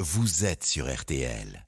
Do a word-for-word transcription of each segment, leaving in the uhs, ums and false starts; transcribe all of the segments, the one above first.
vous êtes sur R T L.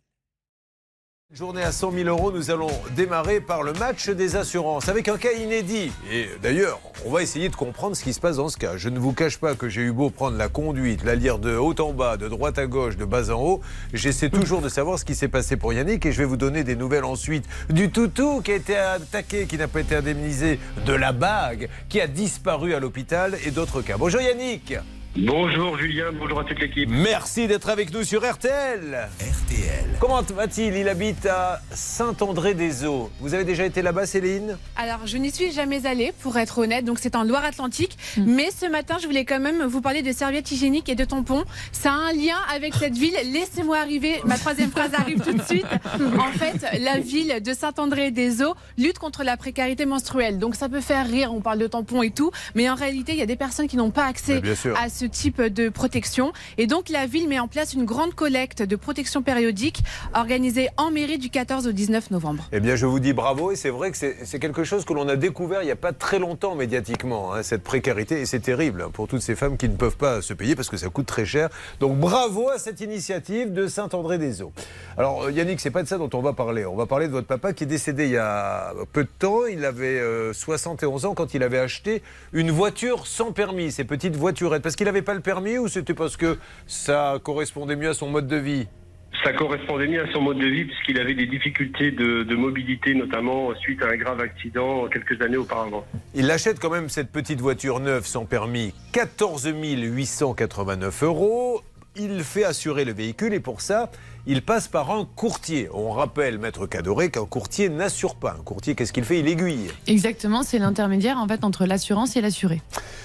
Journée à cent mille euros, nous allons démarrer par le match des assurances avec un cas inédit. Et d'ailleurs, on va essayer de comprendre ce qui se passe dans ce cas. Je ne vous cache pas que j'ai eu beau prendre la conduite, la lire de haut en bas, de droite à gauche, de bas en haut. J'essaie toujours de savoir ce qui s'est passé pour Yannick et je vais vous donner des nouvelles ensuite du toutou qui a été attaqué, qui n'a pas été indemnisé, de la bague qui a disparu à l'hôpital et d'autres cas. Bonjour Yannick. Bonjour Julien, bonjour à toute l'équipe. Merci d'être avec nous sur R T L. R T L. Comment va-t-il? Il habite à Saint-André-des-Eaux. Vous avez déjà été là-bas, Céline? Alors, je n'y suis jamais allée, pour être honnête, donc c'est en Loire-Atlantique. Mmh. Mais ce matin, je voulais quand même vous parler de serviettes hygiéniques et de tampons. Ça a un lien avec cette ville. Laissez-moi arriver, ma troisième phrase arrive tout de suite. En fait, la ville de Saint-André-des-Eaux lutte contre la précarité menstruelle. Donc ça peut faire rire, on parle de tampons et tout, mais en réalité, il y a des personnes qui n'ont pas accès à ce type de protection. Et donc la ville met en place une grande collecte de protection périodique organisée en mairie du quatorze au dix-neuf novembre. Eh bien je vous dis bravo, et c'est vrai que c'est, c'est quelque chose que l'on a découvert il n'y a pas très longtemps médiatiquement, hein, cette précarité, et c'est terrible hein, pour toutes ces femmes qui ne peuvent pas se payer parce que ça coûte très cher. Donc bravo à cette initiative de Saint-André-des-Eaux. Alors Yannick, c'est pas de ça dont on va parler. On va parler de votre papa qui est décédé il y a peu de temps. Il avait euh, soixante et onze ans quand il avait acheté une voiture sans permis, ces petites voiturettes, parce qu'il n'avait pas le permis ou c'était parce que ça correspondait mieux à son mode de vie? Ça correspondait mieux à son mode de vie puisqu'il avait des difficultés de, de mobilité, notamment suite à un grave accident quelques années auparavant. Il achète quand même cette petite voiture neuve sans permis, quatorze mille huit cent quatre-vingt-neuf euros. Il fait assurer le véhicule et pour ça, il passe par un courtier. On rappelle, Maître Cadoré, qu'un courtier n'assure pas. Un courtier, qu'est-ce qu'il fait? Il aiguille. Exactement, c'est l'intermédiaire en fait entre l'assurance et l'assuré.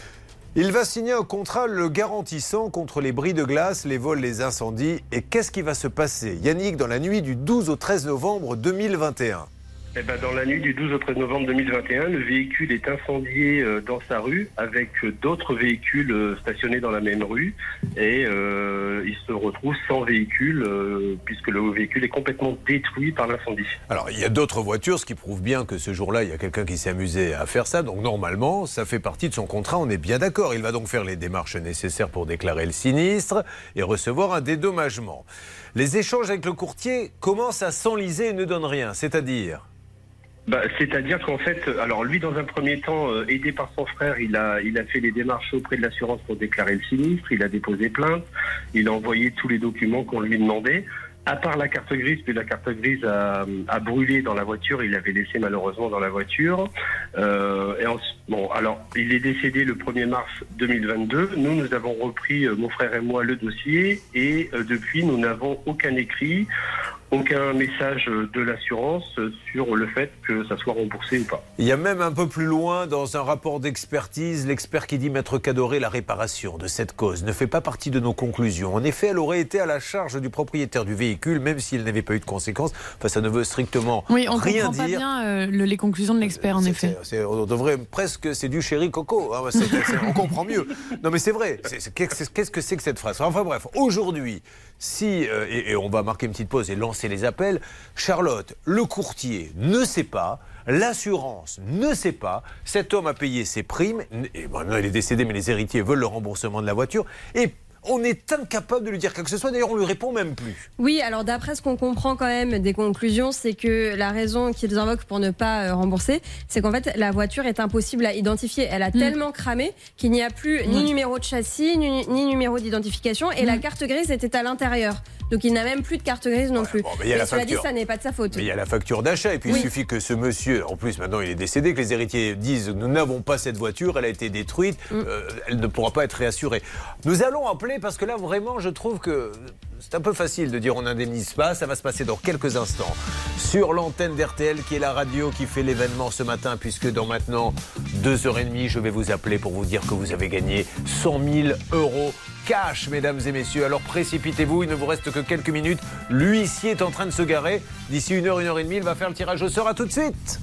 Il va signer un contrat le garantissant contre les bris de glace, les vols, les incendies. Et qu'est-ce qui va se passer, Yannick, dans la nuit du douze au treize novembre deux mille vingt et un? Eh ben, dans la nuit du douze au treize novembre deux mille vingt et un, le véhicule est incendié dans sa rue avec d'autres véhicules stationnés dans la même rue et euh, il se retrouve sans véhicule euh, puisque le véhicule est complètement détruit par l'incendie. Alors il y a d'autres voitures, ce qui prouve bien que ce jour-là, il y a quelqu'un qui s'est amusé à faire ça. Donc normalement, ça fait partie de son contrat, on est bien d'accord. Il va donc faire les démarches nécessaires pour déclarer le sinistre et recevoir un dédommagement. Les échanges avec le courtier commencent à s'enliser et ne donnent rien, c'est-à-dire... Bah, c'est-à-dire qu'en fait, alors lui dans un premier temps, euh, aidé par son frère, il a, il a fait les démarches auprès de l'assurance pour déclarer le sinistre, il a déposé plainte, il a envoyé tous les documents qu'on lui demandait. À part la carte grise, puis la carte grise a, a brûlé dans la voiture, il l'avait laissée malheureusement dans la voiture. Euh, et en, bon, alors, il est décédé le premier mars deux mille vingt-deux. Nous, nous avons repris, euh, mon frère et moi, le dossier. Et euh, depuis, nous n'avons aucun écrit, aucun message de l'assurance sur le fait que ça soit remboursé ou pas. Il y a même un peu plus loin, dans un rapport d'expertise, l'expert qui dit, Maître Cadoré, la réparation de cette cause ne fait pas partie de nos conclusions. En effet, elle aurait été à la charge du propriétaire du véhicule, même s'il n'avait pas eu de conséquences. Enfin, ça ne veut strictement oui, on rien comprend dire. pas bien euh, le, les conclusions de l'expert, en c'est, effet. C'est, c'est, on devrait presque, c'est du chéri coco. Hein, c'est, c'est, on comprend mieux. Non, mais c'est vrai. C'est, c'est, qu'est-ce que c'est que cette phrase? Enfin bref, aujourd'hui, si, euh, et, et on va marquer une petite pause et lancer les appels, Charlotte, le courtier ne sait pas, l'assurance ne sait pas, cet homme a payé ses primes, et maintenant il est décédé mais les héritiers veulent le remboursement de la voiture, et on est incapable de lui dire quoi que ce soit, d'ailleurs on ne lui répond même plus. Oui, alors d'après ce qu'on comprend quand même des conclusions, c'est que la raison qu'ils invoquent pour ne pas euh, rembourser, c'est qu'en fait la voiture est impossible à identifier. Elle a mmh. tellement cramé qu'il n'y a plus mmh. ni numéro de châssis, ni, ni numéro d'identification, et mmh. la carte grise était à l'intérieur. Donc il n'a même plus de carte grise non plus. Bon, mais et cela dit, ça n'est pas de sa faute. Mais il y a la facture d'achat, et puis oui. il suffit que ce monsieur, en plus maintenant il est décédé, que les héritiers disent nous n'avons pas cette voiture, elle a été détruite, mmh. euh, elle ne pourra pas être réassurée. Nous allons appeler parce que là vraiment je trouve que c'est un peu facile de dire on n'indemnise pas, ça va se passer dans quelques instants sur l'antenne d'R T L qui est la radio qui fait l'événement ce matin, puisque dans maintenant deux heures trente je vais vous appeler pour vous dire que vous avez gagné cent mille euros cash, mesdames et messieurs. Alors précipitez-vous, il ne vous reste que quelques minutes. L'huissier est en train de se garer. D'ici une heure, une heure et demie, il va faire le tirage au sort. À tout de suite.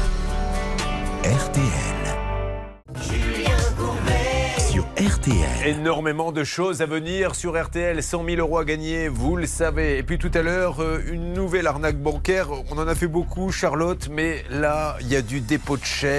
R T L. Julien Courbet sur R T L. Énormément de choses à venir sur R T L. cent mille euros à gagner, vous le savez. Et puis tout à l'heure, une nouvelle arnaque bancaire. On en a fait beaucoup, Charlotte, mais là, il y a du dépôt de chèque,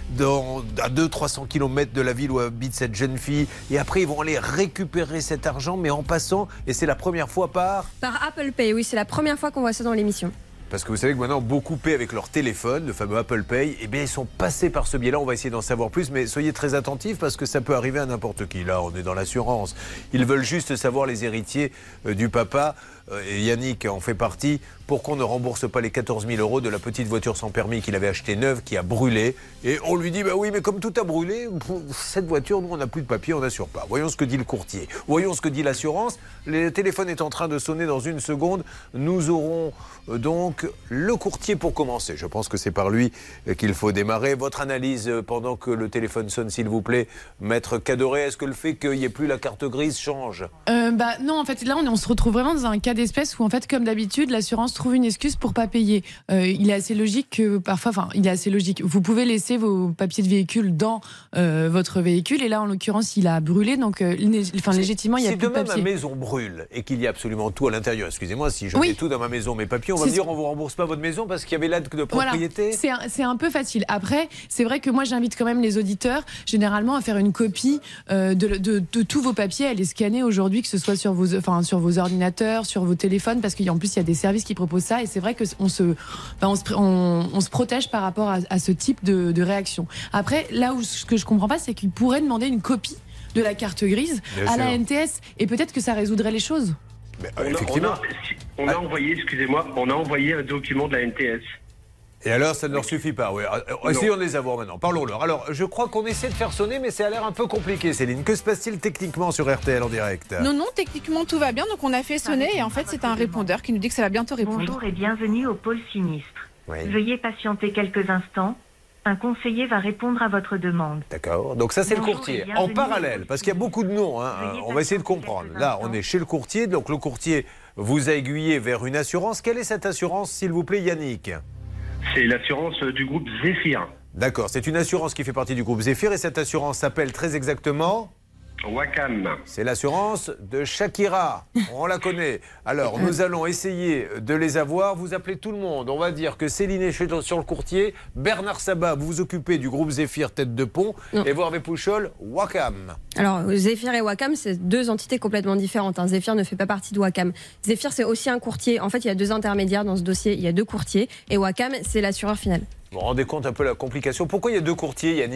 dans, à deux cents à trois cents kilomètres de la ville où habite cette jeune fille. Et après, ils vont aller récupérer cet argent, mais en passant, et c'est la première fois par... Par Apple Pay, oui, c'est la première fois qu'on voit ça dans l'émission. Parce que vous savez que maintenant, beaucoup paient avec leur téléphone, le fameux Apple Pay. Eh bien, ils sont passés par ce biais-là. On va essayer d'en savoir plus, mais soyez très attentifs parce que ça peut arriver à n'importe qui. Là, on est dans l'assurance. Ils veulent juste savoir, les héritiers euh, du papa, euh, et Yannick en fait partie, pourquoi on ne rembourse pas les quatorze mille euros de la petite voiture sans permis qu'il avait achetée neuve, qui a brûlé. Et on lui dit, bah oui, mais comme tout a brûlé, cette voiture, nous, on n'a plus de papier, on n'assure pas. Voyons ce que dit le courtier. Voyons ce que dit l'assurance. Le téléphone est en train de sonner dans une seconde. Nous aurons euh, donc le courtier pour commencer. Je pense que c'est par lui qu'il faut démarrer. Votre analyse pendant que le téléphone sonne, s'il vous plaît, Maître Cadoré, est-ce que le fait qu'il n'y ait plus la carte grise change ? euh, bah, Non, en fait, là, on, on se retrouve vraiment dans un cas d'espèce où, en fait, comme d'habitude, l'assurance trouve une excuse pour pas payer. Euh, il est assez logique que, parfois, enfin, il est assez logique. Vous pouvez laisser vos papiers de véhicule dans euh, votre véhicule, et là, en l'occurrence, il a brûlé, donc, euh, enfin, légitimement, il n'y a si plus de papiers. Si demain ma maison brûle et qu'il y a absolument tout à l'intérieur, excusez-moi, si je oui. mets tout dans ma maison, mes papiers, on va me dire, on vous rembourse pas votre maison parce qu'il y avait l'acte de propriété. Voilà. C'est un, un peu facile. Après, c'est vrai que moi, j'invite quand même les auditeurs, généralement, à faire une copie euh, de, de, de tous vos papiers, à les scanner aujourd'hui, que ce soit sur vos, enfin, sur vos ordinateurs, sur vos téléphones, parce qu'en plus, il y a des services qui proposent ça, et c'est vrai qu'on se, ben, on se, on, on se protège par rapport à, à ce type de, de réaction. Après, là où ce que je comprends pas, c'est qu'ils pourraient demander une copie de la carte grise Bien à sûr. la N T S, et peut-être que ça résoudrait les choses. Mais, euh, on, effectivement. a, on, a, on a envoyé, excusez-moi, on a envoyé un document de la N T S. Et alors, ça ne leur suffit pas. Oui. Essayons de les avoir maintenant. Parlons-leur. Alors, je crois qu'on essaie de faire sonner, mais ça a l'air un peu compliqué, Céline. Que se passe-t-il techniquement sur R T L en direct ? Non, non, techniquement tout va bien. Donc, on a fait sonner et en fait, c'est un répondeur qui nous dit que ça va bientôt répondre. Bonjour et bienvenue au pôle sinistre. Oui. Veuillez patienter quelques instants. Un conseiller va répondre à votre demande. D'accord. Donc ça, c'est le courtier. En parallèle, parce qu'il y a beaucoup de noms. Hein. On va essayer de comprendre. Là, on est chez le courtier. Donc le courtier vous a aiguillé vers une assurance. Quelle est cette assurance, s'il vous plaît, Yannick ? C'est l'assurance du groupe Zéphyr. D'accord. C'est une assurance qui fait partie du groupe Zéphyr. Et cette assurance s'appelle très exactement... Wacam. C'est l'assurance de Shakira. On la connaît. Alors, nous allons essayer de les avoir. Vous appelez tout le monde. On va dire que Céline est sur le courtier. Bernard Sabat, vous vous occupez du groupe Zéphyr Tête de Pont. Non. Et vous, Hervé Pouchol, Wacam. Alors, Zéphyr et Wacam, c'est deux entités complètement différentes. Hein. Zéphyr ne fait pas partie de Wacam. Zéphyr, c'est aussi un courtier. En fait, il y a deux intermédiaires dans ce dossier. Il y a deux courtiers. Et Wacam, c'est l'assureur final. Vous vous rendez compte un peu la complication. Pourquoi il y a deux courtiers, Yannick ?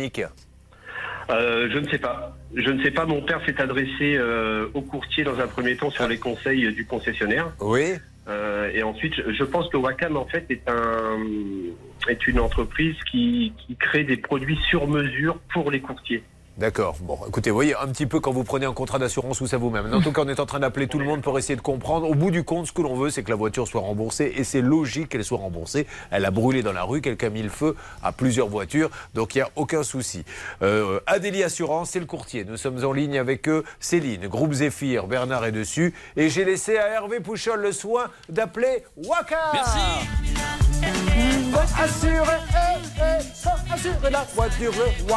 Euh, je ne sais pas. Je ne sais pas. Mon père s'est adressé euh, au courtier dans un premier temps sur les conseils du concessionnaire. Oui. Euh, et ensuite, je pense que Wacam en fait est un est une entreprise qui, qui crée des produits sur mesure pour les courtiers. D'accord. Bon, écoutez, vous voyez un petit peu quand vous prenez un contrat d'assurance où ça vous mène. En tout cas, on est en train d'appeler tout le monde pour essayer de comprendre. Au bout du compte, ce que l'on veut, c'est que la voiture soit remboursée. Et c'est logique qu'elle soit remboursée. Elle a brûlé dans la rue, quelqu'un a mis le feu à plusieurs voitures. Donc, il n'y a aucun souci. Euh, Adélie Assurance, c'est le courtier. Nous sommes en ligne avec eux. Céline, groupe Zéphyr, Bernard est dessus. Et j'ai laissé à Hervé Pouchol le soin d'appeler Wacam. Merci. Assurer, eh, eh, assurer la voiture,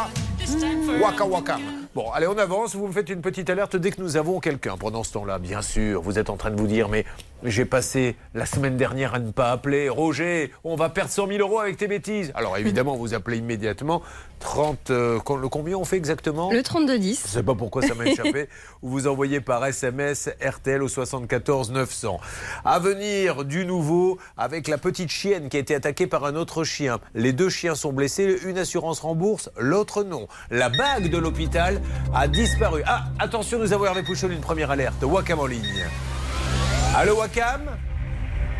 Waka Waka. Bon, allez, on avance. Vous me faites une petite alerte dès que nous avons quelqu'un. Pendant ce temps-là, bien sûr, vous êtes en train de vous dire, mais j'ai passé la semaine dernière à ne pas appeler. Roger, on va perdre cent mille euros avec tes bêtises. Alors, évidemment, vous appelez immédiatement. trente, euh, le combien on fait exactement ? Le trente-deux dix. Je ne sais pas pourquoi ça m'a échappé. Ou vous envoyez par S M S R T L au soixante-quatorze neuf cents. À venir du nouveau avec la petite chienne qui a été attaquée par un autre chien. Les deux chiens sont blessés. Une assurance rembourse, l'autre non. La bague de l'hôpital a disparu. Ah, attention, nous avons Hervé Pouchol, une première alerte. Wacam en ligne. Allô, Wacam ? Allô ?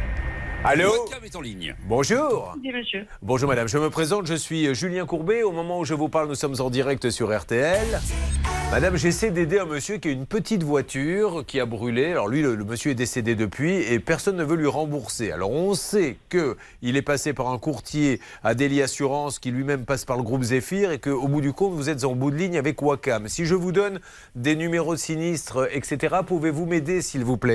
Wacam est en ligne. Bonjour. Oui, monsieur. Bonjour madame, je me présente, je suis Julien Courbet. Au moment où je vous parle, nous sommes en direct sur R T L. Madame, j'essaie d'aider un monsieur qui a une petite voiture qui a brûlé. Alors lui, le, le monsieur est décédé depuis et personne ne veut lui rembourser. Alors on sait qu'il est passé par un courtier Adélie Assurance qui lui-même passe par le groupe Zéphyr et qu'au bout du compte, vous êtes en bout de ligne avec Wacam. Si je vous donne des numéros de sinistres, et cetera, pouvez-vous m'aider s'il vous plaît ?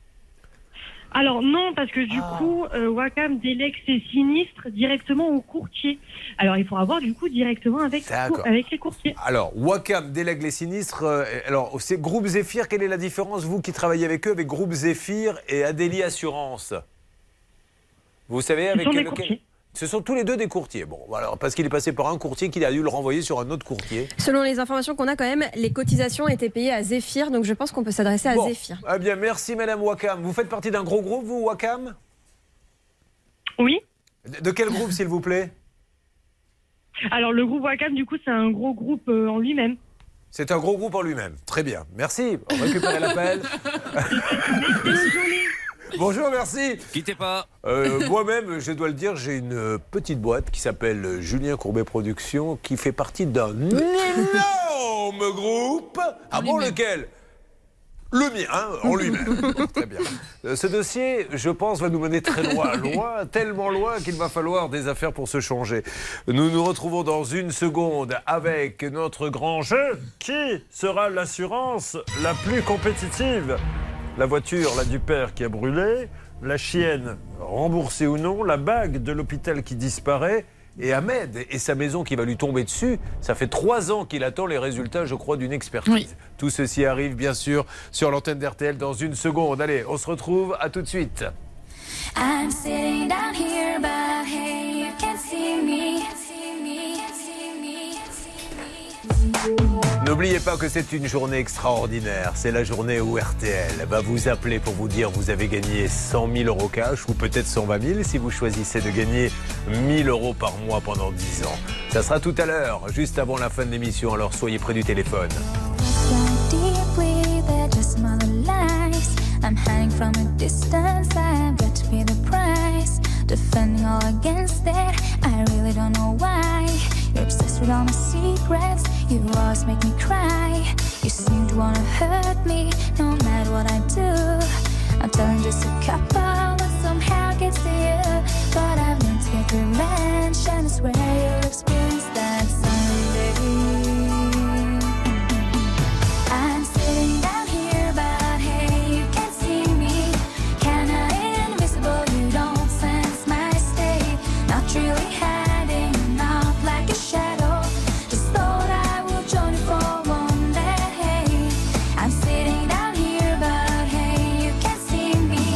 Alors non, parce que du Ah. coup, euh, Wacam délègue ses sinistres directement au courtier. Alors il faudra voir du coup directement avec, D'accord. avec les courtiers. Alors, Wacam délègue les sinistres. Euh, alors, c'est Groupe Zéphyr, quelle est la différence, vous qui travaillez avec eux, avec Groupe Zéphyr et Adélie Assurance ? Vous savez avec Ce sont des lequel... courtiers. Ce sont tous les deux des courtiers. Bon, voilà, parce qu'il est passé par un courtier qui a dû le renvoyer sur un autre courtier. Selon les informations qu'on a quand même, les cotisations étaient payées à Zéphyr, donc je pense qu'on peut s'adresser à bon. Zéphyr. Eh bien, merci Madame Wakam. Vous faites partie d'un gros groupe, vous, Wakam? Oui. De quel groupe, s'il vous plaît? Alors le groupe Wacam, du coup, c'est un gros groupe euh, en lui-même. C'est un gros groupe en lui-même. Très bien. Merci. On récupère l'appel. Bonjour, merci. Quittez pas. Euh, moi-même, je dois le dire, j'ai une petite boîte qui s'appelle Julien Courbet Productions, qui fait partie d'un énorme groupe. Ah bon, lequel? Le mien, hein, en lui-même. Bon, très bien. Ce dossier, je pense, va nous mener très loin. Loin, tellement loin qu'il va falloir des affaires pour se changer. Nous nous retrouvons dans une seconde avec notre grand jeu. Qui sera l'assurance la plus compétitive? La voiture, la du père qui a brûlé, la chienne remboursée ou non, la bague de l'hôpital qui disparaît, et Ahmed et sa maison qui va lui tomber dessus. Ça fait trois ans qu'il attend les résultats, je crois, d'une expertise. Oui. Tout ceci arrive, bien sûr, sur l'antenne d'R T L dans une seconde. Allez, on se retrouve, à tout de suite. I'm sitting down here, but hey, you can't see me. N'oubliez pas que c'est une journée extraordinaire. C'est la journée où R T L va vous appeler pour vous dire vous avez gagné cent mille euros cash ou peut-être cent vingt mille si vous choisissez de gagner mille euros par mois pendant dix ans. Ça sera tout à l'heure, juste avant la fin de l'émission, alors soyez près du téléphone. I'm hanging from a distance, I've got to pay the price. Defending all against it, I really don't know why. You're obsessed with all my secrets, you always make me cry. You seem to wanna hurt me, no matter what I do. I'm telling just a couple, but somehow gets to you. But I've learned to get revenge, and I swear you'll experience that someday. I'm sitting down here, but hey, you can't see me. Kinda invisible, you don't sense my state. Not really hiding, not like a shadow. Just thought I would join you for one day. I'm sitting down here, but hey, you can't see me.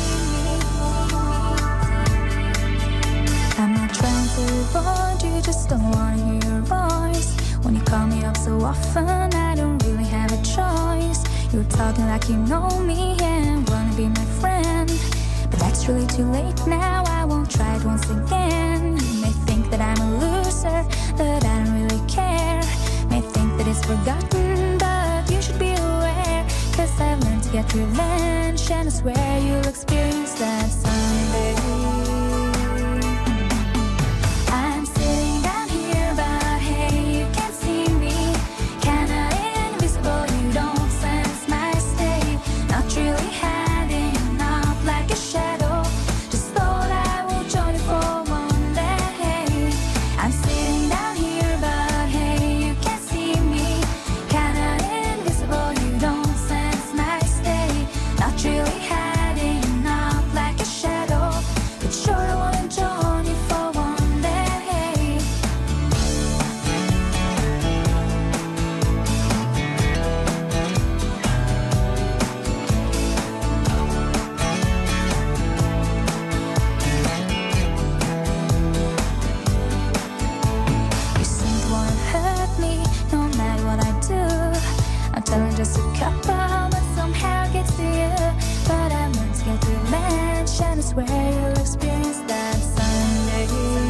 I'm not trying to avoid you, just don't wanna hear your voice. When you call me up so often, I don't really have a choice. You're talking like you know me and wanna be my friend. But that's really too late now, I won't try it once again. You may think that I'm a loser, that I don't really care. May think that it's forgotten, but you should be aware. Cause I've learned to get revenge, and I swear you'll experience that someday. I'm sitting down here, but hey, you can't see me. Kinda invisible, you don't sense my state. Not really hiding, not like a shadow. Just thought I would join you for one day. I'm sitting down here, but hey, you can't see me. Kinda invisible, you don't sense my state. Not really hiding, not like a shadow. But sure I wanna join you for one day. You seem to wanna hurt me, no matter what I do. I'm telling just a couple, but somehow gets to you. But I'm meant to get revenge, and I swear you'll experience that someday.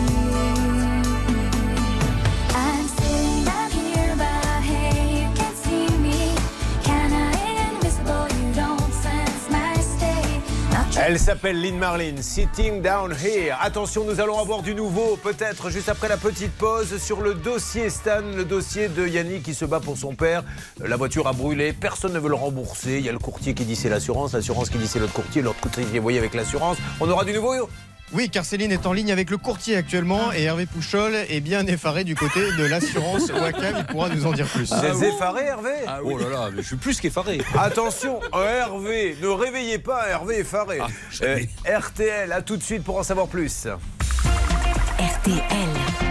I'm sitting down here, but hey, you can't see me. Kinda invisible, you don't sense my state. Not Elle s'appelle Lynn Marlin, Sitting Down Here. Attention, nous allons avoir du nouveau, peut-être juste après la petite pause, sur le dossier Stan, le dossier de Yannick qui se bat pour son père. La voiture a brûlé, personne ne veut le rembourser. Il y a le courtier qui dit c'est l'assurance, l'assurance qui dit c'est l'autre courtier, l'autre courtier qui est voyé avec l'assurance. On aura du nouveau? Oui, car Céline est en ligne avec le courtier actuellement et Hervé Pouchol est bien effaré du côté de l'assurance Wacam. Il pourra nous en dire plus. Vous êtes effaré, Hervé? Ah, oui. Oh là là, mais je suis plus qu'effaré. Attention, Hervé, ne réveillez pas Hervé effaré. Ah, euh, R T L, à tout de suite pour en savoir plus. R T L.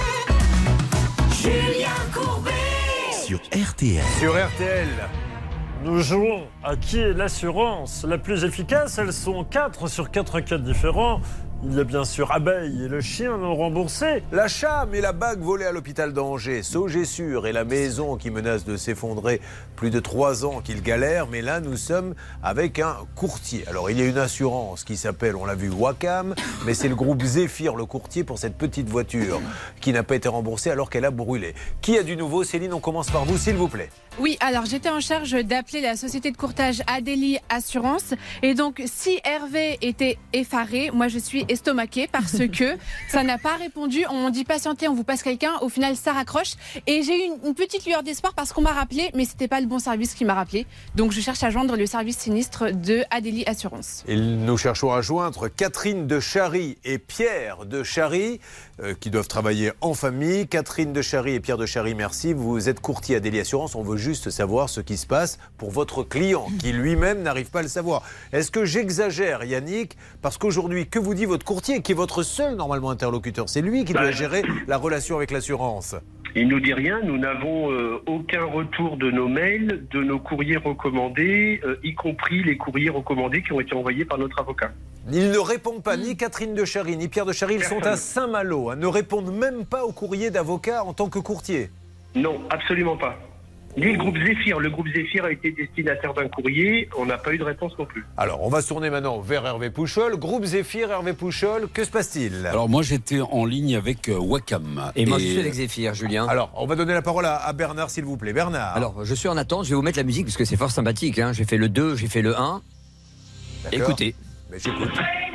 Julien Courbet sur R T L. Sur R T L. Nous jouons à qui est l'assurance la plus efficace. Elles sont quatre sur quatre cas différents. Il y a bien sûr Abeille et le chien non remboursé. La Cham et la bague volée à l'hôpital d'Angers, Sogessure et la maison qui menace de s'effondrer. Plus de trois ans qu'il galère, mais là nous sommes avec un courtier. Alors il y a une assurance qui s'appelle, on l'a vu, Wacam, mais c'est le groupe Zéphyr, le courtier pour cette petite voiture qui n'a pas été remboursée alors qu'elle a brûlé. Qui a du nouveau? Céline, on commence par vous s'il vous plaît. Oui, alors j'étais en charge d'appeler la société de courtage Adélie Assurance. Et donc, si Hervé était effaré, moi je suis estomaquée parce que ça n'a pas répondu. On m'a dit patientez, on vous passe quelqu'un. Au final, ça raccroche. Et j'ai eu une, une petite lueur d'espoir parce qu'on m'a rappelé, mais c'était pas le bon service qui m'a rappelé. Donc, je cherche à joindre le service sinistre de Adélie Assurance. Et nous cherchons à joindre Catherine de Chary et Pierre de Chary, euh, qui doivent travailler en famille. Catherine de Chary et Pierre de Chary, merci. Vous êtes courtier Adélie Assurance. On veut juste savoir ce qui se passe pour votre client qui lui-même n'arrive pas à le savoir. Est-ce que j'exagère, Yannick? Parce qu'aujourd'hui, que vous dit votre courtier, qui est votre seul normalement interlocuteur? C'est lui qui doit gérer la relation avec l'assurance. Il nous dit rien, nous n'avons euh, aucun retour de nos mails, de nos courriers recommandés, euh, y compris les courriers recommandés qui ont été envoyés par notre avocat. Ils ne répondent pas, ni Catherine de Chary, ni Pierre de Chary, ils Personne. sont à Saint-Malo, hein, ne répondent même pas au courrier d'avocat en tant que courtier. Non, absolument pas. Ni le groupe Zéphyr. Le groupe Zéphyr a été destinataire d'un courrier. On n'a pas eu de réponse non plus. Alors, on va se tourner maintenant vers Hervé Pouchol. Groupe Zéphyr, Hervé Pouchol, que se passe-t-il? Alors, moi, j'étais en ligne avec euh, Wacam. Et, et moi, je suis avec Zéphyr, Julien. Alors, on va donner la parole à, à Bernard, s'il vous plaît. Bernard. Alors, je suis en attente. Je vais vous mettre la musique parce que c'est fort sympathique. Hein. J'ai fait le deux, j'ai fait le un. Écoutez. Mais j'écoute.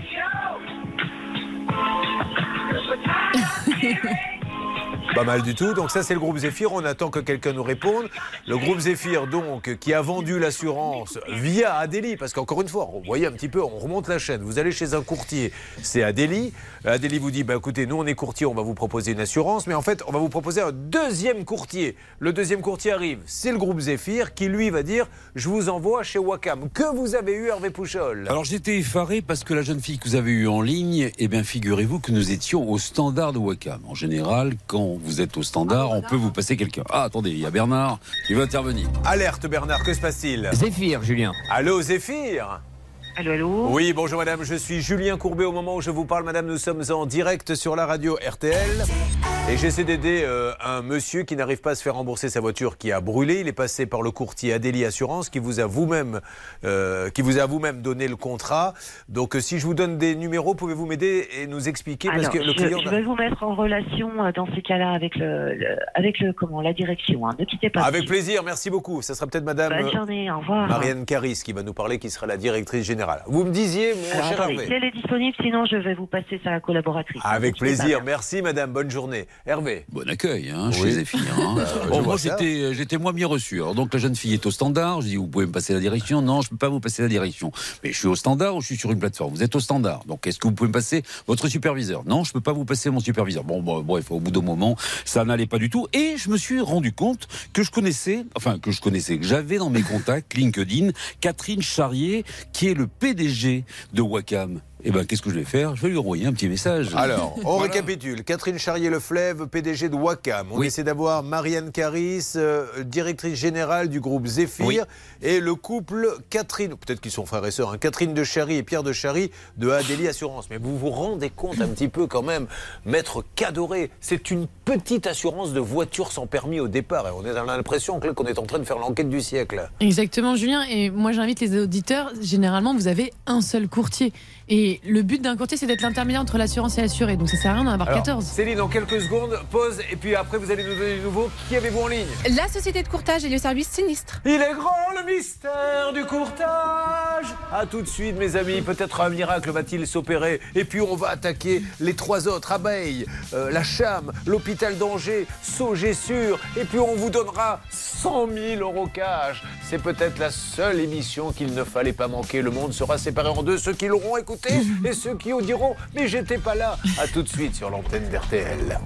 Pas mal du tout. Donc ça, c'est le groupe Zéphyr. On attend que quelqu'un nous réponde. Le groupe Zéphyr, donc, qui a vendu l'assurance via Adélie. Parce qu'encore une fois, vous voyez un petit peu, on remonte la chaîne. Vous allez chez un courtier, c'est Adélie. Adélie vous dit, bah, écoutez, nous, on est courtier, on va vous proposer une assurance. Mais en fait, on va vous proposer un deuxième courtier. Le deuxième courtier arrive. C'est le groupe Zéphyr qui, lui, va dire, je vous envoie chez Wacam. Que vous avez eu, Hervé Pouchol? Alors, j'étais effaré parce que la jeune fille que vous avez eue en ligne, eh bien, figurez-vous que nous étions au standard de Wacam. En général, quand vous êtes au standard, on peut vous passer quelqu'un. Ah, attendez, il y a Bernard qui veut intervenir. Alerte, Bernard, que se passe-t-il? Zéphyr, Julien. Allô, Zéphyr? Allô, allô. Oui, bonjour madame, je suis Julien Courbet. Au moment où je vous parle, madame, nous sommes en direct sur la radio R T L. Et j'essaie d'aider euh, un monsieur qui n'arrive pas à se faire rembourser sa voiture qui a brûlé. Il est passé par le courtier Adélie Assurance qui vous a vous-même euh, qui vous a vous-même donné le contrat. Donc euh, si je vous donne des numéros, pouvez-vous m'aider et nous expliquer? Alors, parce que le je, client je vais vous mettre en relation euh, dans ces cas-là avec le, le avec le comment la direction. Hein. Ne quittez pas. Avec plaisir, merci beaucoup. Ça sera peut-être madame Bonne journée, au revoir. Marianne Caris qui va nous parler, qui sera la directrice générale. Vous me disiez, mon Alors, cher attendez, Hervé. si elle est disponible, sinon je vais vous passer sa collaboratrice. Avec Ne quittez plaisir, pas. merci madame, bonne journée. Hervé. Bon accueil, hein, Oui. chez Zéphyr. Hein. Bah, je bon, vois moi, ça. j'étais, j'étais moi bien reçu. Alors, donc, la jeune fille est au standard. Je dis, vous pouvez me passer la direction? Non, je ne peux pas vous passer la direction. Mais je suis au standard ou je suis sur une plateforme? Vous êtes au standard. Donc, est-ce que vous pouvez me passer votre superviseur? Non, je ne peux pas vous passer mon superviseur. Bon, bon, bref, au bout d'un moment, ça n'allait pas du tout. Et je me suis rendu compte que je connaissais, enfin, que je connaissais, que j'avais dans mes contacts LinkedIn Catherine Charrier, qui est le P D G de Wacam. Eh bien, qu'est-ce que je vais faire? Je vais lui envoyer un petit message. Alors, on Voilà. récapitule. Catherine Charrier-Leflève, P D G de Wacam. On Oui. essaie d'avoir Marianne Caris, euh, directrice générale du groupe Zéphyr. Oui. Et le couple Catherine, peut-être qu'ils sont frères et sœurs, hein, Catherine de Chary et Pierre de Chary de Adélie Assurance. Mais vous vous rendez compte un petit peu quand même, maître Cadoré, c'est une petite assurance de voiture sans permis au départ. Et on a l'impression que là, qu'on est en train de faire l'enquête du siècle. Exactement, Julien. Et moi, j'invite les auditeurs. Généralement, vous avez un seul courtier. Et le but d'un courtier, c'est d'être l'intermédiaire entre l'assurance et l'assuré. Donc ça sert à rien d'en avoir Alors, quatorze. Céline, en quelques secondes, pause. Et puis après, vous allez nous donner du nouveau. Qui avez-vous en ligne? La société de courtage et le service sinistre. Il est grand le mystère du courtage. A tout de suite, mes amis. Peut-être un miracle va-t-il s'opérer. Et puis on va attaquer les trois autres, Abeille, euh, la Cham, l'hôpital d'Angers, Sogessure. Et puis on vous donnera cent mille euros cash. C'est peut-être la seule émission qu'il ne fallait pas manquer. Le monde sera séparé en deux. Ceux qui l'auront écouté et ceux qui diront « Mais j'étais pas là ». A tout de suite sur l'antenne d'R T L.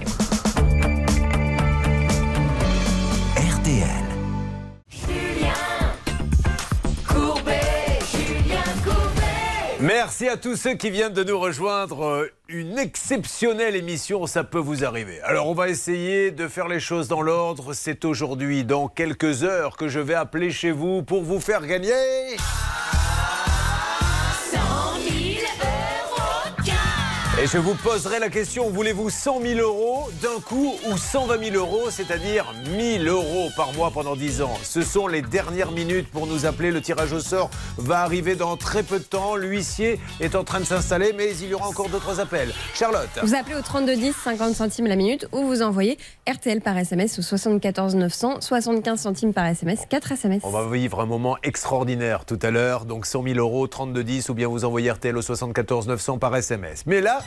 R T L. Julien Courbet, Julien Courbet. Merci à tous ceux qui viennent de nous rejoindre. Une exceptionnelle émission, ça peut vous arriver. Alors on va essayer de faire les choses dans l'ordre. C'est aujourd'hui, dans quelques heures, que je vais appeler chez vous pour vous faire gagner... Et je vous poserai la question, voulez-vous cent mille euros d'un coup ou cent vingt mille euros, c'est-à-dire mille euros par mois pendant dix ans? Ce sont les dernières minutes pour nous appeler. Le tirage au sort va arriver dans très peu de temps. L'huissier est en train de s'installer, mais il y aura encore d'autres appels. Charlotte. Vous appelez au trente-deux dix, cinquante centimes la minute, ou vous envoyez R T L par S M S au soixante-quatorze neuf cents, soixante-quinze centimes par S M S, quatre S M S. On va vivre un moment extraordinaire tout à l'heure. Donc cent mille euros, trente-deux dix, ou bien vous envoyez R T L au soixante-quatorze neuf cents par S M S. Mais là...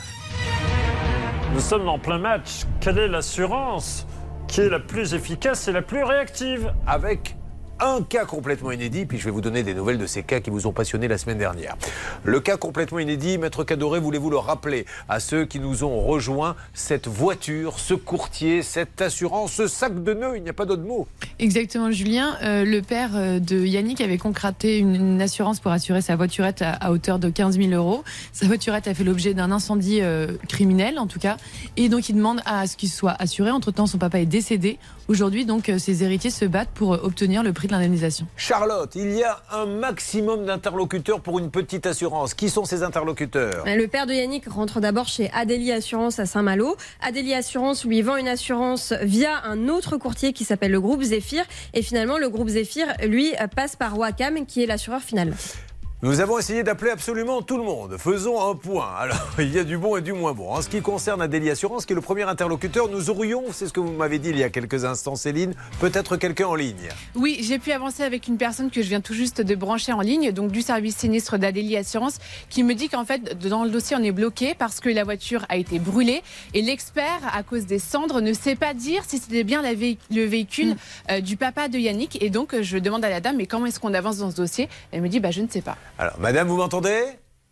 Nous sommes en plein match. Quelle est l'assurance qui est la plus efficace et la plus réactive? Avec un cas complètement inédit, puis je vais vous donner des nouvelles de ces cas qui vous ont passionné la semaine dernière. Le cas complètement inédit, Maître Cadoré, voulez-vous le rappeler à ceux qui nous ont rejoints? Cette voiture, ce courtier, cette assurance, ce sac de nœuds, il n'y a pas d'autre mot. Exactement, Julien. Euh, le père de Yannick avait concocté une, une assurance pour assurer sa voiturette à, à hauteur de quinze mille euros. Sa voiturette a fait l'objet d'un incendie euh, criminel, en tout cas. Et donc, il demande à ce qu'il soit assuré. Entre-temps, son papa est décédé. Aujourd'hui, donc, euh, ses héritiers se battent pour euh, obtenir le prix de l'indemnisation. Charlotte, il y a un maximum d'interlocuteurs pour une petite assurance. Qui sont ces interlocuteurs? Le père de Yannick rentre d'abord chez Adélie Assurance à Saint-Malo. Adélie Assurance lui vend une assurance via un autre courtier qui s'appelle le groupe Zéphyr. Et finalement, le groupe Zéphyr, lui, passe par Wacam, qui est l'assureur final. Nous avons essayé d'appeler absolument tout le monde. Faisons un point. Alors, il y a du bon et du moins bon. En ce qui concerne Adélie Assurance, qui est le premier interlocuteur, nous aurions, c'est ce que vous m'avez dit il y a quelques instants, Céline, peut-être quelqu'un en ligne. Oui, j'ai pu avancer avec une personne que je viens tout juste de brancher en ligne, donc du service sinistre d'Adélie Assurance, qui me dit qu'en fait, dans le dossier, on est bloqué parce que la voiture a été brûlée et l'expert, à cause des cendres, ne sait pas dire si c'était bien la vé- le véhicule mmh. euh, du papa de Yannick. Et donc, je demande à la dame, mais comment est-ce qu'on avance dans ce dossier? Elle me dit, bah, je ne sais pas. Alors, madame, vous m'entendez?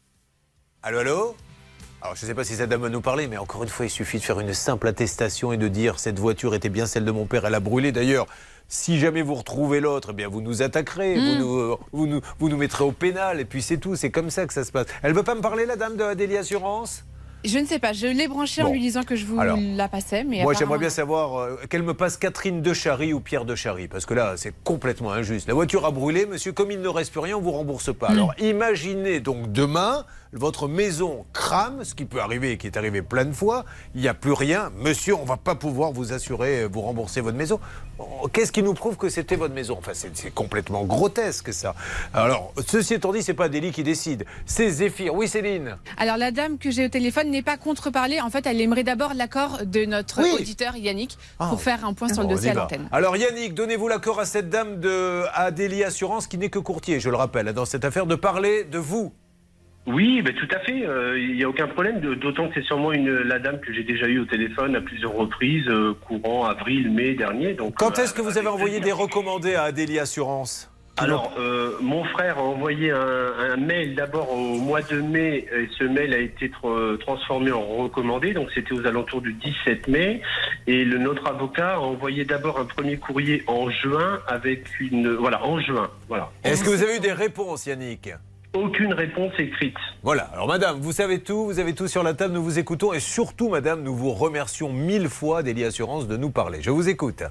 Allô, allô? Alors, je ne sais pas si cette dame va nous parler, mais encore une fois, il suffit de faire une simple attestation et de dire cette voiture était bien celle de mon père, elle a brûlé. D'ailleurs, si jamais vous retrouvez l'autre, eh bien vous nous attaquerez, mmh. vous, nous, vous, nous, vous nous mettrez au pénal, et puis c'est tout, c'est comme ça que ça se passe. Elle ne veut pas me parler, la dame de Adélie Assurance? Je ne sais pas, je l'ai branché bon. en lui disant que je vous Alors, la passais. Mais moi, j'aimerais bien savoir euh, qu'elle me passe Catherine de Chary ou Pierre de Chary, parce que là, c'est complètement injuste. La voiture a brûlé, monsieur, comme il ne reste plus rien, on ne vous rembourse pas. Mmh. Alors, imaginez donc demain, votre maison crame, ce qui peut arriver et qui est arrivé plein de fois, il n'y a plus rien. Monsieur, on ne va pas pouvoir vous assurer, vous rembourser votre maison. Qu'est-ce qui nous prouve que c'était votre maison? Enfin, c'est, c'est complètement grotesque, ça. Alors, ceci étant dit, ce n'est pas Adélie qui décide, c'est Zéphyr. Oui, Céline? Alors, la dame que j'ai au téléphone n'est pas contre-parlée. En fait, elle aimerait d'abord l'accord de notre oui. auditeur Yannick pour ah. faire un point sur bon, le dossier à l'antenne. Alors, Yannick, donnez-vous l'accord à cette dame de Adélie Assurance, qui n'est que courtier, je le rappelle, dans cette affaire, de parler de vous. Oui, ben, tout à fait. Il euh, n'y a aucun problème, de, d'autant que c'est sûrement une, la dame que j'ai déjà eue au téléphone à plusieurs reprises, euh, courant avril, mai dernier. Donc, Quand euh, est-ce que vous avez envoyé plaisir. des recommandés à Adélie Assurance? Alors, euh, mon frère a envoyé un, un mail d'abord au mois de mai, et ce mail a été tr- transformé en recommandé, donc c'était aux alentours du dix-sept mai, et le, notre avocat a envoyé d'abord un premier courrier en juin, avec une... Voilà, en juin, voilà. Est-ce que vous avez eu des réponses, Yannick? Aucune réponse écrite. Voilà, alors madame, vous savez tout, vous avez tout sur la table, nous vous écoutons, et surtout, madame, nous vous remercions mille fois, Adélie Assurance, de nous parler. Je vous écoute.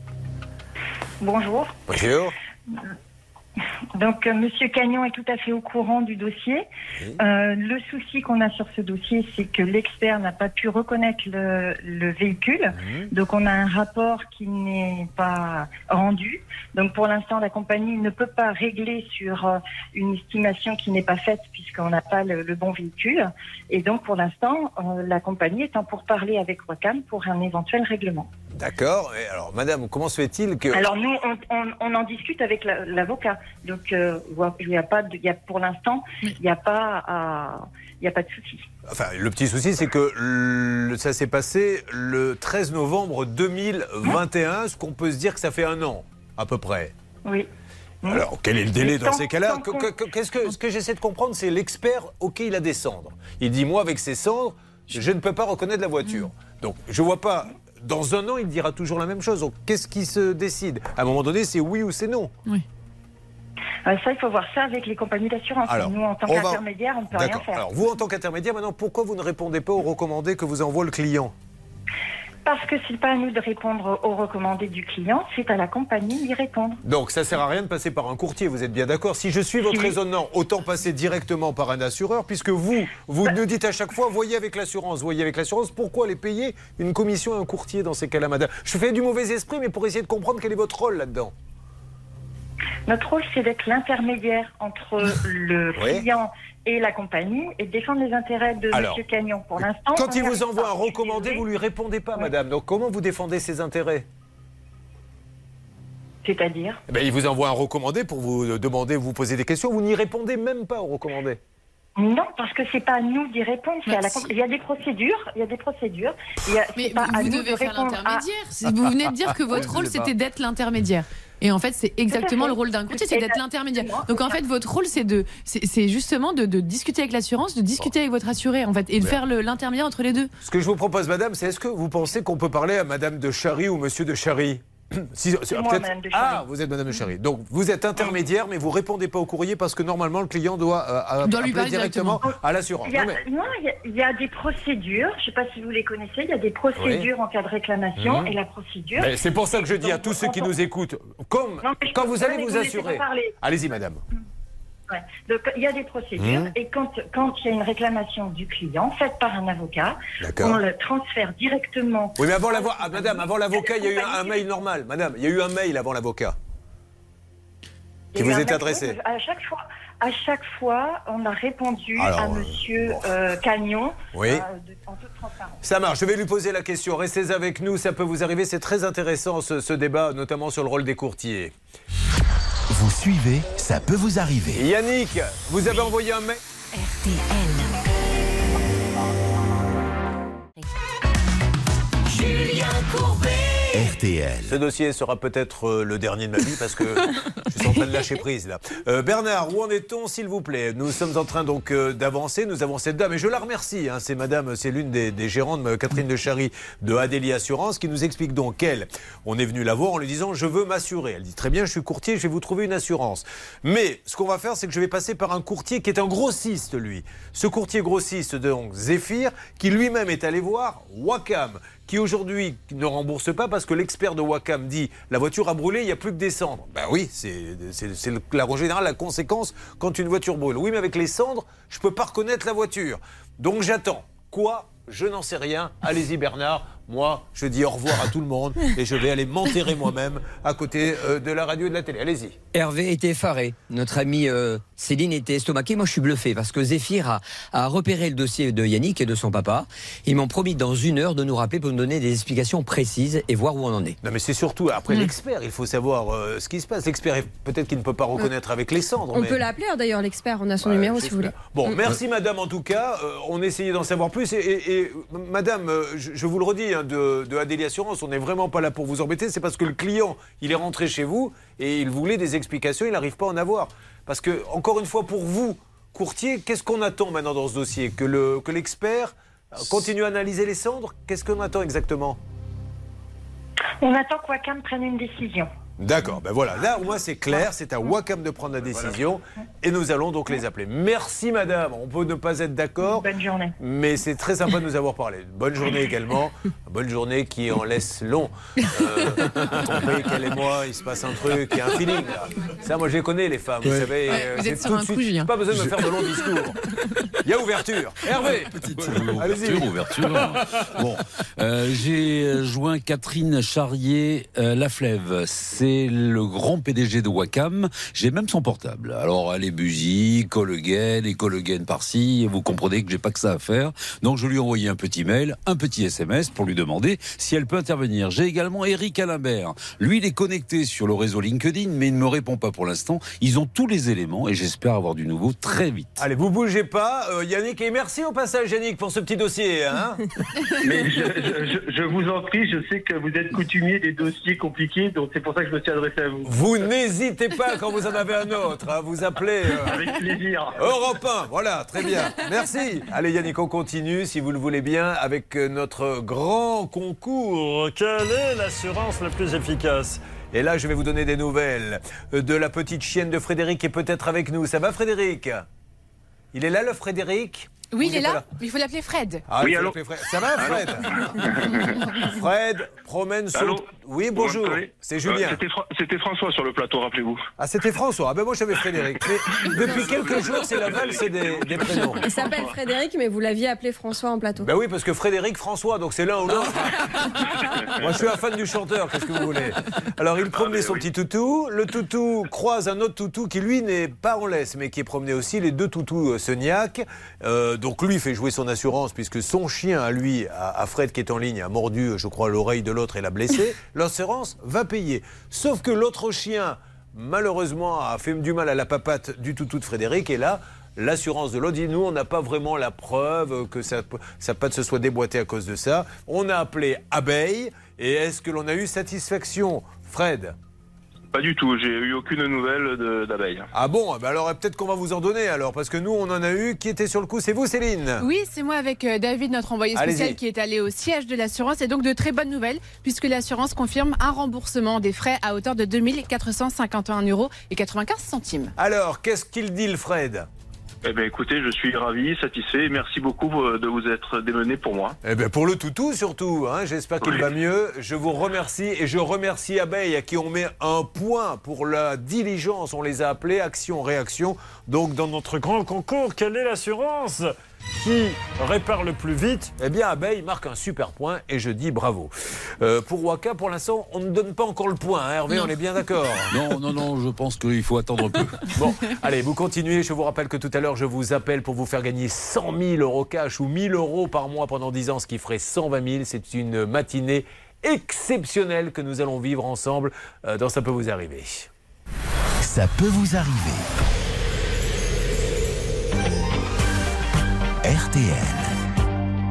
Bonjour. Bonjour. Donc, euh, Monsieur Cagnon est tout à fait au courant du dossier. Oui. Euh, le souci qu'on a sur ce dossier, c'est que l'expert n'a pas pu reconnaître le, le véhicule. Oui. Donc, on a un rapport qui n'est pas rendu. Donc, pour l'instant, la compagnie ne peut pas régler sur euh, une estimation qui n'est pas faite puisqu'on n'a pas le, le bon véhicule. Et donc, pour l'instant, euh, la compagnie est en pourparlers avec Wacam pour un éventuel règlement. D'accord. Et alors, madame, comment se fait-il que... Alors, nous, on, on, on en discute avec la, l'avocat. Donc, euh, il y a pas, de, il y a, pour l'instant, il n'y a pas, à, il y a pas de souci. Enfin, le petit souci, c'est que le, ça s'est passé le treize novembre deux mille vingt et un, ce qu'on peut se dire que ça fait un an, à peu près. Oui. Alors, quel est le délai dans ces cas-là? Qu'est-ce que, ce que j'essaie de comprendre, c'est l'expert, ok, il a des cendres. Il dit, moi, avec ces cendres, je ne peux pas reconnaître la voiture. Donc, je ne vois pas... Dans un an, il dira toujours la même chose. Donc, qu'est-ce qui se décide? À un moment donné, c'est oui ou c'est non. Oui. Euh, ça, il faut voir ça avec les compagnies d'assurance. Alors, Nous, en tant on va- qu'intermédiaire, on ne peut rien D'accord. faire. Alors, vous, en tant qu'intermédiaire, maintenant, pourquoi vous ne répondez pas aux recommandés que vous envoie le client? Parce que c'est pas à nous de répondre aux recommandés du client, c'est à la compagnie d'y répondre. Donc, ça sert à rien de passer par un courtier, vous êtes bien d'accord? Si je suis votre Si. raisonnement, autant passer directement par un assureur, puisque vous, vous nous dites à chaque fois, voyez avec l'assurance, voyez avec l'assurance, pourquoi aller payer une commission à un courtier dans ces cas-là, madame? Je fais du mauvais esprit, mais pour essayer de comprendre quel est votre rôle là-dedans. Notre rôle, c'est d'être l'intermédiaire entre le Oui. client et la compagnie et de défendre les intérêts de Alors, M. Cagnon. Pour l'instant, Quand on il n'y vous arrive envoie pas. un recommandé, vous lui répondez pas, madame. Donc, comment vous défendez ses intérêts? C'est-à-dire Eh ben, il vous envoie un recommandé pour vous demander, vous poser des questions. Vous n'y répondez même pas au recommandé. Non, parce que c'est pas à nous d'y répondre. C'est à la comp- Il y a des procédures. Il y a des procédures. Il y a- Mais c'est pas à vous nous devez de faire répondre à- l'intermédiaire. Si Vous venez de dire que votre Je rôle, sais pas. c'était d'être l'intermédiaire. Et en fait, c'est exactement le rôle d'un courtier, c'est d'être l'intermédiaire. Donc en fait, votre rôle, c'est de, c'est c'est justement de, de discuter avec l'assurance, de discuter avec votre assuré, en fait, et de Bien. faire le- l'intermédiaire entre les deux. Ce que je vous propose, madame, c'est est-ce que vous pensez qu'on peut parler à madame de Chary ou monsieur de Chary? Si- C'est moi, peut-être- madame de Chary. Ah, vous êtes madame de Chary. Donc, vous êtes intermédiaire, mais vous répondez pas au courrier parce que normalement, le client doit, euh, Doit lui appeler parler directement directement. à l'assurance. Il y a, Non, mais- non, il y a, il y a des procédures. Je ne sais pas si vous les connaissez. Il y a des procédures en cas de réclamation Mhm. et la procédure. Mais c'est pour ça que je dis à tous ceux qui nous écoutent, comme Non, mais je quand peux vous pas, allez mais vous vous laissez assurer. pas parler. Allez-y, madame. Ouais. Donc, il y a des procédures Mhm. et quand, quand il y a une réclamation du client faite par un avocat, D'accord. on le transfère directement. Oui, mais avant l'avocat, ah, madame, avant l'avocat, il y a eu un, un mail normal. Madame, il y a eu un mail avant l'avocat Il qui y a vous eu un est mail- adressé. À chaque fois, à chaque fois, on a répondu Alors, à euh, Monsieur euh, Cagnon Oui. euh, de- en toute transparence. Ça marche, je vais lui poser la question. Restez avec nous, ça peut vous arriver. C'est très intéressant ce, ce débat, notamment sur le rôle des courtiers. Vous suivez, ça peut vous arriver. Yannick, vous avez envoyé un mail. R T L. Julien Courbet. R T L. Ce dossier sera peut-être euh, le dernier de ma vie parce que je suis en train de lâcher prise là. Euh, Bernard, où en est-on s'il vous plaît? Nous sommes en train donc euh, d'avancer. Nous avons cette dame et je la remercie. Hein, c'est madame, c'est l'une des, des gérantes, euh, Catherine de Chary de Adélie Assurance, qui nous explique donc qu'elle, on est venu la voir en lui disant je veux m'assurer. Elle dit très bien, je suis courtier, je vais vous trouver une assurance. Mais ce qu'on va faire, c'est que je vais passer par un courtier qui est un grossiste lui. Ce courtier grossiste donc Zéphyr, qui lui-même est allé voir Wacam, qui aujourd'hui ne rembourse pas parce que l'expert de Wacam dit la voiture a brûlé, il n'y a plus que des cendres. Ben oui, c'est c'est- c'est le- la en général la conséquence quand une voiture brûle. Oui, mais avec les cendres, je ne peux pas reconnaître la voiture. Donc j'attends. Quoi? Je n'en sais rien. Allez-y Bernard. Moi, je dis au revoir à tout le monde et je vais aller m'enterrer moi-même à côté euh, de la radio et de la télé. Allez-y. Hervé était effaré. Notre amie euh, Céline était estomaquée. Moi, je suis bluffé parce que Zéphyr a, a repéré le dossier de Yannick et de son papa. Ils m'ont promis dans une heure de nous rappeler pour nous donner des explications précises et voir où on en est. Non, mais c'est surtout après Mm. l'expert. Il faut savoir euh, ce qui se passe. L'expert, peut-être qu'il ne peut pas reconnaître avec les cendres. On mais... peut l'appeler hein, d'ailleurs, l'expert. On a son numéro si vous voulez. Bon, Mm. merci madame en tout cas. Euh, on essayait d'en savoir plus. Et, et- et, madame, euh, je, je vous le redis, hein, de, de Adélie Assurance, on n'est vraiment pas là pour vous embêter. C'est parce que le client, il est rentré chez vous et il voulait des explications. Il n'arrive pas à en avoir. Parce que, encore une fois, pour vous, courtier, qu'est-ce qu'on attend maintenant dans ce dossier? Que le, que l'expert continue à analyser les cendres? Qu'est-ce qu'on attend exactement? On attend que Wacam prenne une décision. D'accord, ben voilà, là au moins c'est clair, c'est à Wacam de prendre la décision et nous allons donc les appeler. Merci madame, on peut ne pas être d'accord. Bonne journée. Mais c'est très sympa de nous avoir parlé. Bonne journée également, bonne journée qui en laisse long. Euh, vous comprenez qu'elle et moi, il se passe un truc, il y a un feeling là. Ça moi je les connais les femmes, vous Ouais. savez. Ouais, euh, vous c'est êtes sur tout de un suite- coup, Julien. Pas besoin de me Je- faire de longs discours. Il y a ouverture. Hervé. Petite Allez-y. ouverture, ouverture. Bon, euh, j'ai joint Catherine Charrier euh, Laflève. C'est le grand P D G de Wacam. J'ai même son portable. Alors, elle est busy, call again, et call again par-ci. Et vous comprenez que j'ai pas que ça à faire. Donc, je lui ai envoyé un petit mail, un petit S M S pour lui demander si elle peut intervenir. J'ai également Eric Alimbert. Lui, il est connecté sur le réseau LinkedIn, mais il ne me répond pas pour l'instant. Ils ont tous les éléments et j'espère avoir du nouveau très vite. Allez, vous bougez pas, euh, Yannick, et merci au passage Yannick pour ce petit dossier. Hein. Mais je, je- je- je vous en prie, je sais que vous êtes coutumier des dossiers compliqués, donc c'est pour ça que je me suis adressé à vous. Vous n'hésitez pas quand vous en avez un autre, hein, vous appelez. euh, Avec plaisir. Europe un, voilà, très bien. Merci. Allez Yannick, on continue, si vous le voulez bien, avec euh, notre grand concours. Quelle est l'assurance la plus efficace? Et là, je vais vous donner des nouvelles de la petite chienne de Frédéric qui est peut-être avec nous. Ça va, Frédéric? Il est là, le Frédéric? Oui, Vous il est êtes là, là mais il faut l'appeler Fred. Ah, Oui, il faut allô l'appeler Fred. Ça va, Fred? Fred promène son... Allô Oui, bonjour. C'est Julien. Euh, C'était Fra- c'était François sur le plateau, rappelez-vous. Ah, c'était François. Ah ben moi, j'avais Frédéric. Mais depuis quelques jours, c'est la valse des, des prénoms. Il s'appelle Frédéric, mais vous l'aviez appelé François en plateau. Ben oui, parce que Frédéric, François, donc c'est l'un ou l'autre. Moi, je suis un fan du chanteur, qu'est-ce que vous voulez? Alors, il promenait son petit toutou. Le toutou croise un autre toutou qui, lui, n'est pas en laisse, mais qui est promené aussi. Les deux toutous euh, se niaquent. Euh, donc, lui, fait jouer son assurance, puisque son chien, à lui, à, à Fred, qui est en ligne, a mordu, je crois, l'oreille de l'autre et l'a blessé. L'assurance va payer. Sauf que l'autre chien, malheureusement, a fait du mal à la papate du toutou de Frédéric. Et là, l'assurance de l'autre dit, nous, on n'a pas vraiment la preuve que sa, sa patte se soit déboîtée à cause de ça. On a appelé Abeille. Et est-ce que l'on a eu satisfaction, Fred? Pas du tout, j'ai eu aucune nouvelle de- d'abeille. Ah bon, ben alors peut-être qu'on va vous en donner alors, parce que nous, on en a eu. Qui était sur le coup? C'est vous, Céline? Oui, c'est moi avec euh, David, notre envoyé spécial, Allez-y. qui est allé au siège de l'assurance. Et donc de très bonnes nouvelles, puisque l'assurance confirme un remboursement des frais à hauteur de deux mille quatre cent cinquante et un euros et quatre-vingt-quinze centimes. Alors, qu'est-ce qu'il dit, le Fred? Eh bien, écoutez, je suis ravi, satisfait. Merci beaucoup euh, de vous être démené pour moi. Eh bien, pour le toutou surtout, hein, j'espère qu'il Oui. va mieux. Je vous remercie et je remercie Abeille à qui on met un point pour la diligence. On les a appelés action-réaction. Donc, dans notre grand concours, quelle est l'assurance qui répare le plus vite? Eh bien, Abeille marque un super point et je dis bravo. Euh, pour Waka, pour l'instant, on ne donne pas encore le point, hein, Hervé, Non. on est bien d'accord? Non, non, non, je pense qu'il faut attendre un peu. Bon, allez, vous continuez. Je vous rappelle que tout à l'heure, je vous appelle pour vous faire gagner cent mille euros cash ou mille euros par mois pendant dix ans, ce qui ferait cent vingt mille. C'est une matinée exceptionnelle que nous allons vivre ensemble euh, dans Ça peut vous arriver. Ça peut vous arriver. R T L.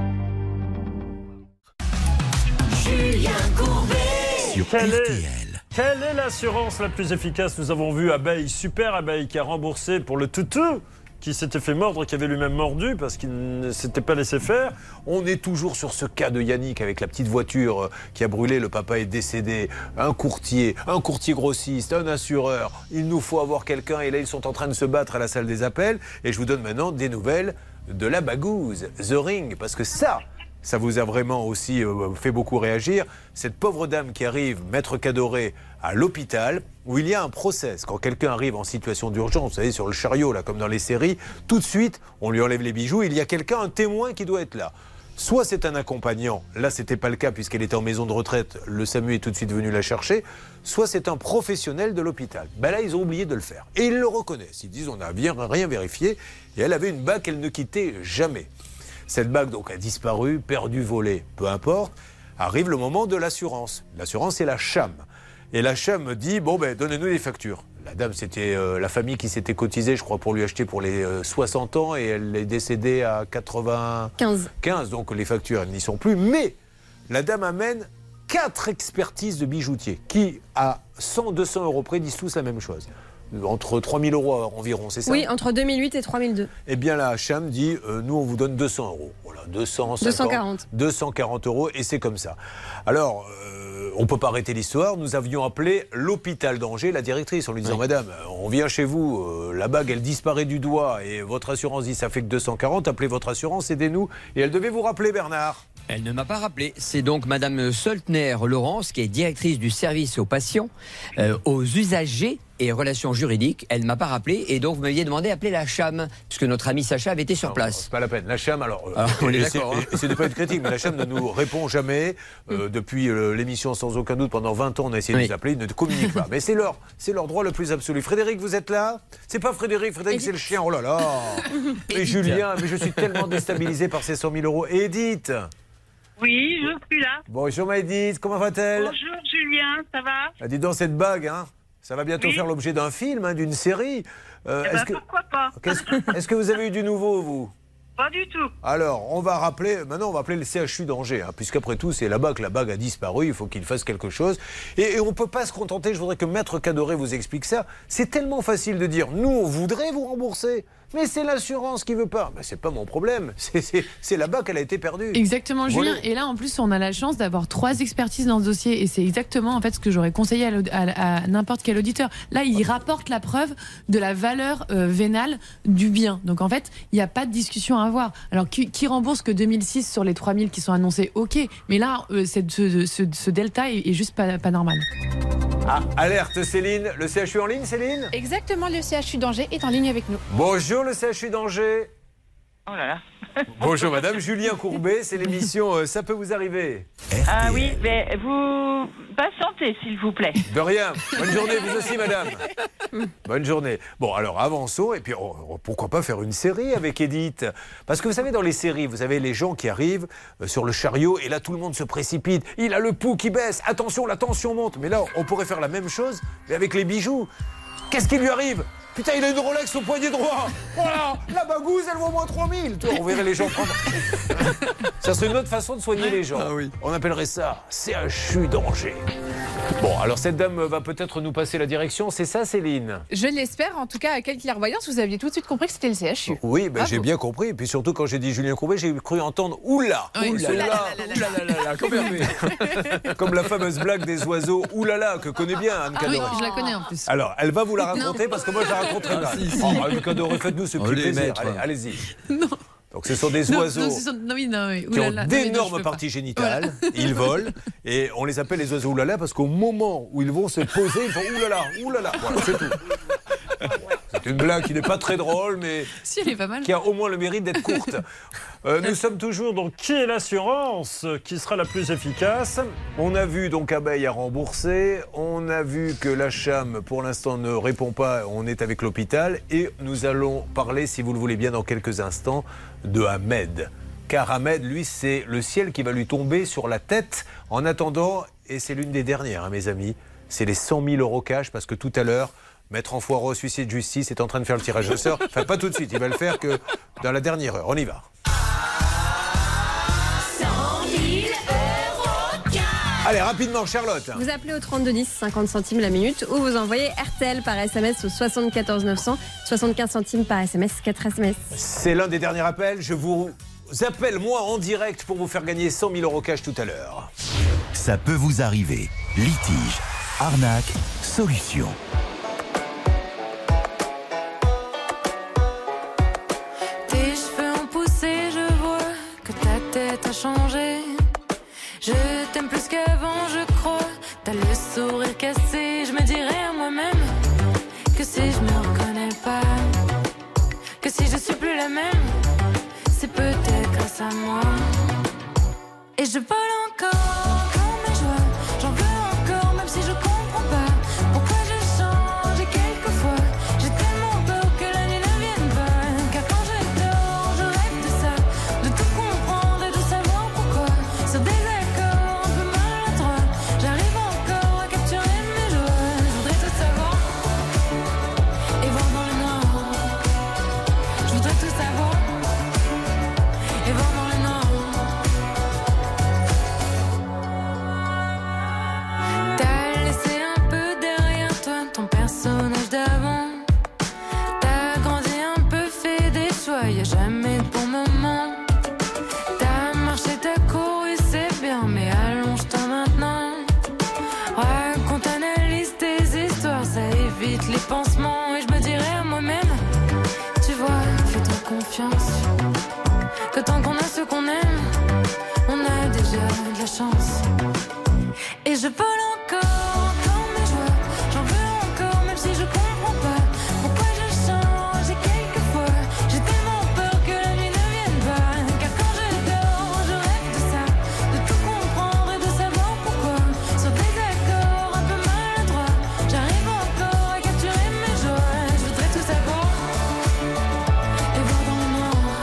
Julien Courbet. Sur Quelle R T est, L. quelle est l'assurance la plus efficace? Nous avons vu Abeille, super Abeille, qui a remboursé pour le toutou, qui s'était fait mordre, qui avait lui-même mordu parce qu'il ne s'était pas laissé faire. On est toujours sur ce cas de Yannick avec la petite voiture qui a brûlé, le papa est décédé, un courtier, un courtier grossiste, un assureur. Il nous faut avoir quelqu'un et là ils sont en train de se battre à la salle des appels et je vous donne maintenant des nouvelles de la bagouze, The Ring, parce que ça, ça vous a vraiment aussi euh, fait beaucoup réagir. Cette pauvre dame qui arrive, maître Cadoré, à l'hôpital, où il y a un process. Quand quelqu'un arrive en situation d'urgence, vous savez, sur le chariot, là, comme dans les séries, tout de suite, on lui enlève les bijoux, il y a quelqu'un, un témoin qui doit être là. Soit c'est un accompagnant, là c'était pas le cas puisqu'elle était en maison de retraite, le SAMU est tout de suite venu la chercher, soit c'est un professionnel de l'hôpital. Ben là ils ont oublié de le faire. Et ils le reconnaissent, ils disent on n'a bien rien vérifié, et elle avait une bague qu'elle ne quittait jamais. Cette bague donc a disparu, perdu, volé, peu importe, arrive le moment de l'assurance. L'assurance c'est la CHAM. Et la CHAM dit, bon ben donnez-nous les factures. La dame, c'était euh, la famille qui s'était cotisée, je crois, pour lui acheter pour les euh, soixante ans et elle est décédée à quatre-vingt-quinze. Donc les factures, elles n'y sont plus. Mais la dame amène quatre expertises de bijoutiers qui, à cent, deux cents euros près, disent tous la même chose. Entre trois mille euros environ, c'est ça? Oui, entre deux mille huit et trois mille deux. Eh bien, la CHAM dit, euh, nous, on vous donne deux cents euros. Voilà, deux cent cinquante, deux cent quarante. deux cent quarante euros, et c'est comme ça. Alors, euh, on ne peut pas arrêter l'histoire. Nous avions appelé l'hôpital d'Angers, la directrice, en lui disant, oui. Madame, on vient chez vous, euh, la bague, elle disparaît du doigt, et votre assurance dit, ça fait que deux cent quarante, appelez votre assurance, aidez-nous. Et elle devait vous rappeler, Bernard. Elle ne m'a pas rappelé. C'est donc Madame Soltner Laurence, qui est directrice du service aux patients, euh, aux usagers et relations juridiques. Elle ne m'a pas rappelé et donc vous m'aviez demandé d'appeler la CHAM, puisque notre ami Sacha avait été sur non, place. C'est pas la peine. La CHAM, alors, alors on est d'accord. Hein. Ce n'est pas une critique, mais la CHAM ne nous répond jamais. Euh, depuis euh, l'émission, sans aucun doute, pendant vingt ans, on a essayé oui. de nous appeler, ils ne communiquent pas. Mais c'est leur, c'est leur droit le plus absolu. Frédéric, vous êtes là? C'est pas Frédéric, Frédéric, Edith. C'est le chien. Oh là là. Et Julien, mais je suis tellement déstabilisé par ces cent mille euros. Et Edith? Oui, je suis là. Bonjour ma Edith, comment va-t-elle? Bonjour Julien, ça va? Ah, dis donc, cette bague, hein, ça va bientôt oui. faire l'objet d'un film, hein, d'une série. Euh, eh ben, que... Pourquoi pas? Est-ce que, est-ce que vous avez eu du nouveau, vous? Pas du tout. Alors, on va rappeler, maintenant on va appeler le C H U d'Angers, hein, puisqu'après tout, c'est là-bas que la bague a disparu, il faut qu'il fasse quelque chose. Et, et on ne peut pas se contenter, je voudrais que Maître Cadoré vous explique ça. C'est tellement facile de dire, nous on voudrait vous rembourser. Mais c'est l'assurance qui veut pas. Ben, c'est pas mon problème. C'est, c'est, c'est là-bas qu'elle a été perdue. Exactement, Julien. Voilà. Et là, en plus, on a la chance d'avoir trois expertises dans ce dossier. Et c'est exactement en fait ce que j'aurais conseillé à, à, à n'importe quel auditeur. Là, il rapporte la preuve de la valeur euh, vénale du bien. Donc en fait, il n'y a pas de discussion à avoir. Alors qui, qui rembourse que deux mille six sur les trois mille qui sont annoncés? Ok. Mais là, euh, cette, ce, ce, ce delta est, est juste pas, pas normal. Ah, alerte Céline. Le C H U en ligne, Céline? Exactement, le C H U d'Angers est en ligne avec nous. Bonjour le C H U d'Angers. Oh là là. Bonjour madame, Julien Courbet, c'est l'émission euh, Ça peut vous arriver. Ah oui, mais vous patientez s'il vous plaît. De rien. Bonne journée, vous aussi madame. Bonne journée. Bon alors avançons et puis oh, pourquoi pas faire une série avec Edith? Parce que vous savez dans les séries, vous avez les gens qui arrivent euh, sur le chariot et là tout le monde se précipite. Il a le pouls qui baisse, attention la tension monte. Mais là on pourrait faire la même chose mais avec les bijoux. Qu'est-ce qui lui arrive? Putain, il a une Rolex au poignet droit. Voilà, la bagouze, elle vaut au moins trois mille. Toi, on verrait les gens prendre. Ça serait une autre façon de soigner les gens. Ah oui. On appellerait ça C H U d'Angers. Bon, alors cette dame va peut-être nous passer la direction. C'est ça, Céline? Je l'espère. En tout cas, à quelle clairvoyance, vous aviez tout de suite compris que c'était le C H U. Oui, ben, j'ai bien compris. Et puis surtout, quand j'ai dit Julien Courbet, j'ai cru entendre oula. Oui, oula, oula, comme, comme la fameuse blague des oiseaux oulala que connaît bien Anne Ah oui, Cadoré. je la connais en plus. Alors, elle va vous la raconter Non. parce que moi, je la raconterai mal. Ah, si, si. Oh, Anne Cadoré, faites-nous ce petit Allez, plaisir. maître. Allez, allez-y. Non. Donc, ce sont des Non, oiseaux non, ce sont- non, oui, non, oui. qui ont Oulala. Non, mais non, je d'énormes peux pas. parties génitales. Ils volent et on les appelle les oiseaux oulala parce qu'au moment où ils vont se poser, ils font oulala, oulala. Voilà, c'est tout. C'est une blague qui n'est pas très drôle, mais Si, elle est pas mal. qui a au moins le mérite d'être courte. Euh, nous sommes toujours dans qui est l'assurance qui sera la plus efficace. On a vu donc Abeille à rembourser, on a vu que la Cham pour l'instant ne répond pas, on est avec l'hôpital et nous allons parler, si vous le voulez bien dans quelques instants, de Ahmed. Car Ahmed, lui, c'est le ciel qui va lui tomber sur la tête en attendant, et c'est l'une des dernières, hein, mes amis, c'est les cent mille euros cash parce que tout à l'heure, Maître Enfoireux, huissier de justice, est en train de faire le tirage au sort. Enfin, pas tout de suite, il va le faire que dans la dernière heure. On y va. Allez, rapidement, Charlotte. Vous appelez au trente-deux dix, cinquante centimes la minute, ou vous envoyez R T L par S M S au soixante-quatorze neuf cents, soixante-quinze centimes par S M S, quatre S M S. C'est l'un des derniers appels. Je vous appelle, moi, en direct pour vous faire gagner cent mille euros cash tout à l'heure. Ça peut vous arriver. Litige, arnaque, solution. Tes cheveux ont poussé, je vois que ta tête a changé. Je t'aime plus qu'avant, je crois. T'as le sourire cassé, je me dirais à moi-même que si je me reconnais pas, que si je suis plus la même, c'est peut-être grâce à moi. Et je vole encore comme mes joies, j'en veux encore même si je comprends pas pourquoi je change et quelquefois j'ai tellement peur que la nuit ne vienne pas. Car quand je dors, je rêve de ça, de tout comprendre et de savoir pourquoi. Sur des accords un peu maladroits, j'arrive encore à capturer mes joies. Je voudrais tout savoir et voir dans le noir. Je voudrais tout savoir et voir dans le noir. T'as laissé un peu derrière toi ton personnage d'avant. T'as grandi un peu, fait des choix, y'a jamais de bon moment. T'as marché, t'as couru, c'est bien, mais allonge-toi maintenant. Raconte, analyse tes histoires, ça évite les pansements. Et je me dirais à moi-même, tu vois, fais-toi confiance. Que tant qu'on a ce qu'on aime, on a déjà de la chance. Et je vole encore comme mes joies, j'en veux encore même si je comprends pas pourquoi je change et quelquefois j'ai tellement peur que la nuit ne vienne pas. Car quand je dors, je rêve de ça, de tout comprendre et de savoir pourquoi. Sur des accords un peu maladroits, j'arrive encore à capturer mes joies. Je voudrais tout savoir et voir dans le noir.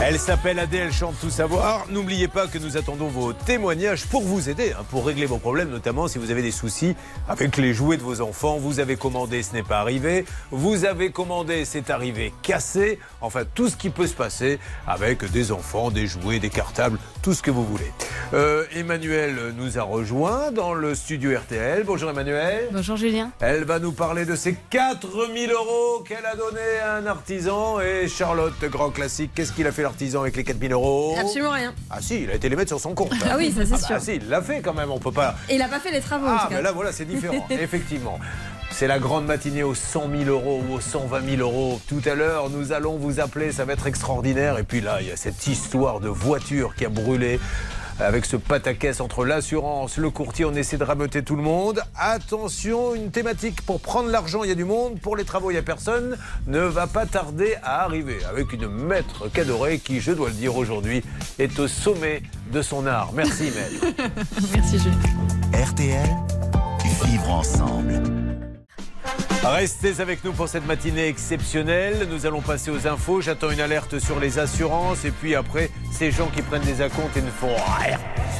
Elle s'appelle Adé, elle chante Tout savoir. N'oubliez pas que nous attendons vos témoignages pour vous aider, hein, pour régler vos problèmes, notamment si vous avez des soucis avec les jouets de vos enfants. Vous avez commandé, ce n'est pas arrivé. Vous avez commandé, c'est arrivé cassé. Enfin, tout ce qui peut se passer avec des enfants, des jouets, des cartables, tout ce que vous voulez. Euh, Emmanuel nous a rejoint dans le studio R T L. Bonjour Emmanuel. Bonjour Julien. Elle va nous parler de ces quatre mille euros qu'elle a donné à un artisan. Et Charlotte, grand classique, qu'est-ce qu'il a fait l'artisan avec les quatre mille euros? Absolument rien. Ah si, il a été les mettre sur son compte. Ah oui, ça c'est ah sûr. Bah, si, il l'a fait quand même, on peut pas... Et il n'a pas fait les travaux. en Ah, tout cas. mais là voilà, c'est différent, effectivement. C'est la grande matinée aux cent mille euros ou aux cent vingt mille euros. Tout à l'heure, nous allons vous appeler, ça va être extraordinaire. Et puis là, il y a cette histoire de voiture qui a brûlé. Avec ce pataquès entre l'assurance, le courtier, on essaie de rameuter tout le monde. Attention, une thématique pour prendre l'argent, il y a du monde. Pour les travaux, il n'y a personne. Ne va pas tarder à arriver avec une maître Cadoré qui, je dois le dire aujourd'hui, est au sommet de son art. Merci, maître. Merci, Julien. R T L, vivre ensemble. Restez avec nous pour cette matinée exceptionnelle. Nous allons passer aux infos. J'attends une alerte sur les assurances. Et puis après, ces gens qui prennent des acomptes et ne font rien.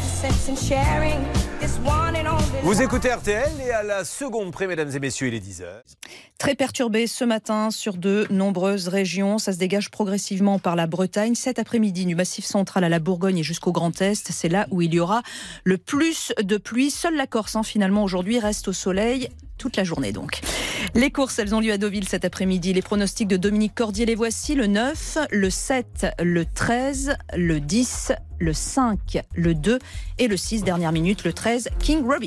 Vous écoutez R T L et à la seconde près, mesdames et messieurs, il est dix heures. Très perturbé ce matin sur de nombreuses régions. Ça se dégage progressivement par la Bretagne. Cet après-midi, du Massif central à la Bourgogne et jusqu'au Grand Est, c'est là où il y aura le plus de pluie. Seule la Corse, hein, finalement, aujourd'hui, reste au soleil toute la journée donc. Les courses, elles ont lieu à Deauville cet après-midi. Les pronostics de Dominique Cordier, les voici. Le neuf, le sept, le treize, le dix, le cinq, le deux et le six, dernière minute, le treize, King Robbie.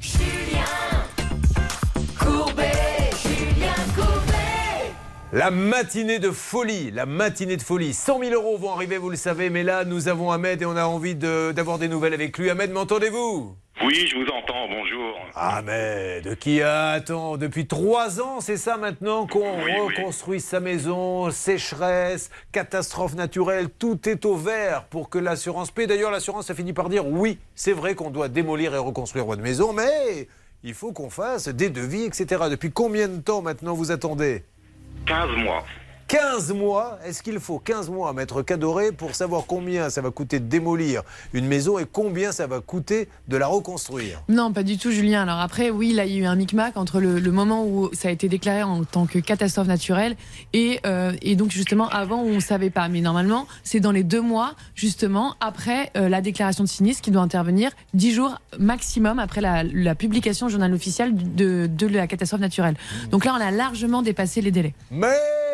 La matinée de folie, la matinée de folie. cent mille euros vont arriver, vous le savez, mais là, nous avons Ahmed et on a envie de, d'avoir des nouvelles avec lui. Ahmed, m'entendez-vous? Oui, je vous entends, bonjour. Ahmed, qui attend depuis trois ans, c'est ça maintenant, qu'on oui, reconstruit oui. sa maison, sécheresse, catastrophe naturelle, tout est au vert pour que l'assurance paie. D'ailleurs, l'assurance a fini par dire oui, c'est vrai qu'on doit démolir et reconstruire votre maison, mais il faut qu'on fasse des devis, et cetera. Depuis combien de temps maintenant vous attendez? quinze mois. quinze mois, est-ce qu'il faut quinze mois à Maître Cadoré pour savoir combien ça va coûter de démolir une maison et combien ça va coûter de la reconstruire? Non, pas du tout, Julien. Alors après, oui, là, il y a eu un micmac entre le, le moment où ça a été déclaré en tant que catastrophe naturelle et, euh, et donc justement avant où on ne savait pas. Mais normalement, c'est dans les deux mois, justement, après euh, la déclaration de sinistre qui doit intervenir dix jours maximum après la, la publication au journal officiel de, de la catastrophe naturelle. Donc là, on a largement dépassé les délais. Mais...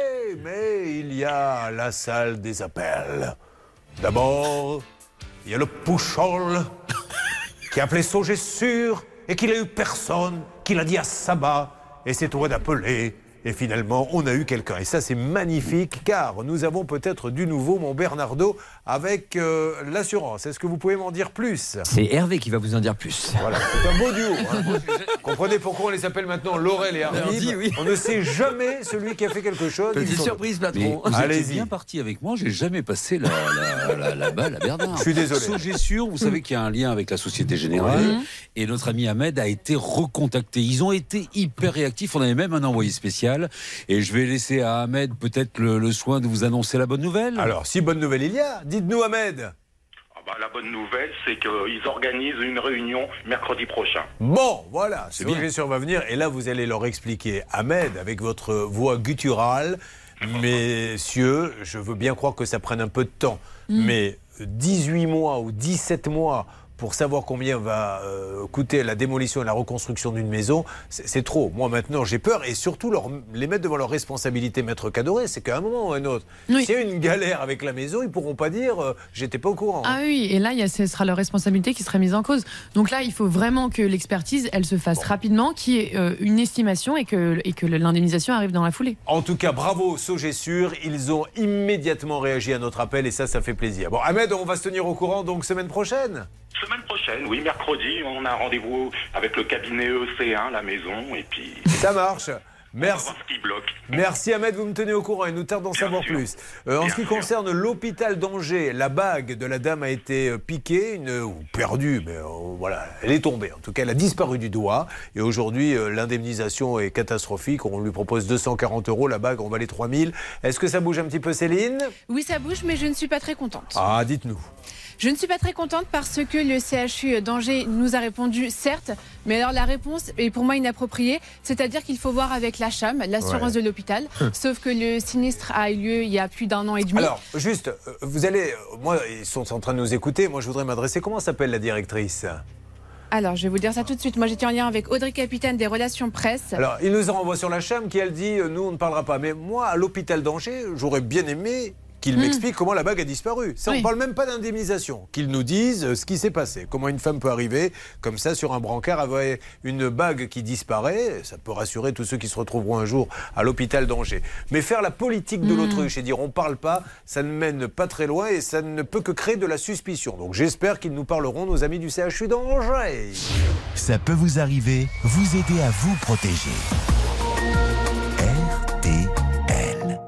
Mais il y a la salle des appels. D'abord, il y a le Pouchol qui a appelé Saugesur et qu'il a eu personne, qui l'a dit à Sabat. Et c'est toi d'appeler. Et finalement, on a eu quelqu'un. Et ça, c'est magnifique, car nous avons peut-être du nouveau, mon Bernardo, avec euh, l'assurance. Est-ce que vous pouvez m'en dire plus? C'est Hervé qui va vous en dire plus. Voilà, c'est un beau duo. Hein. Comprenez pourquoi on les appelle maintenant Laurel et Hardy. Oui. On ne sait jamais celui qui a fait quelque chose. Petite surprise, patron. Vous êtes bien parti avec moi. J'ai jamais passé la, la, la, la balle à Bernard. Je suis désolé. Saugesur, vous savez qu'il y a un lien avec la Société Générale. Mmh. Et notre ami Ahmed a été recontacté. Ils ont été hyper réactifs. On avait même un envoyé spécial. Et je vais laisser à Ahmed peut-être le, le soin de vous annoncer la bonne nouvelle. Alors, si bonne nouvelle il y a, dites-nous Ahmed. Ah bah, la bonne nouvelle, c'est qu'ils organisent une réunion mercredi prochain. Bon, voilà, c'est bien sûr va venir. Et là, vous allez leur expliquer, Ahmed, avec votre voix gutturale, messieurs, je veux bien croire que ça prenne un peu de temps, mmh. mais dix-huit mois ou dix-sept mois pour savoir combien va euh, coûter la démolition et la reconstruction d'une maison, c'est trop. Moi, maintenant, j'ai peur et surtout leur, les mettre devant leurs responsabilités, Maître Cadoré, c'est qu'à un moment ou à un autre, oui. s'il y a une galère avec la maison, ils ne pourront pas dire euh, « j'étais pas au courant ». Ah oui, et là, il y a, ce sera leur responsabilité qui sera mise en cause. Donc là, il faut vraiment que l'expertise, elle se fasse bon. rapidement, qu'il y ait euh, une estimation et que, et que l'indemnisation arrive dans la foulée. En tout cas, bravo Saugesur, ils ont immédiatement réagi à notre appel et ça, ça fait plaisir. Bon, Ahmed, on va se tenir au courant donc semaine prochaine. Semaine prochaine, oui, mercredi, on a un rendez-vous avec le cabinet E C un, la maison, et puis... Ça marche. Merci. On va voir ce qui bloque. Merci Ahmed, vous me tenez au courant et nous tardons d'en savoir sûr. plus. Euh, en Bien ce qui sûr. concerne l'hôpital d'Angers, la bague de la dame a été euh, piquée, une, ou perdue, mais euh, voilà, elle est tombée. En tout cas, elle a disparu du doigt. Et aujourd'hui, euh, l'indemnisation est catastrophique. On lui propose deux cent quarante euros, la bague, on va les trois mille. Est-ce que ça bouge un petit peu, Céline? Oui, ça bouge, mais je ne suis pas très contente. Ah, dites-nous. Je ne suis pas très contente parce que le C H U d'Angers nous a répondu, certes, mais alors la réponse est pour moi inappropriée, c'est-à-dire qu'il faut voir avec la C H A M, l'assurance Ouais. de l'hôpital, sauf que le sinistre a eu lieu il y a plus d'un an et demi. Alors, juste, euh, vous allez... euh, Moi, ils sont en train de nous écouter. Moi, je voudrais m'adresser... Comment s'appelle la directrice? Alors, je vais vous dire ça tout de suite. Moi, j'étais en lien avec Audrey Capitaine des relations presse. Alors, il nous renvoie sur la C H A M qui, elle, dit euh, nous, on ne parlera pas. Mais moi, à l'hôpital d'Angers, j'aurais bien aimé qu'il Mm. m'explique comment la bague a disparu. Ça, on Oui. ne parle même pas d'indemnisation. Qu'il nous dise euh, ce qui s'est passé. Comment une femme peut arriver comme ça sur un brancard avec une bague qui disparaît. Ça peut rassurer tous ceux qui se retrouveront un jour à l'hôpital d'Angers. Mais faire la politique de Mm. l'autruche et dire on ne parle pas, ça ne mène pas très loin et ça ne peut que créer de la suspicion. Donc j'espère qu'ils nous parleront, nos amis du C H U d'Angers. Ça peut vous arriver, vous aider à vous protéger. R T L.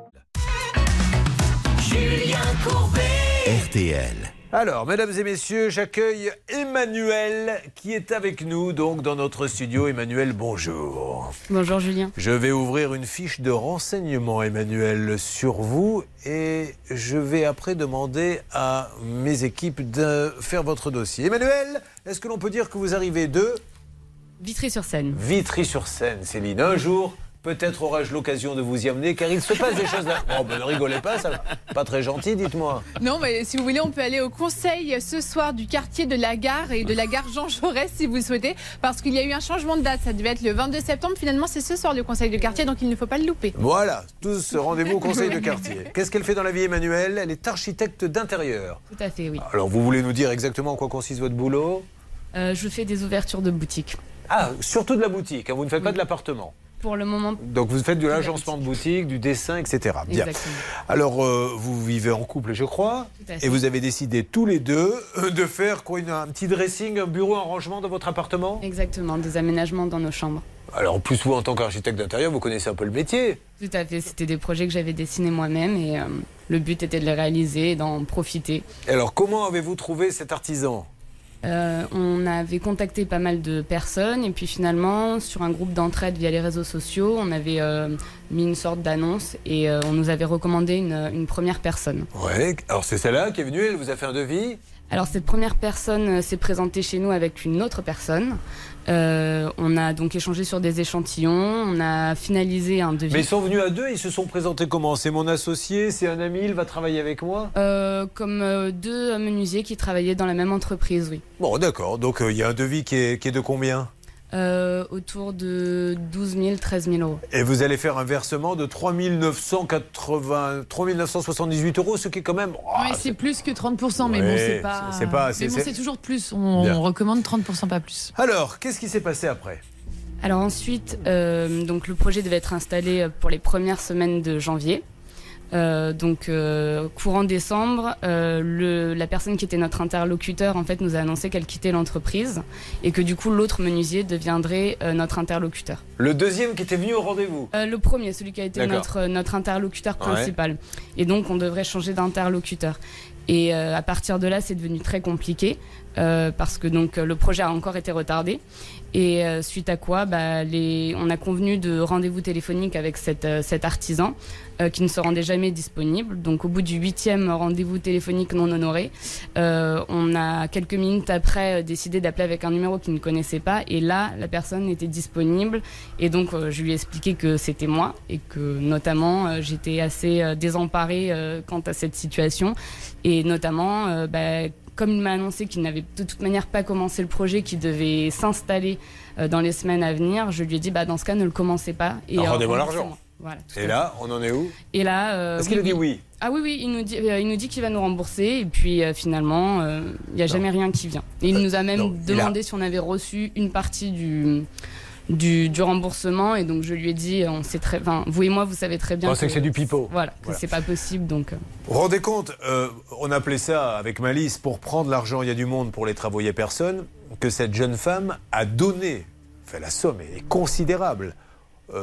Julien Courbet. R T L. Alors, mesdames et messieurs, j'accueille Emmanuel qui est avec nous donc dans notre studio. Emmanuel, bonjour. Bonjour Julien. Je vais ouvrir une fiche de renseignement, Emmanuel, sur vous et je vais après demander à mes équipes de faire votre dossier. Emmanuel, est-ce que l'on peut dire que vous arrivez de Vitry-sur-Seine. Vitry-sur-Seine, Céline? Un jour, peut-être aurai-je l'occasion de vous y amener, car il se passe des choses là. Oh, ben ne rigolez pas, ça pas très gentil, dites-moi. Non, mais si vous voulez, on peut aller au conseil ce soir du quartier de la gare et de la gare Jean Jaurès si vous le souhaitez, parce qu'il y a eu un changement de date. Ça devait être le vingt-deux septembre. Finalement, c'est ce soir le conseil de quartier, donc il ne faut pas le louper. Voilà, tous rendez-vous au conseil de quartier. Qu'est-ce qu'elle fait dans la vie, Emmanuel? Elle est architecte d'intérieur. Tout à fait, oui. Alors, vous voulez nous dire exactement en quoi consiste votre boulot? Euh, je fais des ouvertures de boutiques. Ah, surtout de la boutique, hein, vous ne faites pas de l'appartement. Pour le moment. Donc vous faites de l'agencement de boutique, du dessin, et cetera. Bien. Exactement. Alors euh, vous vivez en couple, je crois, Tout à fait. et vous avez décidé tous les deux euh, de faire quoi, une- un petit dressing, un bureau, un rangement dans votre appartement? Exactement, des aménagements dans nos chambres. Alors en plus vous en tant qu'architecte d'intérieur, vous connaissez un peu le métier. Tout à fait, c'était des projets que j'avais dessinés moi-même et euh, le but était de les réaliser et d'en profiter. Et alors comment avez-vous trouvé cet artisan? Euh, on avait contacté pas mal de personnes et puis finalement sur un groupe d'entraide via les réseaux sociaux on avait euh, mis une sorte d'annonce et euh, on nous avait recommandé une, une première personne. Ouais, alors c'est celle-là qui est venue, elle vous a fait un devis? Alors cette première personne euh, s'est présentée chez nous avec une autre personne. Euh, on a donc échangé sur des échantillons, on a finalisé un devis. Mais ils sont venus à deux, ils se sont présentés comment? C'est mon associé, c'est un ami, il va travailler avec moi? Euh, comme euh, deux menuisiers qui travaillaient dans la même entreprise, oui. Bon d'accord, donc euh, il y a un devis qui est, qui est de combien? Euh, autour de douze mille, treize mille euros. Et vous allez faire un versement de trois mille neuf cent quatre-vingts, trois mille neuf cent soixante-dix-huit euros, ce qui est quand même... Oh, Oui, c'est plus que trente pour cent, mais Ouais, bon, c'est pas. c'est- c'est pas- c'est- mais bon, c'est- c'est toujours plus. On, Bien. on recommande trente pour cent, pas plus. Alors, qu'est-ce qui s'est passé après? Alors ensuite, euh, donc le projet devait être installé pour les premières semaines de janvier. Euh, donc euh, courant décembre, euh, le, la personne qui était notre interlocuteur en fait nous a annoncé qu'elle quittait l'entreprise et que du coup l'autre menuisier deviendrait euh, notre interlocuteur. Le deuxième qui était venu au rendez-vous? Euh, le premier, celui qui a été D'accord. notre, notre interlocuteur Ouais. principal. Et donc on devrait changer d'interlocuteur. Et euh, à partir de là, c'est devenu très compliqué euh, parce que donc le projet a encore été retardé. Et euh, suite à quoi, bah, les, on a convenu de rendez-vous téléphonique avec cet, euh, cet artisan euh, qui ne se rendait jamais disponible. Donc au bout du huitième rendez-vous téléphonique non honoré, euh, on a quelques minutes après euh, décidé d'appeler avec un numéro qu'il ne connaissait pas. Et là, la personne était disponible. Et donc euh, je lui ai expliqué que c'était moi et que notamment euh, j'étais assez euh, désemparée euh, quant à cette situation. Et notamment, euh, bah, comme il m'a annoncé qu'il n'avait de toute manière pas commencé le projet, qu'il devait s'installer euh, dans les semaines à venir, je lui ai dit bah, dans ce cas ne le commencez pas. Et Alors, euh, rendez-moi remboursez-moi. l'argent. Voilà, tout Et à là, on en est où? Et là, euh, Est-ce qu'il a dit oui? Ah oui, oui, il nous dit, euh, il nous dit qu'il va nous rembourser et puis euh, finalement, euh, il n'y a jamais rien qui vient. Et il nous a même non, il a- demandé si on avait reçu une partie du, du, du remboursement et donc je lui ai dit, on sait très, enfin, vous et moi, vous savez très bien On sait que c'est du pipeau. Voilà, que Voilà. c'est pas possible donc. euh, Vous vous rendez compte, euh, on appelait ça avec malice, pour prendre l'argent, il y a du monde, pour les travaux, il n'y a personne, que cette jeune femme a donné, enfin la somme est considérable, euh,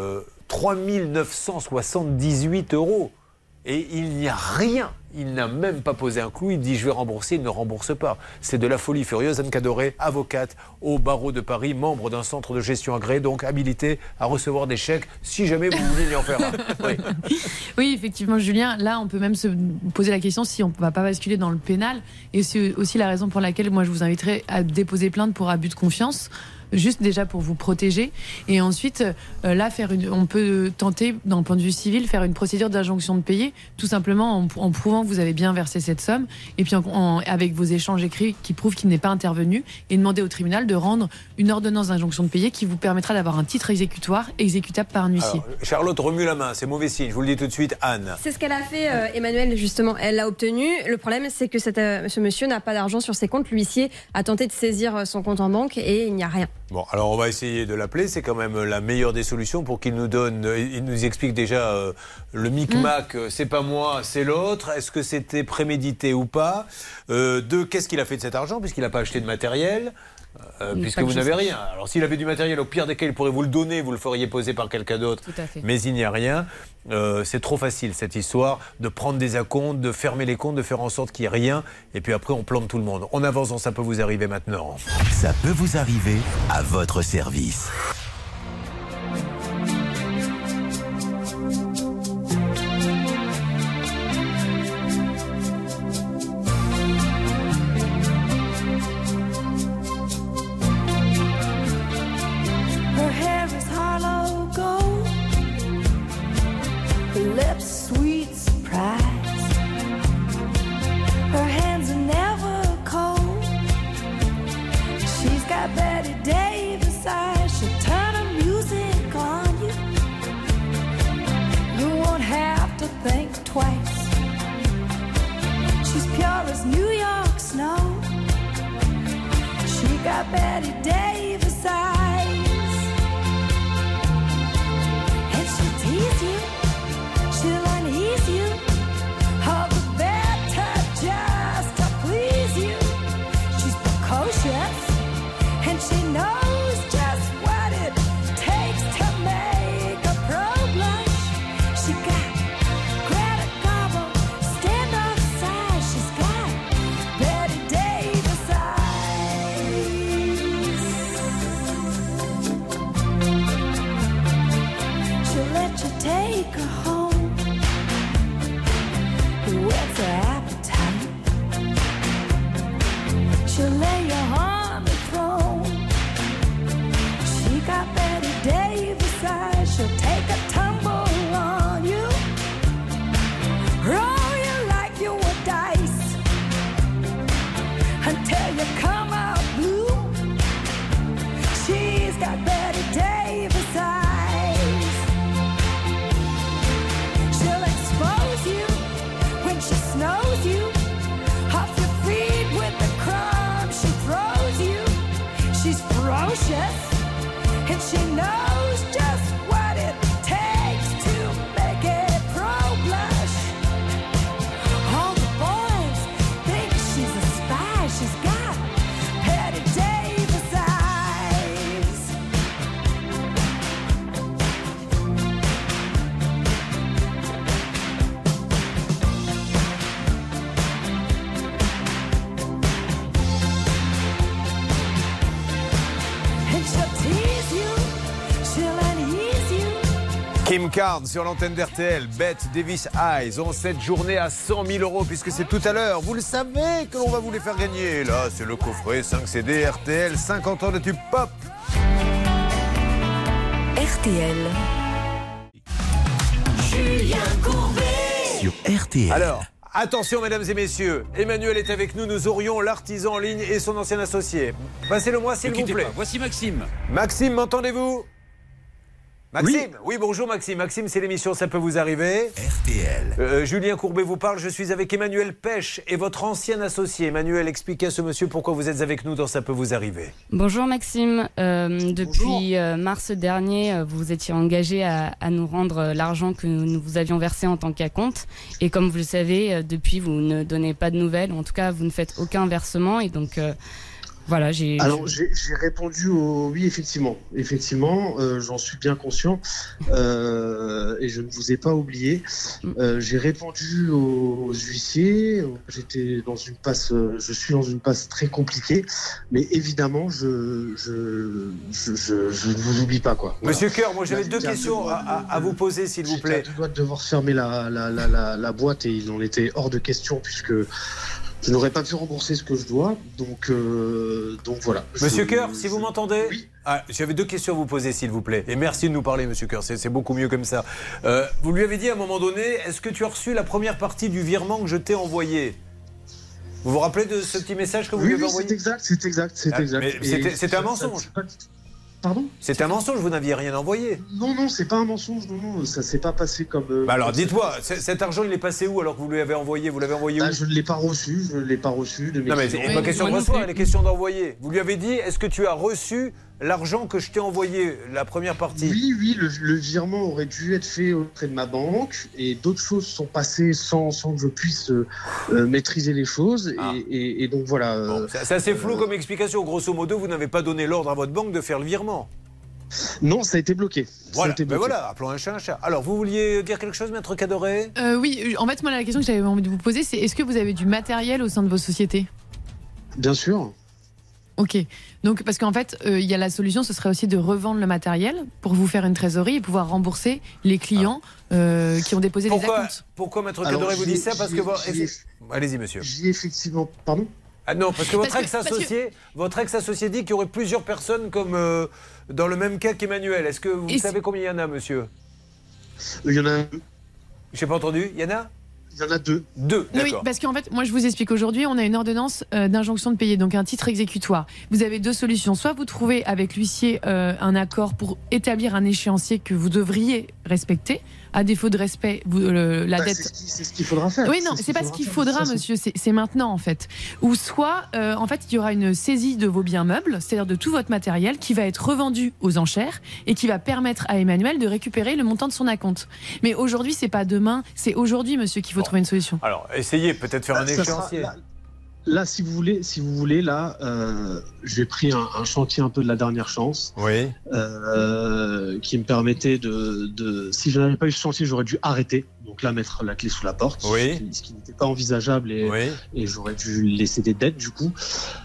trois mille neuf cent soixante-dix-huit euros. Et il n'y a rien. Il n'a même pas posé un clou. Il dit je vais rembourser, il ne rembourse pas. C'est de la folie furieuse. Anne Cadoré, avocate au barreau de Paris, membre d'un centre de gestion agréé, donc habilité à recevoir des chèques si jamais vous voulez y en faire un. Oui. Oui, effectivement, Julien, là, on peut même se poser la question si on ne va pas basculer dans le pénal. Et c'est aussi la raison pour laquelle moi, je vous inviterai à déposer plainte pour abus de confiance. Juste déjà pour vous protéger, et ensuite euh, là faire une, on peut tenter d'un point de vue civil faire une procédure d'injonction de payer, tout simplement en, en prouvant que vous avez bien versé cette somme, et puis en, en, avec vos échanges écrits qui prouvent qu'il n'est pas intervenu, et demander au tribunal de rendre une ordonnance d'injonction de payer qui vous permettra d'avoir un titre exécutoire exécutable par un huissier. Alors, Charlotte remue la main, c'est mauvais signe, je vous le dis tout de suite. Anne. C'est ce qu'elle a fait, euh, Emmanuel, justement. Elle l'a obtenu. Le problème, c'est que cette, euh, ce monsieur n'a pas d'argent sur ses comptes. L'huissier a tenté de saisir son compte en banque et il n'y a rien. Bon, alors on va essayer de l'appeler, c'est quand même la meilleure des solutions pour qu'il nous donne, il nous explique déjà euh, le micmac, mmh. c'est pas moi, c'est l'autre, est-ce que c'était prémédité ou pas, euh, deux, qu'est-ce qu'il a fait de cet argent puisqu'il n'a pas acheté de matériel, euh, puisque vous n'avez rien. Alors s'il avait du matériel, au pire des cas, il pourrait vous le donner, vous le feriez poser par quelqu'un d'autre, mais il n'y a rien. Euh, c'est trop facile cette histoire de prendre des acomptes, de fermer les comptes, de faire en sorte qu'il n'y ait rien, et puis après on plante tout le monde. On avance dans Ça peut vous arriver maintenant. Ça peut vous arriver à votre service. Her hair is hollow gold, her lips sweet surprise. Her hands are never cold. She's got Betty Davis eyes. She'll turn her music on you. You won't have to think twice. She's pure as New York snow. She got Betty Davis eyes. And she'll tease you, she'll unease you, all the better just to please you. She's precocious, and she knows just what it takes to make a pro blush. She got Greta Garbo, stand off side. She's got Betty Davis eyes. She'll let you take her home. What's her appetite? She'll lay you on the throne. She got Betty Davis eyes. She'll take a tumble on you, roll you like you were dice, until you come out blue. She's got Betty Davis eyes. She'll expose you when she snows you, off your feet with the crumbs she throws you. She's ferocious, and she knows just what it takes to make it pro blush. All the boys think she's a spy. She's got Betty Davis eyes. And she'll tease you, she'll unease you. Kim Card sur l'antenne d'R T L, Bette Davis Eyes, en cette journée à cent mille euros, puisque c'est tout à l'heure. Vous le savez que l'on va vous les faire gagner. Là, c'est le coffret cinq C D R T L, cinquante ans de tube pop. R T L. Julien Courbet. Sur R T L. Alors, attention mesdames et messieurs, Emmanuel est avec nous, nous aurions l'artisan en ligne et son ancien associé. Passez-le moi s'il Ne vous quittez plaît. pas. Voici Maxime. Maxime, m'entendez-vous? Maxime, oui. bonjour Maxime. Maxime, c'est l'émission Ça peut vous arriver. R T L. Euh, Julien Courbet vous parle, je suis avec Emmanuel Pêche et votre ancien associé. Emmanuel, expliquez à ce monsieur pourquoi vous êtes avec nous dans Ça peut vous arriver. Bonjour Maxime, Euh, depuis euh, mars dernier, euh, vous étiez engagé à, à nous rendre euh, l'argent que nous vous avions versé en tant qu'acompte. Et comme vous le savez, euh, depuis vous ne donnez pas de nouvelles, en tout cas vous ne faites aucun versement. Et donc euh, voilà, j'ai. Alors j'ai j'ai répondu au oui, effectivement, effectivement, euh, j'en suis bien conscient euh, et je ne vous ai pas oublié. Euh, j'ai répondu aux, aux huissiers. J'étais dans une passe, euh, je suis dans une passe très compliquée, mais évidemment, je je je, je, je ne vous oublie pas quoi. Voilà. Monsieur Coeur, moi j'avais deux J'étais à questions deux à, doigts de- à- à vous poser, s'il vous J'étais plaît. à deux doigts de devoir fermer la la, la, la la boîte et il en était hors de question puisque je n'aurais pas pu rembourser ce que je dois, donc, euh, donc voilà. Monsieur Je- Coeur, si vous m'entendez, ah, j'avais deux questions à vous poser, s'il vous plaît. Et merci de nous parler, Monsieur Coeur, c'est c'est beaucoup mieux comme ça. Euh, vous lui avez dit à un moment donné, est-ce que tu as reçu la première partie du virement que je t'ai envoyé? Vous vous rappelez de ce petit message que vous Oui, lui avez oui, envoyé? c'est exact, c'est exact, c'est Ah, exact. mais Et c'était- c'était un ça- mensonge. ça- Pardon? C'était un mensonge, vous n'aviez rien envoyé. Non, non, c'est pas un mensonge, non, non, ça s'est pas passé comme. euh, Bah alors comme dites-moi, c- cet argent il est passé où alors que vous lui avez envoyé? Vous l'avez envoyé où? Bah, je ne l'ai pas reçu, je ne l'ai pas reçu de mes Non mais clients. c'est pas question de recevoir, il est question d'envoyer. Vous lui avez dit, est-ce que tu as reçu l'argent que je t'ai envoyé, la première partie? Oui, oui, le, le virement aurait dû être fait auprès de ma banque et d'autres choses sont passées sans, sans que je puisse euh, euh, maîtriser les choses. Ah. Et, et- et donc voilà. euh, C'est c'est assez flou comme explication. Grosso modo, vous n'avez pas donné l'ordre à votre banque de faire le virement. Non, ça a été bloqué. Ça a Voilà, été ben bloqué. voilà, appelons un chat un chat. Alors, vous vouliez dire quelque chose, Maître Cadoré? Euh, oui, en fait, moi, la question que j'avais envie de vous poser, c'est est-ce que vous avez du matériel au sein de vos sociétés? Bien sûr. Ok. Donc, parce qu'en fait, euh, il y a la solution, ce serait aussi de revendre le matériel pour vous faire une trésorerie et pouvoir rembourser les clients euh, qui ont déposé des Pourquoi, acomptes. pourquoi Maître Alors, Cadoré vous j'y ai- dit ça? Parce j'y que ai- votre... j'y ai- Allez-y, monsieur. J'y ai effectivement. Pardon? Ah non, parce que votre Parce que- ex-associé, votre ex-associé dit qu'il y aurait plusieurs personnes comme euh, dans le même cas qu'Emmanuel. Est-ce que vous Et savez combien il y en a, monsieur? Il y en a. J'ai pas entendu. Il y en a? Il y en a deux. Deux, Oui, d'accord. parce qu'en fait, moi je vous explique aujourd'hui, on a une ordonnance euh, d'injonction de payer, donc un titre exécutoire. Vous avez deux solutions. Soit vous trouvez avec l'huissier euh, un accord pour établir un échéancier que vous devriez respecter. À défaut de respect, vous, euh, la Bah, dette. c'est ce qui- c'est ce qu'il faudra faire. Oui, non, ce c'est pas ce faudra qu'il faire, faudra, de toute façon. monsieur, c'est c'est maintenant en fait. Ou soit, euh, en fait, il y aura une saisie de vos biens meubles, c'est-à-dire de tout votre matériel qui va être revendu aux enchères et qui va permettre à Emmanuel de récupérer le montant de son acompte. Mais aujourd'hui, c'est pas demain, c'est aujourd'hui, monsieur, qu'il faut trouver une solution. Alors, essayez peut-être faire Bah, un ça sera- échéancier. là, là, si vous voulez, si vous voulez, là, euh, j'ai pris un, un chantier un peu de la dernière chance, Oui. euh, qui me permettait de, de si je n'avais pas eu ce chantier, j'aurais dû arrêter. Donc là, mettre la clé sous la porte, Oui. ce qui, ce qui n'était pas envisageable et, Oui. et j'aurais dû laisser des dettes du coup.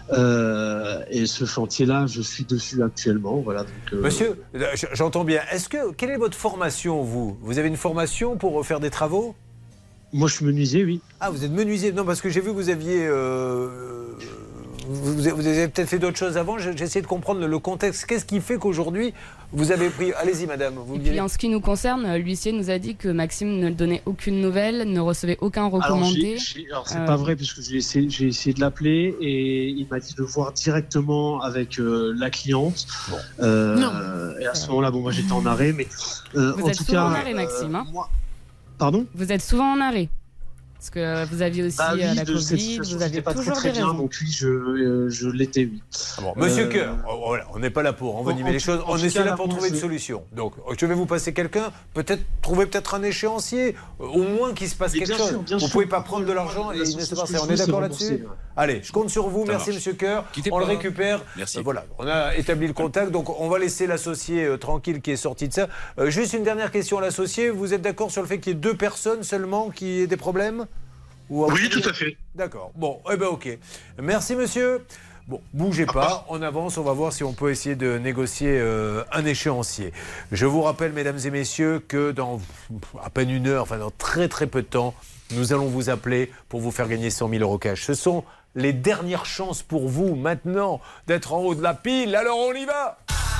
Euh, et ce chantier-là, je suis dessus actuellement. Voilà. Donc, euh, Monsieur, j'entends bien. Est-ce que quelle est votre formation, vous? Vous avez une formation pour faire des travaux? moi, je suis menuisier, oui. Ah, vous êtes menuisier? Non, parce que j'ai vu que vous aviez. euh, vous, vous avez peut-être fait d'autres choses avant. J'ai essayé de comprendre le, le contexte. Qu'est-ce qui fait qu'aujourd'hui vous avez pris. Allez-y, madame. Vous Et vouliez- puis en ce qui nous concerne, l'huissier nous a dit que Maxime ne donnait aucune nouvelle, ne recevait aucun Alors, recommandé. j'ai- j'ai- alors, c'est Euh, pas vrai puisque j'ai essayé, j'ai essayé de l'appeler et il m'a dit de voir directement avec euh, la cliente. Euh, Non. Et à ce moment-là, bon, moi j'étais en arrêt, mais euh, Vous en êtes tout souvent cas, en arrêt, Maxime. hein moi- Pardon? Vous êtes souvent en arrêt. Parce que vous aviez aussi Bah oui, euh, la de cette Covid, situation, vous aviez j'étais pas toujours très, très des bien, raisons. donc oui, je, euh, je l'étais, oui. Ah bon, Monsieur Euh, Coeur, oh, voilà, on n'est pas là pour envenimer en les tout- choses. en On tout est cas, là là, pour moi, trouver une je- solution. Donc, je vais vous passer quelqu'un. Peut-être trouver peut-être un échéancier. euh, Au moins qu'il se passe Mais quelque bien chose. sûr, bien vous sûr. pouvez pas prendre de l'argent et La il seule ne se chose passe que rien. je On veux, est c'est d'accord rembourser, là-dessus? ouais. Allez, je compte sur vous. Ça Merci, marche. Monsieur Coeur. Quittez On le pas. récupère. Merci. Euh, voilà, on a établi le contact. Donc, on va laisser l'associé euh, tranquille qui est sorti de ça. Euh, juste une dernière question à l'associé. Vous êtes d'accord sur le fait qu'il y ait deux personnes seulement qui aient des problèmes? Ou Oui, tout à fait. D'accord. Bon, eh ben ok. Merci, monsieur. Bon, bougez pas, on avance, on va voir si on peut essayer de négocier euh, un échéancier. Je vous rappelle, mesdames et messieurs, que dans à peine une heure, enfin dans très très peu de temps, nous allons vous appeler pour vous faire gagner cent mille euros cash. Ce sont les dernières chances pour vous maintenant d'être en haut de la pile, alors on y va!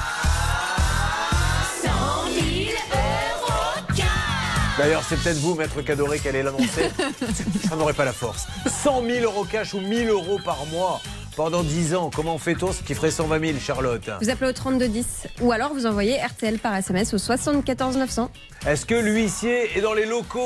cent mille euros cash. D'ailleurs, c'est peut-être vous, Maître Cadoré, qui allez l'annoncer. J'en aurais pas la force. cent mille euros cash ou mille euros par mois pendant dix ans. Comment fait-on ce qui ferait cent vingt mille, Charlotte? Vous appelez au trente-deux dix ou alors vous envoyez R T L par S M S au soixante-quatorze neuf cents. Est-ce que l'huissier est dans les locaux?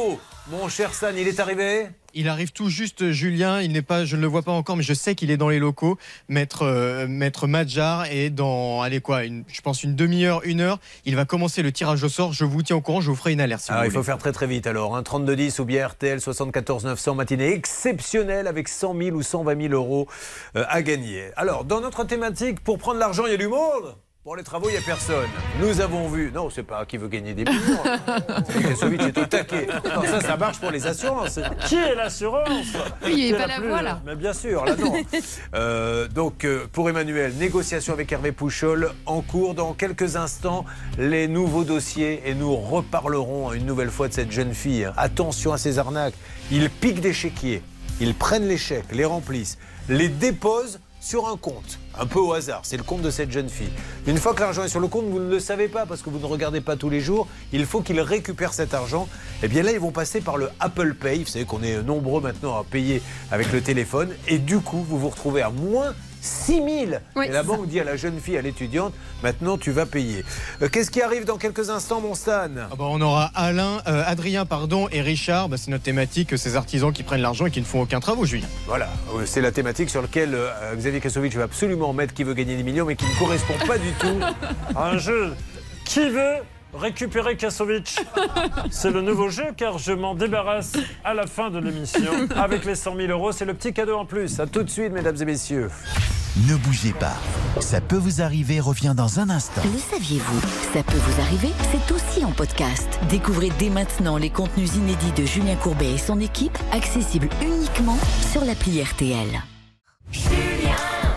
mon cher Stan, il est arrivé ? Il arrive tout juste, Julien. Il n'est pas, je ne le vois pas encore, mais je sais qu'il est dans les locaux. Maître, euh, Maître Madjar est dans, allez quoi, une, je pense une demi-heure, une heure. Il va commencer le tirage au sort. Je vous tiens au courant, je vous ferai une alerte. Si ah, vous il voulez. faut faire très très vite alors. Hein. trente-deux dix ou bien R T L soixante-quatorze neuf cents, matinée exceptionnelle avec cent mille ou cent vingt mille euros euh, à gagner. Alors, dans notre thématique, pour prendre l'argent, il y a du monde. Pour les travaux, il n'y a personne. Nous avons vu... Non, c'est pas qui veut gagner des millions. Kasovic est au taquet. Non, ça, ça marche pour les assurances. Qui est l'assurance? Oui, il n'y avait pas la voix, là. Mais bien sûr, là, non. Euh, donc, euh, pour Emmanuel, négociation avec Hervé Pouchol en cours. Dans quelques instants, les nouveaux dossiers. Et nous reparlerons une nouvelle fois de cette jeune fille. Attention à ces arnaques. Ils piquent des chéquiers. Ils prennent les chèques, les remplissent, les déposent sur un compte, un peu au hasard. C'est le compte de cette jeune fille. Une fois que l'argent est sur le compte, vous ne le savez pas parce que vous ne regardez pas tous les jours. Il faut qu'ils récupèrent cet argent. Et bien là, ils vont passer par le Apple Pay. Vous savez qu'on est nombreux maintenant à payer avec le téléphone. Et du coup, vous vous retrouvez à moins six mille. Oui, et la c'est banque ça. dit à la jeune fille, à l'étudiante, maintenant tu vas payer. Euh, Qu'est-ce qui arrive dans quelques instants, mon Stan? Ah bah, on aura Alain, euh, Adrien pardon, et Richard. Bah, c'est notre thématique, ces artisans qui prennent l'argent et qui ne font aucun travaux, Julien. Voilà, euh, c'est la thématique sur laquelle euh, Xavier Kasovic va absolument mettre qui veut gagner des millions, mais qui ne correspond pas du tout. Un jeu. Qui veut récupérer Kasovic? C'est le nouveau jeu car je m'en débarrasse à la fin de l'émission. Avec les cent mille euros, c'est le petit cadeau en plus. A tout de suite, mesdames et messieurs. Ne bougez pas. Ça peut vous arriver revient dans un instant. Le saviez-vous? Ça peut vous arriver, c'est aussi en podcast. Découvrez dès maintenant les contenus inédits de Julien Courbet et son équipe, accessibles uniquement sur l'appli R T L. Julien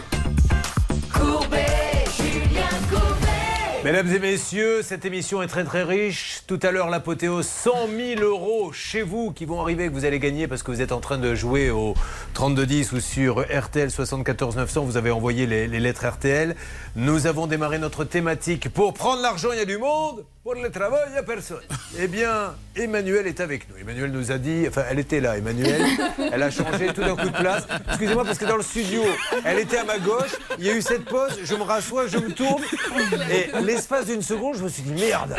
Courbet, Julien Courbet. Mesdames et messieurs, cette émission est très très riche. Tout à l'heure, l'apothéose, cent mille euros chez vous qui vont arriver, que vous allez gagner parce que vous êtes en train de jouer au trente-deux dix ou sur R T L soixante-quatorze neuf cents. Vous avez envoyé les, les lettres R T L. Nous avons démarré notre thématique. Pour prendre l'argent, il y a du monde. Pour le travail, il n'y a personne. Eh bien, Emmanuel est avec nous. Emmanuel nous a dit... Enfin, elle était là, Emmanuel. Elle a changé tout d'un coup de place. Excusez-moi, parce que dans le studio, elle était à ma gauche. Il y a eu cette pause. Je me rassois, je me tourne. Et l'espace d'une seconde, je me suis dit, merde.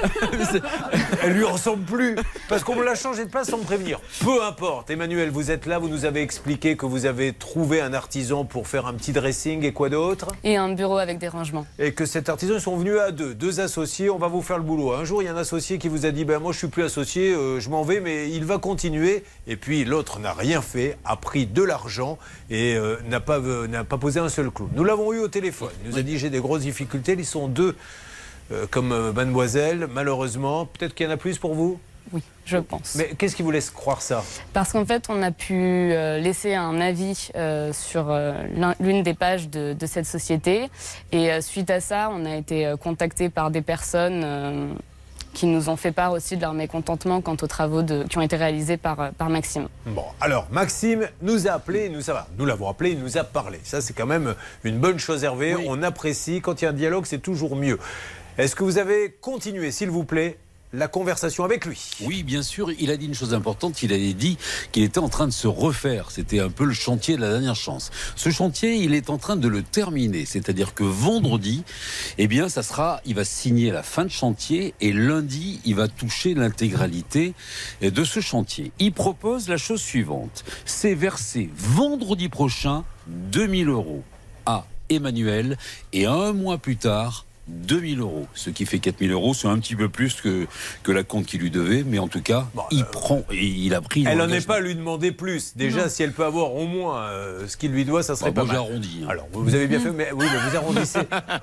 Elle lui ressemble plus. Parce qu'on me l'a changé de place sans me prévenir. Peu importe. Emmanuel, vous êtes là. Vous nous avez expliqué que vous avez trouvé un artisan pour faire un petit dressing. Et quoi d'autre? Et un bureau avec des rangements. Et que cet artisan, ils sont venus à deux. Deux associés. On va vous faire le boulot. Un jour, il y a un associé qui vous a dit ben, « moi, je suis plus associé, euh, je m'en vais, mais il va continuer. » Et puis, l'autre n'a rien fait, a pris de l'argent et euh, n'a pas, euh, n'a pas posé un seul clou. Nous l'avons eu au téléphone. Il nous a dit « j'ai des grosses difficultés. » Ils sont deux, euh, comme euh, mademoiselle, malheureusement. Peut-être qu'il y en a plus pour vous? Oui, je pense. Mais qu'est-ce qui vous laisse croire ça? Parce qu'en fait, on a pu euh, laisser un avis euh, sur euh, l'un- l'une des pages de, de cette société. Et euh, suite à ça, on a été euh, contacté par des personnes euh, qui nous ont fait part aussi de leur mécontentement quant aux travaux de, qui ont été réalisés par, euh, par Maxime. Bon, alors Maxime nous a appelé, nous, ça va, nous l'avons appelé, il nous a parlé. Ça, c'est quand même une bonne chose, Hervé. Oui. On apprécie. Quand il y a un dialogue, c'est toujours mieux. Est-ce que vous avez continué, s'il vous plaît, la conversation avec lui? Oui, bien sûr. Il a dit une chose importante. Il avait dit qu'il était en train de se refaire. C'était un peu le chantier de la dernière chance. Ce chantier, il est en train de le terminer. C'est-à-dire que vendredi, eh bien, ça sera, il va signer la fin de chantier et lundi, il va toucher l'intégralité de ce chantier. Il propose la chose suivante. C'est verser vendredi prochain deux mille euros à Emmanuel et un mois plus tard, deux mille euros, ce qui fait quatre mille euros, c'est un petit peu plus que, que la compte qu'il lui devait, mais en tout cas, bon, il euh, prend, et il a pris. Elle n'en est pas à lui demander plus. Déjà, non. Si elle peut avoir au moins euh, ce qu'il lui doit, ça serait ah, pas bon, mal. J'ai arrondi. Hein. Alors, vous avez bien fait, mais oui, mais vous arrondissez.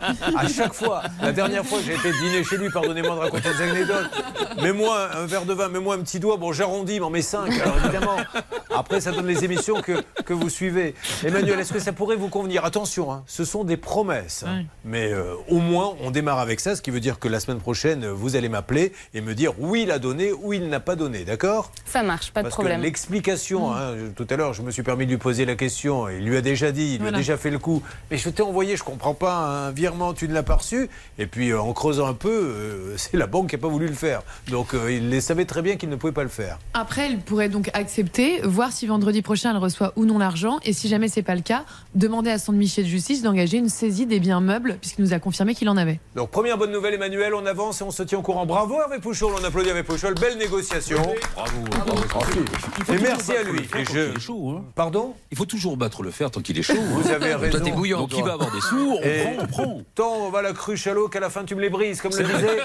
À chaque fois, la dernière fois que j'ai été dîner chez lui, pardonnez-moi de raconter des anecdotes, mets-moi un verre de vin, mets-moi un petit doigt, bon, j'arrondis, m'en mets cinq, alors évidemment. Après, ça donne les émissions que, que vous suivez. Emmanuel, est-ce que ça pourrait vous convenir? Attention, hein, ce sont des promesses, hein, oui. mais euh, au moins, on démarre avec ça. Ce qui veut dire que la semaine prochaine, vous allez m'appeler et me dire oui, il a donné ou il n'a pas donné, d'accord? Ça marche, pas de Parce problème. Que l'explication, mmh. hein, tout à l'heure, je me suis permis de lui poser la question, il lui a déjà dit, il voilà. lui a déjà fait le coup, mais je t'ai envoyé, je comprends pas, un virement, tu ne l'as pas reçu, et puis euh, en creusant un peu, euh, c'est la banque qui n'a pas voulu le faire. Donc euh, il savait très bien qu'il ne pouvait pas le faire. Après, elle pourrait donc accepter, voir si vendredi prochain elle reçoit ou non l'argent, et si jamais c'est pas le cas, demander à son huissier de justice d'engager une saisie des biens meubles, puisqu'il nous a confirmé qu'il en avait. Donc première bonne nouvelle, Emmanuel, on avance et on se tient au courant. Bravo Hervé Pouchol, on applaudit Hervé Pouchol, belle négociation. Bravo, bravo, bravo. Et merci à lui. Et je... Il est chaud, hein. Pardon? Il faut toujours battre le fer tant qu'il est chaud. Vous hein. avez raison. Toi, t'es bouillant. Donc, toi. il va avoir des sous, on Et prend, on prend. Tant on va la cruche à l'eau qu'à la fin tu me les brises, comme le disaient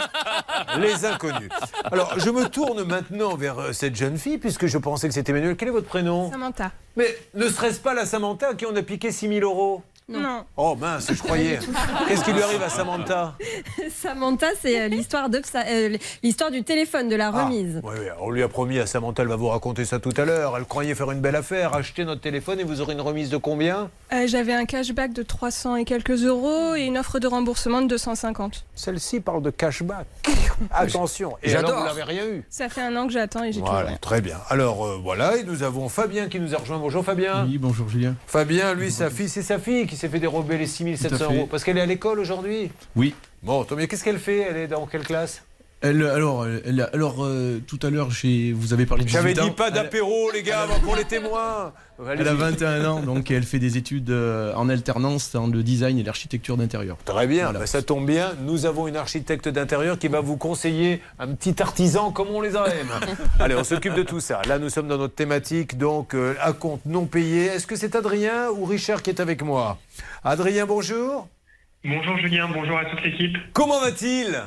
les inconnus. Alors, je me tourne maintenant vers euh, cette jeune fille, puisque je pensais que c'était Emmanuel. Quel est votre prénom? Samantha. Mais ne serait-ce pas la Samantha à qui on a piqué six mille euros? Non. Oh mince, je croyais. Qu'est-ce qui lui arrive à Samantha? Samantha, c'est euh, l'histoire de euh, l'histoire du téléphone, de la remise. Oui, oui, on lui a promis à Samantha, elle va vous raconter ça tout à l'heure. Elle croyait faire une belle affaire, acheter notre téléphone et vous aurez une remise de combien? Euh, J'avais un cashback de trois cents et quelques euros et une offre de remboursement de deux cent cinquante. Celle-ci parle de cashback. Attention. Et alors, vous n'avez rien eu? Ça fait un an que j'attends et j'ai Voilà, toujours rien. très bien. Alors euh, voilà, et nous avons Fabien qui nous a rejoint. Bonjour Fabien. Oui, bonjour Julien. Fabien, lui, sa fille, c'est sa fille qui s'est fait dérober les six mille sept cents Tout à fait. euros. Parce qu'elle est à l'école aujourd'hui? Oui. Bon, tant mieux. Qu'est-ce qu'elle fait? Elle est dans quelle classe? Elle, alors, elle, alors euh, tout à l'heure, j'ai- vous avez parlé de J'avais dix-huit dit ans. pas Elle- d'apéro, les gars, avant pour les témoins. Elle a vingt et un ans, donc elle fait des études euh, en alternance dans le design et l'architecture d'intérieur. Très bien, Voilà. bah, ça tombe bien. Nous avons une architecte d'intérieur qui va vous conseiller un petit artisan comme on les aime. Allez, on s'occupe de tout ça. Là, nous sommes dans notre thématique, donc euh, à compte non payé. Est-ce que c'est Adrien ou Richard qui est avec moi? Adrien, bonjour. Bonjour Julien, bonjour à toute l'équipe. Comment va-t-il?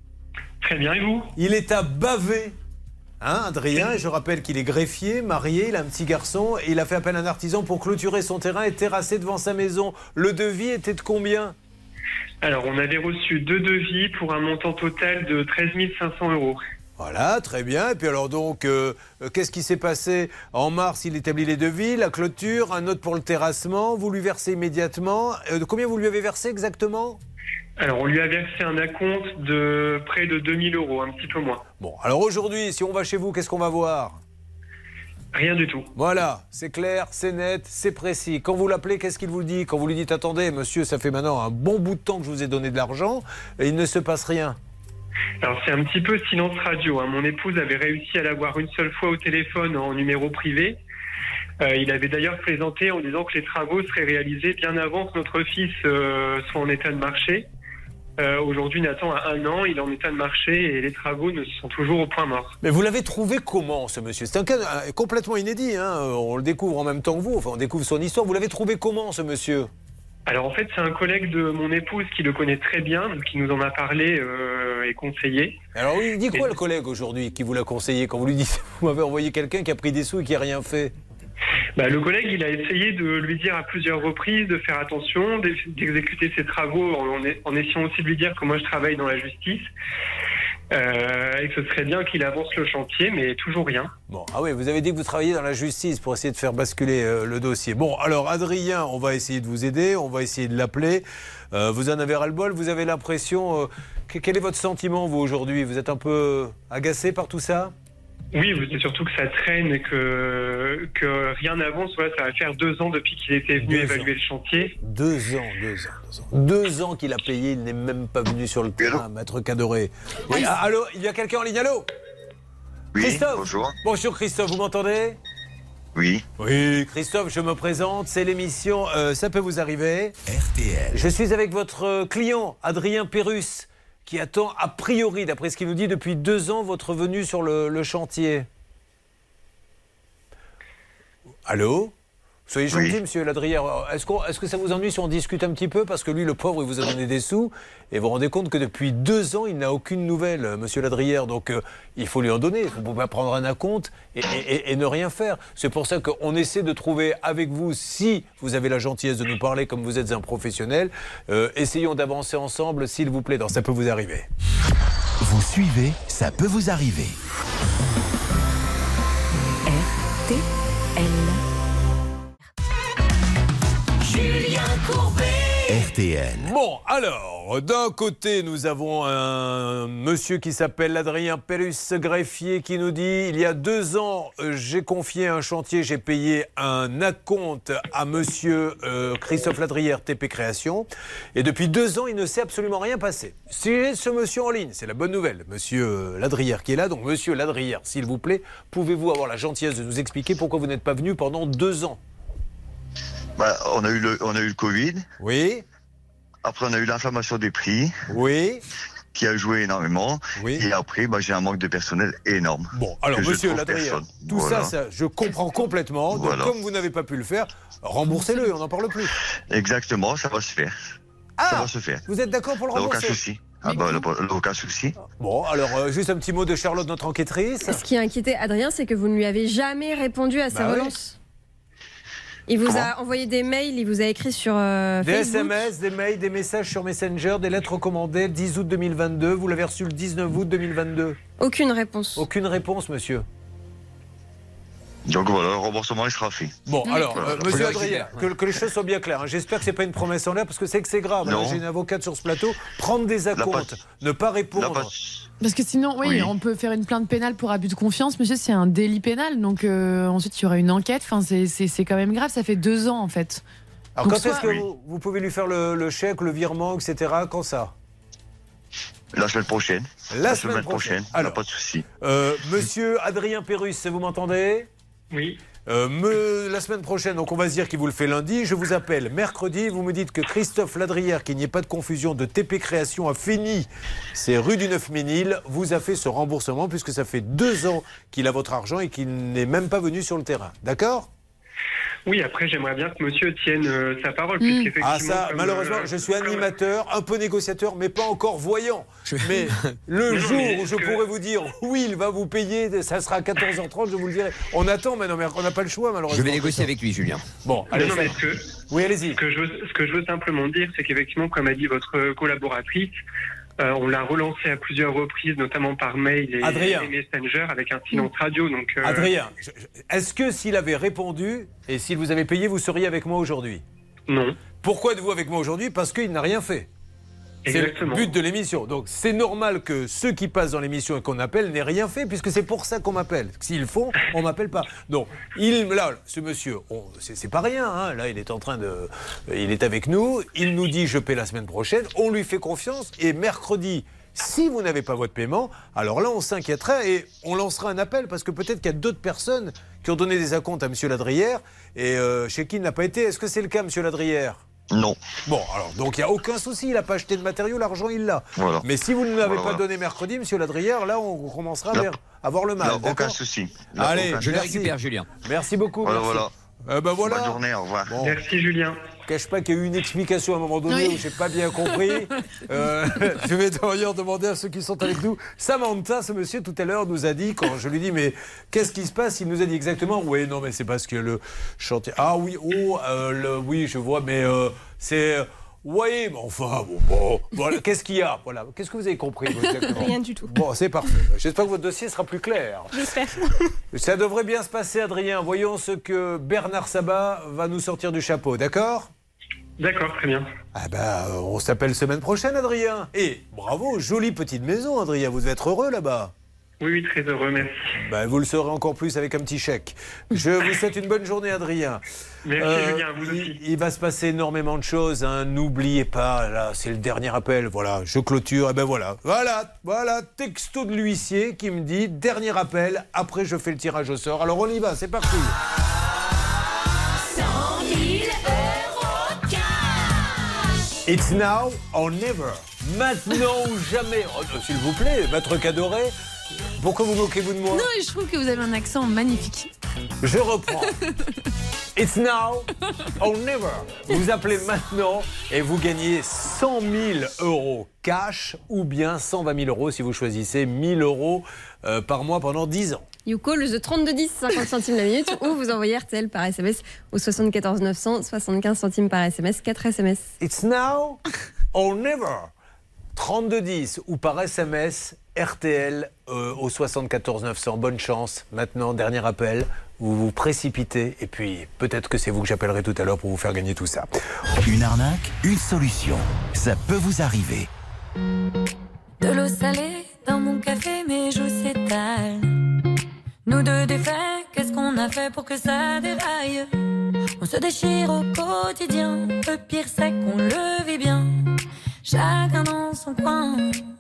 Très bien, et vous? Il est à Bavé. Hein, Adrien, et je rappelle qu'il est greffier, marié, il a un petit garçon et il a fait appel à un artisan pour clôturer son terrain et terrasser devant sa maison. Le devis était de combien? Alors, on avait reçu deux devis pour un montant total de treize mille cinq cents euros. Voilà, très bien. Et puis alors donc, euh, euh, qu'est-ce qui s'est passé? En mars, il établit les devis, la clôture, un autre pour le terrassement. Vous lui versez immédiatement. Euh, de combien vous lui avez versé exactement? Alors, on lui a versé un acompte de près de deux mille euros, un petit peu moins. Bon, alors aujourd'hui, si on va chez vous, qu'est-ce qu'on va voir? Rien du tout. Voilà, c'est clair, c'est net, c'est précis. Quand vous l'appelez, qu'est-ce qu'il vous dit? Quand vous lui dites, attendez, monsieur, ça fait maintenant un bon bout de temps que je vous ai donné de l'argent, et il ne se passe rien. Alors, c'est un petit peu silence radio, hein. Mon épouse avait réussi à l'avoir une seule fois au téléphone en numéro privé. Euh, il avait d'ailleurs plaisanté en disant que les travaux seraient réalisés bien avant que notre fils euh, soit en état de marcher. Euh, Aujourd'hui, Nathan a un an, il est en état de marcher et les travaux ne sont toujours au point mort. Mais vous l'avez trouvé comment, ce monsieur? C'est un cas euh, complètement inédit, hein. On le découvre en même temps que vous, enfin on découvre son histoire. Vous l'avez trouvé comment, ce monsieur? Alors en fait, c'est un collègue de mon épouse qui le connaît très bien, donc qui nous en a parlé euh, et conseillé. Alors il dit quoi Et- le collègue aujourd'hui qui vous l'a conseillé quand vous lui dites vous m'avez envoyé quelqu'un qui a pris des sous et qui a rien fait? Bah, le collègue, il a essayé de lui dire à plusieurs reprises de faire attention, d'ex- d'exécuter ses travaux en, en essayant aussi de lui dire que moi je travaille dans la justice euh, et que ce serait bien qu'il avance le chantier, mais toujours rien. Bon, ah oui, vous avez dit que vous travailliez dans la justice pour essayer de faire basculer euh, le dossier. Bon, alors Adrien, on va essayer de vous aider, on va essayer de l'appeler. Euh, vous en avez ras-le-bol, vous avez l'impression... euh, que- quel est votre sentiment, vous, aujourd'hui? Vous êtes un peu agacé par tout ça? Oui, c'est surtout que ça traîne et que, que rien n'avance. Voilà, ça va faire deux ans depuis qu'il était venu Deux évaluer ans. le chantier. Deux ans, deux ans, deux ans. Deux ans qu'il a payé, il n'est même pas venu sur le terrain, maître Cadoré. Oui, ah, allô, il y a quelqu'un en ligne, allô? Oui, Christophe. bonjour. Bonjour Christophe, vous m'entendez? Oui. Oui, Christophe, je me présente, c'est l'émission euh, Ça peut vous arriver. R T L. Je suis avec votre euh, client, Adrien Pérus, qui attend a priori, d'après ce qu'il nous dit, depuis deux ans, votre venue sur le, le chantier. Allô? Soyez gentil, Oui. monsieur Ladrière. Est-ce qu'on- est-ce que ça vous ennuie si on discute un petit peu? Parce que lui, le pauvre, il vous a donné des sous. Et vous vous rendez compte que depuis deux ans, il n'a aucune nouvelle, euh, monsieur Ladrière. Donc, euh, il faut lui en donner. Vous ne pouvez pas prendre un acompte et, et- et ne rien faire. C'est pour ça qu'on essaie de trouver avec vous, si vous avez la gentillesse de nous parler comme vous êtes un professionnel, euh, essayons d'avancer ensemble, s'il vous plaît, dans Ça peut vous arriver. Vous suivez, ça peut vous arriver. R T L. Julien Courbet. R T L. Bon, alors, d'un côté, nous avons un monsieur qui s'appelle Adrien Pérus, greffier, qui nous dit « Il y a deux ans, euh, j'ai confié un chantier, j'ai payé un acompte à monsieur euh, Christophe Ladrière, T P Création, et depuis deux ans, il ne s'est absolument rien passé. » C'est ce monsieur en ligne, c'est la bonne nouvelle, monsieur Ladrière qui est là. Donc, monsieur Ladrière, s'il vous plaît, pouvez-vous avoir la gentillesse de nous expliquer pourquoi vous n'êtes pas venu pendant deux ans? Bah, on a eu le, on a eu le Covid. Oui. après, on a eu l'inflammation des prix. Oui. Qui a joué énormément. Oui. Et après, bah, j'ai un manque de personnel énorme. Bon, alors, que je monsieur trouve Ladrière, personne. tout Voilà. ça, ça, je comprends complètement. Voilà. Donc, comme vous n'avez pas pu le faire, remboursez-le, on n'en parle plus. Exactement, ça va se faire. Ah, ça va se faire. Vous êtes d'accord pour le Là, rembourser? aucun souci. Ah bah, là, là, aucun souci. Bon, alors, euh, juste un petit mot de Charlotte, notre enquêtrice. Ce qui a inquiété Adrien, c'est que vous ne lui avez jamais répondu à sa Bah oui. relance. Il vous Comment a envoyé des mails, il vous a écrit sur euh, Des Facebook. S M S, des mails, des messages sur Messenger, des lettres recommandées, le dix août deux mille vingt-deux. Vous l'avez reçu le dix-neuf août deux mille vingt-deux. Aucune réponse. Aucune réponse, monsieur. Donc voilà, le remboursement, il sera fait. Bon, alors, Voilà. euh, monsieur Adrien, que, que les choses soient bien claires. hein. J'espère que ce n'est pas une promesse en l'air, parce que c'est que c'est grave. Non. hein. J'ai une avocate sur ce plateau. Prendre des acomptes, ne pas répondre. Parce que sinon, oui, Oui. on peut faire une plainte pénale pour abus de confiance, monsieur, c'est un délit pénal. Donc euh, ensuite, il y aura une enquête. Enfin, c'est- c'est c'est quand même grave, ça fait deux ans en fait. Alors, Donc, quand est-ce soit- que vous, vous pouvez lui faire le, le chèque, le virement, et cetera. Quand ça? La semaine prochaine. La semaine prochaine. Alors, pas de souci. Euh, monsieur Adrien Pérusse, vous m'entendez? Oui. Euh, me- la semaine prochaine, donc on va se dire qu'il vous le fait lundi. Je vous appelle mercredi. Vous me dites que Christophe Ladrière, qu'il n'y ait pas de confusion, de T P Création à Fény, c'est rue du Neuf-Ménil, vous a fait ce remboursement puisque ça fait deux ans qu'il a votre argent et qu'il n'est même pas venu sur le terrain. D'accord? Oui, après, j'aimerais bien que monsieur tienne euh, sa parole. puisqu'effectivement, Ah ça, comme, malheureusement, euh, je suis comme- animateur, un peu négociateur, mais pas encore voyant. Mais le Non, jour mais où je que- pourrai vous dire oui, il va vous payer, ça sera à quatorze heures trente, je vous le dirai. On attend maintenant, mais on n'a pas le choix malheureusement. Je vais négocier avec lui, Julien. Bon, Non, allez, non, ça mais va. ce que, Oui, allez-y. Ce que, je veux, ce que je veux simplement dire, c'est qu'effectivement, comme a dit votre collaboratrice, euh, on l'a relancé à plusieurs reprises, notamment par mail et, Adrien. et Messenger, avec un silence radio. Donc, euh, Adrien, je- je- est-ce que s'il avait répondu et s'il vous avait payé, vous seriez avec moi aujourd'hui? Non. Pourquoi êtes-vous avec moi aujourd'hui? Parce qu'il n'a rien fait. C'est le Exactement. but de l'émission. Donc c'est normal que ceux qui passent dans l'émission et qu'on appelle n'aient rien fait, puisque c'est pour ça qu'on m'appelle. S'ils le font, on m'appelle pas. Donc il, là, ce monsieur, on- c'est c'est pas rien. hein. Là, il est en train de, il est avec nous. Il nous dit je paie la semaine prochaine. On lui fait confiance et mercredi. Si vous n'avez pas votre paiement, alors là, on s'inquiéterait et on lancera un appel parce que peut-être qu'il y a d'autres personnes qui ont donné des acomptes à M. Ladrière et euh, chez qui il n'a pas été. Est-ce que c'est le cas, M. Ladrière? Non. Bon, alors, donc il n'y a aucun souci. Il n'a pas acheté de matériaux, l'argent, il l'a. Voilà. Mais si vous ne l'avez Voilà, pas voilà. donné mercredi, M. Ladrière, là, on commencera Là- vers avoir le mal. là, aucun d'accord souci. Là, Allez, aucun je le souci. récupère, Julien. Merci beaucoup. Voilà, merci. voilà. Euh, ben voilà. Bonne journée, au revoir. Bon. Merci, Julien. Je ne cache pas qu'il y a eu une explication à un moment donné Oui. où je n'ai pas bien compris. Euh, je vais d'ailleurs demander à ceux qui sont avec nous. Samantha, ce monsieur, tout à l'heure, nous a dit, quand je lui dis, mais qu'est-ce qui se passe? Il nous a dit exactement, oui, non, mais c'est parce que le chantier. Ah oui, oh, euh, le- oui, je vois, mais euh, c'est. Oui, mais enfin, bon, bon, voilà, qu'est-ce qu'il y a? Voilà, qu'est-ce que vous avez compris vous, exactement? Rien du tout. Bon, c'est parfait. J'espère que votre dossier sera plus clair. J'espère. Ça devrait bien se passer, Adrien. Voyons ce que Bernard Sabat va nous sortir du chapeau, d'accord? D'accord, très bien. Ah ben, euh, on s'appelle semaine prochaine, Adrien. Et bravo, jolie petite maison, Adrien. Vous devez être heureux là-bas. Oui, oui, très heureux, merci. Ben, vous le serez encore plus avec un petit chèque. Je vous souhaite une bonne journée, Adrien. Merci, Julien, vous il, il va se passer énormément de choses. hein. N'oubliez pas, là, c'est le dernier appel. Voilà, je clôture. Et ben voilà, voilà, voilà, texto de l'huissier qui me dit dernier appel. Après, je fais le tirage au sort. Alors on y va, c'est parti. cent mille euros cash. It's now or never. Maintenant ou jamais. Oh, s'il vous plaît, maître Cadoré. Pourquoi vous moquez-vous de moi? Non, je trouve que vous avez un accent magnifique. Je reprends. It's now or never. Vous appelez maintenant et vous gagnez cent mille euros cash ou bien cent vingt mille euros si vous choisissez mille euros euh, par mois pendant dix ans. You call the trente-deux dix, cinquante centimes la minute, ou vous envoyez R T L par S M S au soixante-quatorze neuf cents, soixante-quinze centimes par S M S, quatre S M S. It's now or never. trente-deux dix ou par S M S R T L euh, au soixante-quatorze neuf cents. Bonne chance. Maintenant, dernier appel. Vous vous précipitez et puis peut-être que c'est vous que j'appellerai tout à l'heure pour vous faire gagner tout ça. Une arnaque, une solution. Ça peut vous arriver. De l'eau salée dans mon café, mes joues s'étalent. Nous deux défaits, qu'est-ce qu'on a fait pour que ça déraille? On se déchire au quotidien, le pire c'est qu'on le vit bien. Chacun dans son coin.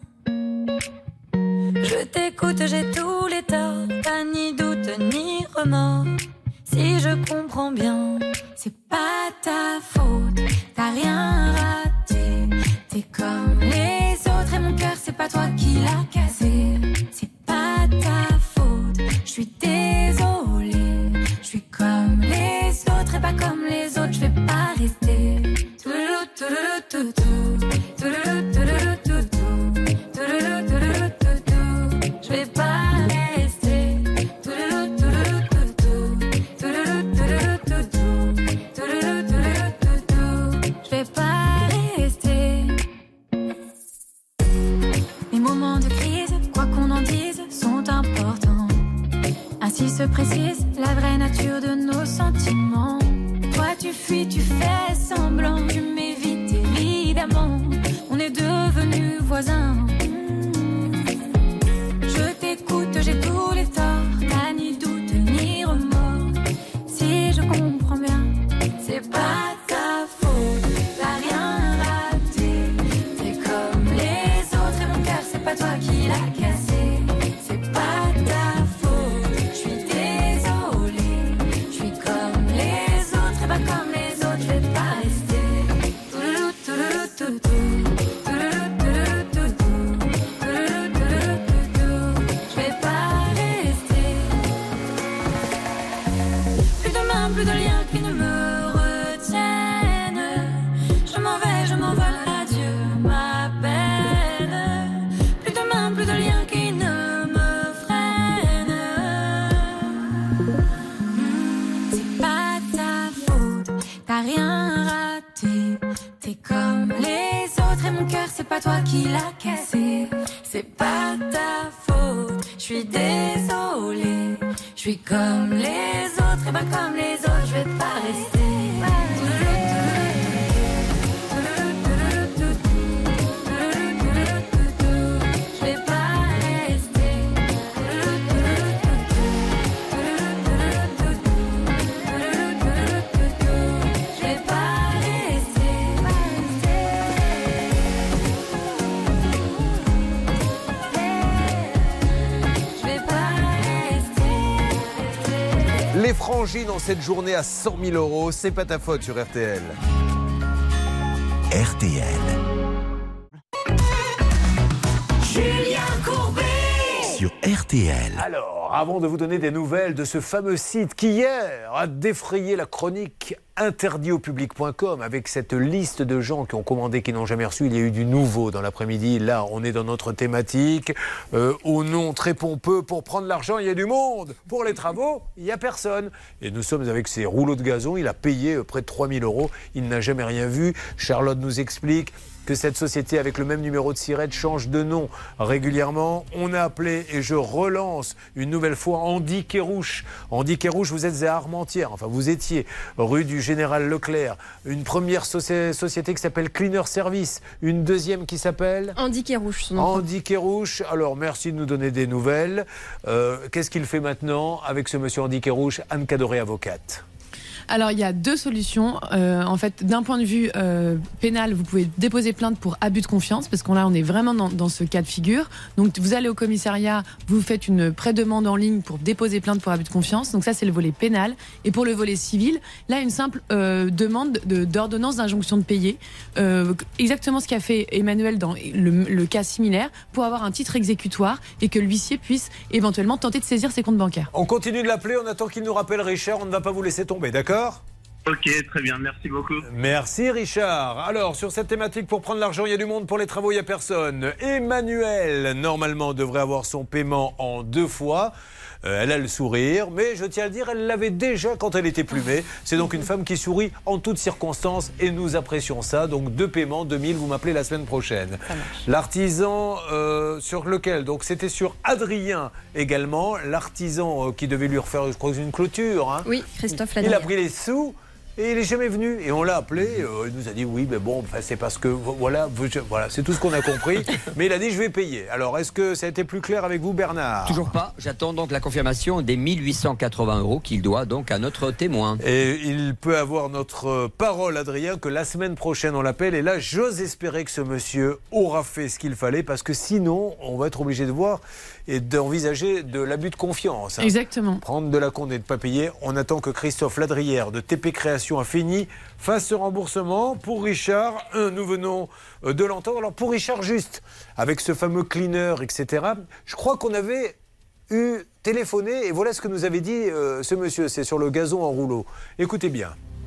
Je t'écoute, j'ai tous les torts, t'as ni doute ni remords. Si je comprends bien, c'est pas ta faute, t'as rien raté. pas comme les autres, je vais pas rester. Touloulou, touloulou, toutou. Touloulou, touloulou, toutou. Touloulou, touloulou, toutou. Je vais pas rester. Touloulou, touloulou, toutou. Touloulou, touloulou, toutou. Touloulou, touloulou, toutou. Je vais pas rester. Les moments de crise, quoi qu'on en dise, sont importants. Ainsi se précise la vraie nature de nos sentiments. Toi tu fuis, tu fais semblant, tu m'évites évidemment. On est devenus voisins. Je t'écoute, j'ai tous les torts. T'as ni doute ni remords. Si je comprends bien, c'est pas ta faute. T'as rien raté. T'es comme les autres et mon cœur, c'est pas toi qui l'as cassé. C'est pas ta faute. Je suis désolée. Je suis comme les autres et pas comme les autres. Je vais pas rester. Touloulou, touloulou, toutou. Touloulou, touloulou, toutou. Touloulou, touloulou, toutou. Je vais pas rester. Plus de mains, plus de liens qui ne me retiennent. Je m'en vais, je m'envole, adieu ma peine. Plus de mains, plus de liens qui ne me freinent. Hmm, c'est pas ta faute, t'as rien raté. T'es comme les autres et mon cœur, c'est pas toi qui l'as cassé. C'est pas ta faute, je suis désolée. Je suis comme les autres et pas comme les autres, je vais pas rester. Je vais pas rester. Je vais pas rester. Je vais pas rester. Les frangines en cette journée à cent mille euros, c'est pas ta faute sur R T L. R T L. Julien Courbet. Sur R T L. Alors, avant de vous donner des nouvelles de ce fameux site qui hier a défrayé la chronique interdit au public point com avec cette liste de gens qui ont commandé, qui n'ont jamais reçu, il y a eu du nouveau dans l'après-midi. Là, on est dans notre thématique. Euh, au nom très pompeux, pour prendre l'argent, il y a du monde. Pour les travaux, il n'y a personne. Et nous sommes avec ces rouleaux de gazon. Il a payé près de trois mille euros. Il n'a jamais rien vu. Charlotte nous explique que cette société avec le même numéro de SIRET change de nom régulièrement. On a appelé et je relance une nouvelle fois Andy Kérouche. Andy Kérouche, vous êtes à Armentières, enfin vous étiez rue du Général Leclerc. Une première soci- société qui s'appelle Cleaner Service, une deuxième qui s'appelle Andy Kérouche. Son nom. Andy Kérouche. Alors merci de nous donner des nouvelles. Euh, qu'est-ce qu'il fait maintenant avec ce monsieur Andy Kérouche? Anne Cadoré, avocate. Alors, il y a deux solutions. Euh, en fait, d'un point de vue euh, pénal, vous pouvez déposer plainte pour abus de confiance, parce qu'on là, on est vraiment dans, dans ce cas de figure. Donc, vous allez au commissariat, vous faites une pré-demande en ligne pour déposer plainte pour abus de confiance. Donc, ça, c'est le volet pénal. Et pour le volet civil, là, une simple euh, demande de, d'ordonnance d'injonction de payer. Euh, exactement ce qu'a fait Emmanuel dans le, le cas similaire, pour avoir un titre exécutoire et que l'huissier puisse éventuellement tenter de saisir ses comptes bancaires. On continue de l'appeler, on attend qu'il nous rappelle Richard. On ne va pas vous laisser tomber, d'accord ? Ok, très bien, merci beaucoup. Merci Richard. Alors, sur cette thématique, pour prendre l'argent, il y a du monde, pour les travaux, il n'y a personne. Emmanuel, normalement, devrait avoir son paiement en deux fois. Euh, elle a le sourire, mais je tiens à le dire, elle l'avait déjà quand elle était plumée. C'est donc une femme qui sourit en toutes circonstances et nous apprécions ça. Donc deux paiements, deux mille, vous m'appelez la semaine prochaine. L'artisan euh, sur lequel, donc c'était sur Adrien également, l'artisan euh, qui devait lui refaire, je crois, une clôture. Hein. Oui, Christophe Il Ladrière. a pris les sous. Et il n'est jamais venu. Et on l'a appelé. Euh, il nous a dit oui, mais bon, enfin, c'est parce que voilà, voilà, c'est tout ce qu'on a compris. Mais il a dit je vais payer. Alors, est-ce que ça a été plus clair avec vous, Bernard? Toujours pas. J'attends donc la confirmation des mille huit cent quatre-vingts euros qu'il doit donc à notre témoin. Et il peut avoir notre parole, Adrien, que la semaine prochaine on l'appelle. Et là, j'ose espérer que ce monsieur aura fait ce qu'il fallait, parce que sinon, on va être obligé de voir et d'envisager de l'abus de confiance. Hein. Exactement. Prendre de la compte et de ne pas payer. On attend que Christophe Ladrière de T P Création a fini fasse ce remboursement. Pour Richard, un, nous venons de l'entendre. Alors pour Richard, juste, avec ce fameux cleaner, et cetera, je crois qu'on avait eu téléphoné, et voilà ce que nous avait dit euh, ce monsieur, c'est sur le gazon en rouleau. Écoutez bien.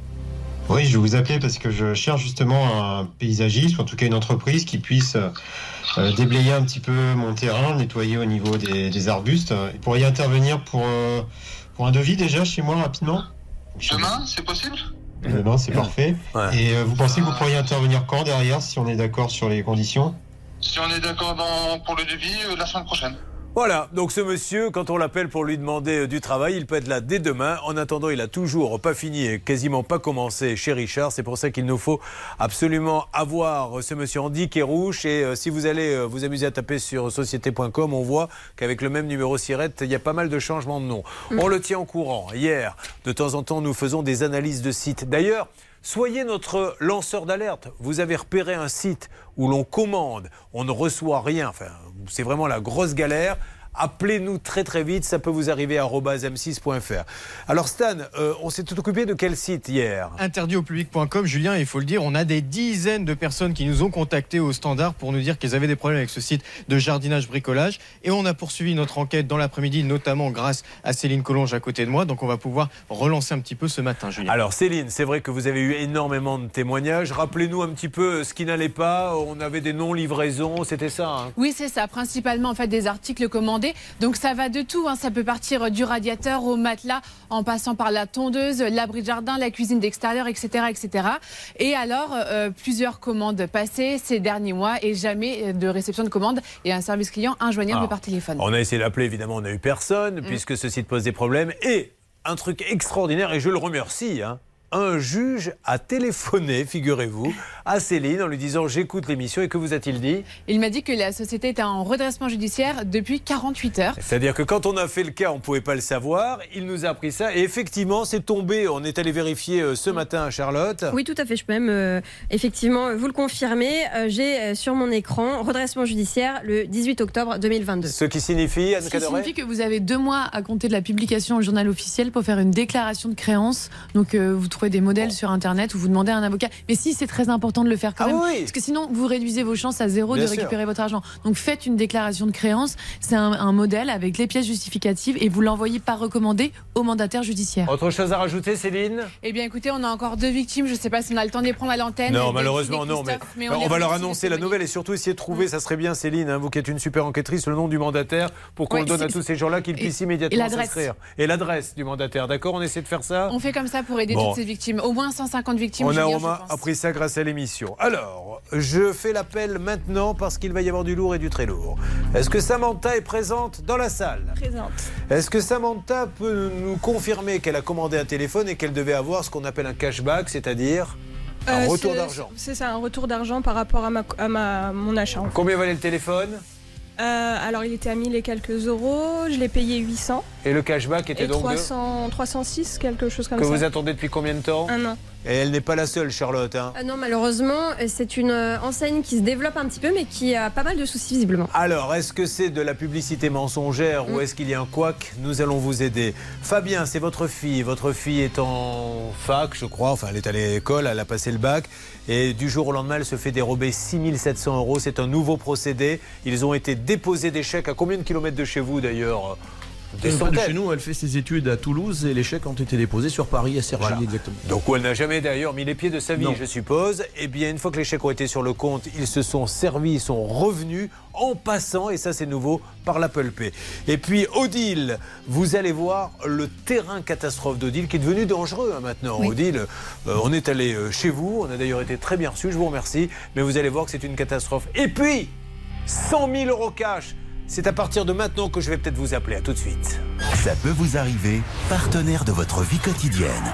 Oui, je vous appelais parce que je cherche justement un paysagiste, ou en tout cas une entreprise qui puisse euh, déblayer un petit peu mon terrain, nettoyer au niveau des, des arbustes. Vous pourriez intervenir pour, euh, pour un devis déjà chez moi rapidement? Demain, c'est possible? Demain, c'est parfait. Ouais. Et euh, vous pensez que vous pourriez intervenir quand derrière, si on est d'accord sur les conditions? Si on est d'accord dans- pour le devis, euh, la semaine prochaine. Voilà, donc ce monsieur, quand on l'appelle pour lui demander euh, du travail, il peut être là dès demain. En attendant, il a toujours pas fini et quasiment pas commencé chez Richard. C'est pour ça qu'il nous faut absolument avoir ce monsieur Andy Kérouche. Et euh, si vous allez euh, vous amuser à taper sur société point com, on voit qu'avec le même numéro SIRET, il y a pas mal de changements de nom. Mm. On le tient au courant. Hier, de temps en temps, nous faisons des analyses de sites. D'ailleurs, soyez notre lanceur d'alerte. Vous avez repéré un site où l'on commande, on ne reçoit rien. Enfin, c'est vraiment la grosse galère. Appelez-nous très très vite, ça peut vous arriver à arobase m six point f r. Alors Stan, euh, on s'est tout occupé de quel site hier? interdit au public point com, Julien, il faut le dire, on a des dizaines de personnes qui nous ont contactés au standard pour nous dire qu'elles avaient des problèmes avec ce site de jardinage bricolage, et on a poursuivi notre enquête dans l'après-midi, notamment grâce à Céline Collonge à côté de moi, donc on va pouvoir relancer un petit peu ce matin, Julien. Alors Céline, c'est vrai que vous avez eu énormément de témoignages. Rappelez-nous un petit peu ce qui n'allait pas. On avait des non-livraisons, c'était ça hein? Oui, c'est ça, principalement en fait des articles commandés. Donc ça va de tout, hein. Ça peut partir du radiateur au matelas, en passant par la tondeuse, l'abri de jardin, la cuisine d'extérieur, et cetera, et cetera. Et alors, euh, plusieurs commandes passées ces derniers mois et jamais de réception de commandes et un service client injoignable Ah. par téléphone. On a essayé d'appeler, évidemment, on n'a eu personne, Mm. puisque ce site pose des problèmes. Et un truc extraordinaire, et je le remercie, hein, un juge a téléphoné, figurez-vous, à Céline en lui disant « J'écoute l'émission » et que vous a-t-il dit? Il m'a dit que la société était en redressement judiciaire depuis quarante-huit heures. C'est-à-dire que quand on a fait le cas, on ne pouvait pas le savoir. Il nous a appris ça. Et effectivement, c'est tombé. On est allé vérifier euh, ce matin à Charlotte. Oui, tout à fait. Je peux même euh, effectivement vous le confirmer. Euh, J'ai euh, sur mon écran redressement judiciaire le dix-huit octobre deux mille vingt-deux. Ce qui signifie, Anne Ce qui Cadoré signifie que vous avez deux mois à compter de la publication au journal officiel pour faire une déclaration de créance. Donc euh, vous trouvez des modèles sur Internet où vous demandez à un avocat. Mais si, c'est très important de le faire quand Ah même. oui. Parce que sinon, vous réduisez vos chances à zéro Bien de sûr. récupérer votre argent. Donc faites une déclaration de créance. C'est un, un modèle avec les pièces justificatives et vous l'envoyez par recommandé au mandataire judiciaire. Autre chose à rajouter, Céline? Eh bien, écoutez, on a encore deux victimes. Je ne sais pas si on a le temps de les prendre à l'antenne. Non, Delphine malheureusement, et non. Mais, Christophe, mais on, les va leur remercie annoncer de la témoigner. nouvelle et surtout essayer de trouver, ça serait bien, Céline, hein, vous qui êtes une super enquêtrice, le nom du mandataire pour qu'on Ouais, le donne à c'est- tous ces gens-là qu'ils et- puissent et immédiatement l'adresse. s'inscrire. Et l'adresse du mandataire, d'accord? On essaie de faire ça? On fait comme ça pour aider Bon. toutes ces victimes. Au moins cent cinquante victimes. On a Julien, au je moins pense. appris ça grâce à l'émission. Alors, je fais l'appel maintenant parce qu'il va y avoir du lourd et du très lourd. Est-ce que Samantha est présente dans la salle? Présente. Est-ce que Samantha peut nous confirmer qu'elle a commandé un téléphone et qu'elle devait avoir ce qu'on appelle un cashback, c'est-à-dire un Euh, retour c'est- d'argent? C'est ça, un retour d'argent par rapport à, ma, à ma, mon achat. en fait. Combien valait le téléphone? Euh, alors, il était à mille et quelques euros. Je l'ai payé huit cents. Et le cashback était Et donc trois de... cents, trois cent six, quelque chose comme que ça. vous attendez depuis combien de temps? Un an. Et elle n'est pas la seule, Charlotte. Hein. Ah non, malheureusement, euh, c'est une euh, enseigne qui se développe un petit peu, mais qui a pas mal de soucis visiblement. Alors, est-ce que c'est de la publicité mensongère ou est-ce qu'il y a un couac? Nous allons vous aider. Fabien, c'est votre fille. Votre fille est en fac, je crois. Enfin, elle est à l'école, elle a passé le bac. Et du jour au lendemain, elle se fait dérober six mille sept cents euros. C'est un nouveau procédé. Ils ont été déposés des chèques. À combien de kilomètres de chez vous, d'ailleurs? Des Euh, pas de centaines. chez nous, elle fait ses études à Toulouse et les chèques ont été déposés sur Paris, à Cergy, Voilà. exactement. Donc où elle n'a jamais d'ailleurs mis les pieds de sa vie, Non. je suppose. Eh bien, une fois que les chèques ont été sur le compte, ils se sont servis, ils sont revenus en passant, et ça c'est nouveau, par l'Apple Pay. Et puis Odile, vous allez voir le terrain catastrophe d'Odile qui est devenu dangereux hein, maintenant. Oui. Odile, euh, on est allé euh, chez vous, on a d'ailleurs été très bien reçus, je vous remercie, mais vous allez voir que c'est une catastrophe. Et puis, cent mille euros cash. C'est à partir de maintenant que je vais peut-être vous appeler. À tout de suite. Ça peut vous arriver, partenaire de votre vie quotidienne.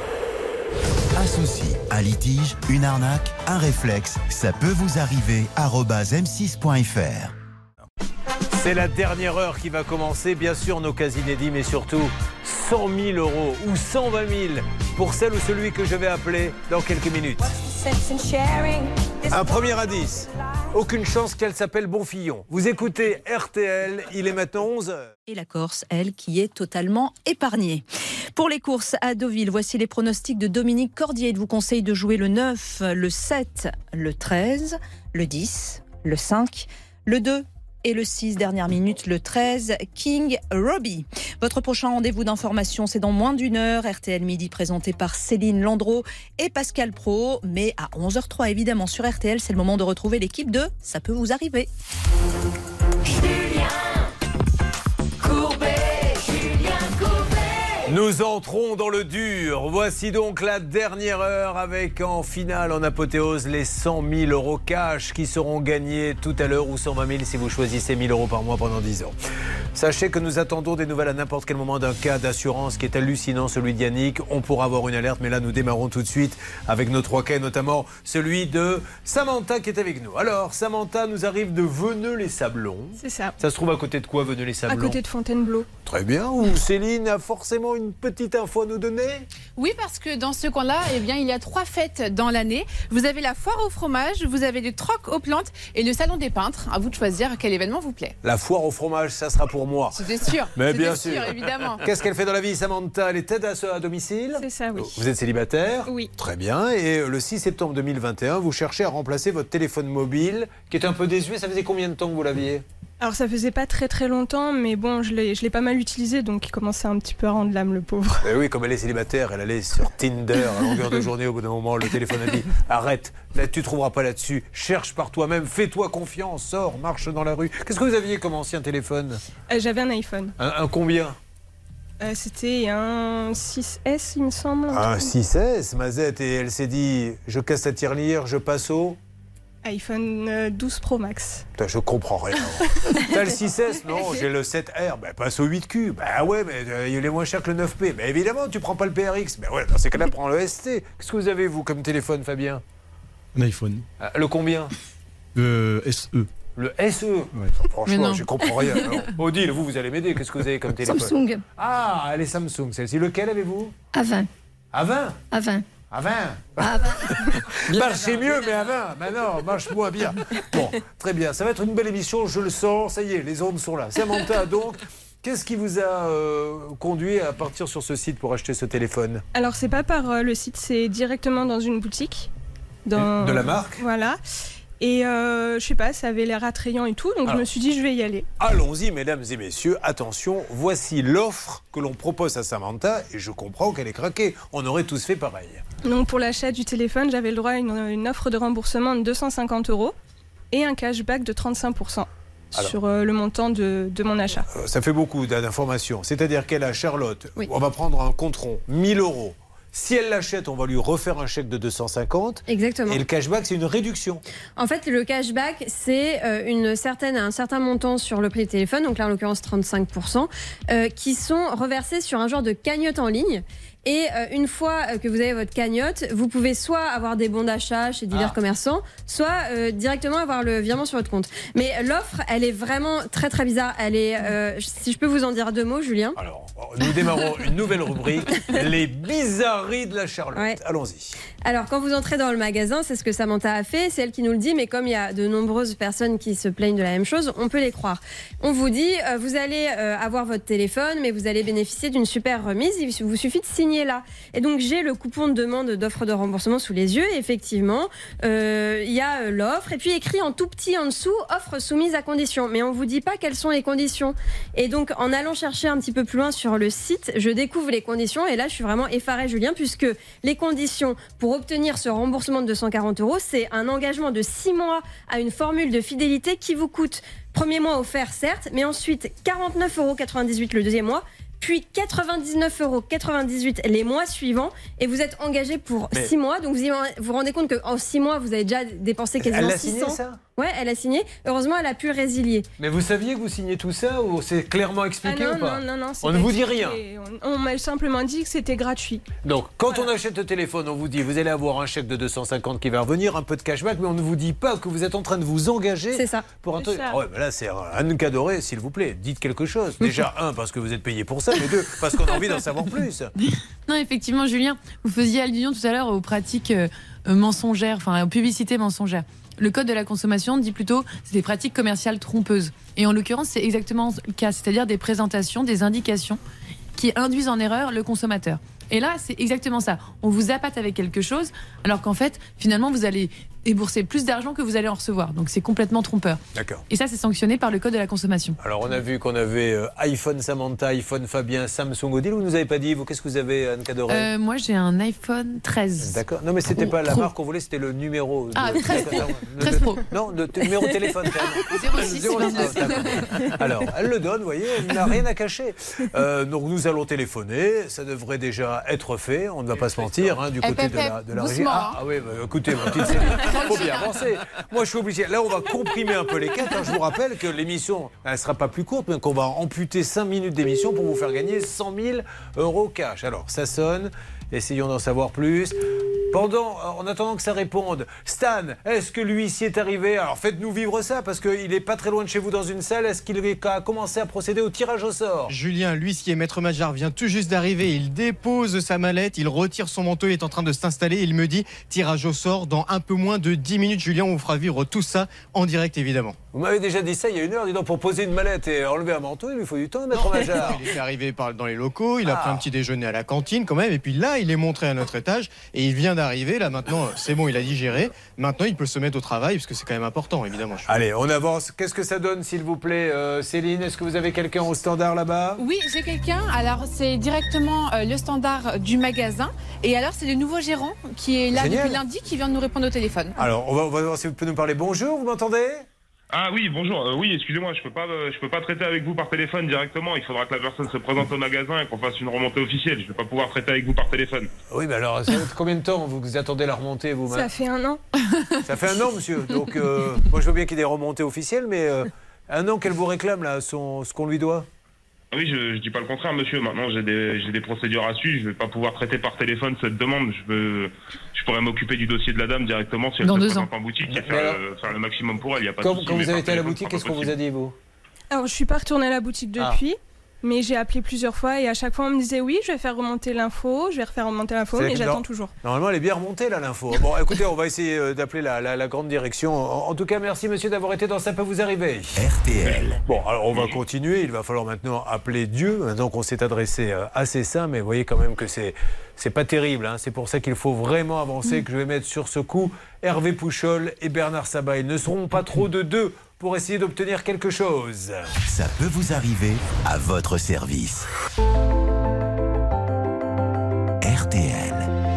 Un souci, un litige, une arnaque, un réflexe, ça peut vous arriver, arobase m six point f r. C'est la dernière heure qui va commencer. Bien sûr, nos cas inédits, mais surtout cent mille euros ou cent vingt mille pour celle ou celui que je vais appeler dans quelques minutes. Un premier indice. Aucune chance qu'elle s'appelle Bonfillon. Vous écoutez R T L, il est maintenant onze heures. Et la Corse, elle, qui est totalement épargnée. Pour les courses à Deauville, voici les pronostics de Dominique Cordier. Il vous conseille de jouer le neuf, le sept, le treize, le dix, le cinq, le deux, et le six, dernière minute, le treize, King Robbie. Votre prochain rendez-vous d'information, c'est dans moins d'une heure. R T L Midi présenté par Céline Landreau et Pascal Praud. Mais à onze heures zéro trois, évidemment, sur R T L, c'est le moment de retrouver l'équipe de Ça peut vous arriver. Nous entrons dans le dur. Voici donc la dernière heure avec en finale, en apothéose, les cent mille euros cash qui seront gagnés tout à l'heure ou cent vingt mille si vous choisissez mille euros par mois pendant dix ans. Sachez que nous attendons des nouvelles à n'importe quel moment d'un cas d'assurance qui est hallucinant, celui de Yannick. On pourra avoir une alerte, mais là nous démarrons tout de suite avec nos trois cas, notamment celui de Samantha qui est avec nous. Alors, Samantha nous arrive de Veneux-les-Sablons. C'est ça. Ça se trouve à côté de quoi, À Veneux-les-Sablons? côté de Fontainebleau. Très bien. Ou Céline a forcément une petite info à nous donner? Oui, parce que dans ce coin-là, eh bien, il y a trois fêtes dans l'année. Vous avez la foire au fromage, vous avez le troc aux plantes et le salon des peintres. À vous de choisir quel événement vous plaît. La foire au fromage, ça sera pour moi. C'était sûr. Mais C'était bien sûr, sûr. évidemment. Qu'est-ce qu'elle fait dans la vie, Samantha? Elle est aide à, à domicile? C'est ça, oui. Vous êtes célibataire? Oui. Très bien. Et le six septembre deux mille vingt et un, vous cherchez à remplacer votre téléphone mobile qui est un peu désuet. Ça faisait combien de temps que vous l'aviez? Alors ça faisait pas très très longtemps, mais bon, je l'ai, je l'ai pas mal utilisé, donc il commençait un petit peu à rendre l'âme, le pauvre. Eh oui, comme elle est célibataire, elle allait sur Tinder à longueur de journée. Au bout d'un moment, le téléphone a dit arrête, là, tu trouveras pas là-dessus. Cherche par toi-même, fais-toi confiance, sors, marche dans la rue. Qu'est-ce que vous aviez comme ancien téléphone? Euh, j'avais un iPhone. Un, un combien? Euh, c'était un six S, il me semble. Un six S, Mazette, et elle s'est dit je casse ta tirelire, je passe au... iPhone euh, douze Pro Max. Putain, je comprends rien. T'as le six S? Non, j'ai le sept R. Ben, passe au huit Q. Ben ouais, mais euh, il est moins cher que le neuf P. Ben évidemment, tu prends pas le P R X. Ben ouais, dans ces cas-là, prends le S T. Qu'est-ce que vous avez, vous, comme téléphone, Fabien? Un iPhone. Ah, le combien? Le S E. Le S E? Franchement, je comprends rien. Alors, Odile, vous, vous allez m'aider. Qu'est-ce que vous avez comme téléphone? Samsung. Ah, elle est Samsung, celle-ci. Lequel avez-vous? A vingt. À vingt? A vingt. À vingt? À vingt. Marchez mieux, mais à vingt. Mais non, marche moins bien. Bon, très bien. Ça va être une belle émission, je le sens. Ça y est, les ondes sont là. Samantha, donc, qu'est-ce qui vous a euh, conduit à partir sur ce site pour acheter ce téléphone? Alors c'est pas par euh, le site, c'est directement dans une boutique. Dans... De la marque? Voilà. Et euh, je sais pas, ça avait l'air attrayant et tout, donc Alors, je me suis dit je vais y aller. Allons-y, mesdames et messieurs. Attention, voici l'offre que l'on propose à Samantha et je comprends qu'elle est craquée. On aurait tous fait pareil. Donc pour l'achat du téléphone, j'avais le droit à une, une offre de remboursement de deux cent cinquante euros et un cashback de trente-cinq pour cent Alors, sur euh, le montant de, de mon achat. Euh, ça fait beaucoup d'informations. C'est-à-dire qu'elle a, Charlotte, Oui. on va prendre un compte rond, mille euros. Si elle l'achète, on va lui refaire un chèque de deux cent cinquante. Exactement. Et le cashback, c'est une réduction. En fait, le cashback, c'est euh, une certaine, un certain montant sur le prix du téléphone, donc là en l'occurrence trente-cinq pour cent, euh, qui sont reversés sur un genre de cagnotte en ligne. Et euh, une fois que vous avez votre cagnotte, vous pouvez soit avoir des bons d'achat chez divers Ah. commerçants, soit euh, directement avoir le virement sur votre compte. Mais l'offre, elle est vraiment très très bizarre. Elle est, euh, si je peux vous en dire deux mots, Julien. Alors, nous démarrons une nouvelle rubrique, les bizarreries de la Charlotte. Ouais. Allons-y. Alors, quand vous entrez dans le magasin, c'est ce que Samantha a fait, c'est elle qui nous le dit, mais comme il y a de nombreuses personnes qui se plaignent de la même chose, on peut les croire. On vous dit, euh, vous allez euh, avoir votre téléphone, mais vous allez bénéficier d'une super remise, il vous suffit de signer là. Et donc, j'ai le coupon de demande d'offre de remboursement sous les yeux, et effectivement, euh, il y a euh, l'offre, et puis écrit en tout petit en dessous, offre soumise à condition. Mais on vous dit pas quelles sont les conditions. Et donc, en allant chercher un petit peu plus loin sur le site, je découvre les conditions, et là, je suis vraiment effarée, Julien, puisque les conditions pour obtenir ce remboursement de deux cent quarante euros, c'est un engagement de six mois à une formule de fidélité qui vous coûte, premier mois offert certes, mais ensuite quarante-neuf euros quatre-vingt-dix-huit le deuxième mois, puis quatre-vingt-dix-neuf euros quatre-vingt-dix-huit les mois suivants, et vous êtes engagé pour Mais- six mois. Donc vous vous vous rendez compte qu'en six mois, vous avez déjà dépensé quasiment Elle l'a six signé, cents. ça? Ouais, elle a signé. Heureusement, elle a pu résilier. Mais vous saviez que vous signez tout ça ou c'est clairement Ah expliqué non, ou pas? non, non, non, c'est On ne pas vous dit expliqué. rien. On, on m'a simplement dit que c'était gratuit. Donc, quand on achète le téléphone, on vous dit vous allez avoir un chèque de deux cent cinquante qui va revenir, un peu de cashback, mais on ne vous dit pas que vous êtes en train de vous engager C'est ça. pour un C'est truc. ça. Ah ouais, mais là, c'est un cadoré, s'il vous plaît. Dites quelque chose. Déjà, un, parce que vous êtes payé pour ça, mais deux, parce qu'on a envie d'en savoir plus. Non, effectivement, Julien, vous faisiez allusion tout à l'heure aux pratiques euh, euh, mensongères, enfin aux publicités mensongères. Le code de la consommation dit plutôt c'est des pratiques commerciales trompeuses. Et en l'occurrence, c'est exactement le cas, c'est-à-dire des présentations, des indications qui induisent en erreur le consommateur. Et là, c'est exactement ça. On vous appâte avec quelque chose, alors qu'en fait, finalement, vous allez débourser plus d'argent que vous allez en recevoir. Donc c'est complètement trompeur. D'accord. Et ça, c'est sanctionné par le code de la consommation. Alors on a vu qu'on avait euh, iPhone Samantha, iPhone Fabien, Samsung Odile. Vous nous avez pas dit, vous, qu'est-ce que vous avez, Anne Cadoret? Euh, moi, j'ai un iPhone treize. D'accord. Non, mais c'était Pro. pas la Pro. marque qu'on voulait, c'était le numéro. De... Ah, treize Pro. Le- treize Pro. Non, le t- numéro de téléphone. zéro six Ah, d'accord. Alors, elle le donne, vous voyez, elle n'a rien à cacher. Euh, donc nous allons téléphoner, ça devrait déjà être fait, on ne va pas se mentir, hein, du Eh, côté Pep, de la, de la régie. doucement, Ah, hein. ah oui, bah, écoutez, ma petite Céline, il faut bien avancer. Moi, je suis obligé. Là, on va comprimer un peu les quêtes. hein. Je vous rappelle que l'émission, elle ne sera pas plus courte, mais qu'on va amputer cinq minutes d'émission pour vous faire gagner cent mille euros cash. Alors, ça sonne. Essayons d'en savoir plus. Pendant, en attendant que ça réponde, Stan, est-ce que l'huissier est arrivé? Alors faites-nous vivre ça, parce qu'il n'est pas très loin de chez vous dans une salle. Est-ce qu'il a commencé à procéder au tirage au sort? Julien, l'huissier, maître Madjar, vient tout juste d'arriver. Il dépose sa mallette, il retire son manteau, il est en train de s'installer. Il me dit tirage au sort dans un peu moins de dix minutes. Julien, on vous fera vivre tout ça en direct, évidemment. Vous m'avez déjà dit ça il y a une heure. Dis donc, pour poser une mallette et enlever un manteau, il lui faut du temps, maître Madjar. Il est arrivé par- dans les locaux, il a Ah. pris un petit déjeuner à la cantine quand même. Et puis là, il est montré à notre étage et il vient d'arriver. Là maintenant, c'est bon, il a digéré. Maintenant, il peut se mettre au travail parce que c'est quand même important, évidemment. Allez, on avance. Qu'est-ce que ça donne, s'il vous plaît, euh, Céline? Est-ce que vous avez quelqu'un au standard là-bas? Oui, j'ai quelqu'un. Alors, c'est directement euh, le standard du magasin. Et alors, c'est le nouveau gérant qui est là Génial. depuis lundi qui vient de nous répondre au téléphone. Alors, on va, on va voir si vous pouvez nous parler. Bonjour, vous m'entendez? Ah oui, bonjour. Euh, oui, excusez-moi, je peux pas, euh, je peux pas traiter avec vous par téléphone directement. Il faudra que la personne se présente au magasin et qu'on fasse une remontée officielle. Je vais pas pouvoir traiter avec vous par téléphone. Oui, mais alors, ça va être combien de temps vous, vous attendez la remontée, vous Ça fait un an. Ça fait un an, monsieur. Donc, euh, moi, je veux bien qu'il y ait des remontées officielles, mais euh, un an qu'elle vous réclame, là, son, ce qu'on lui doit. Oui, je, je dis pas le contraire, monsieur. Maintenant, j'ai des, j'ai des procédures à suivre. Je vais pas pouvoir traiter par téléphone cette demande. Je veux, je pourrais m'occuper du dossier de la dame directement si elle Dans se deux présente ans. en boutique et Mais faire, alors- le, faire le maximum pour elle. Il y a pas Quand, de souci, quand mais vous avez par été à la téléphone, boutique, ce qu'est-ce sera qu'on pas vous a possible. dit, vous? Alors, je suis pas retournée à la boutique Ah. depuis. Mais j'ai appelé plusieurs fois et à chaque fois on me disait oui, je vais faire remonter l'info, je vais refaire remonter l'info, C'est mais que j'attends non- toujours. Normalement, elle est bien remontée, là, l'info. Bon, écoutez, on va essayer euh, d'appeler la, la- la grande direction. En, en tout cas, merci, monsieur, d'avoir été dans Ça peut vous arriver. R T L. Bon, alors, on va continuer. Il va falloir maintenant appeler Dieu. Maintenant qu'on s'est adressé euh, assez ça, mais vous voyez quand même que c'est, c'est pas terrible. hein. C'est pour ça qu'il faut vraiment avancer, que je vais mettre sur ce coup Hervé Pouchol et Bernard Sabat. Ils ne seront pas trop de deux pour essayer d'obtenir quelque chose. Ça peut vous arriver à votre service. R T L.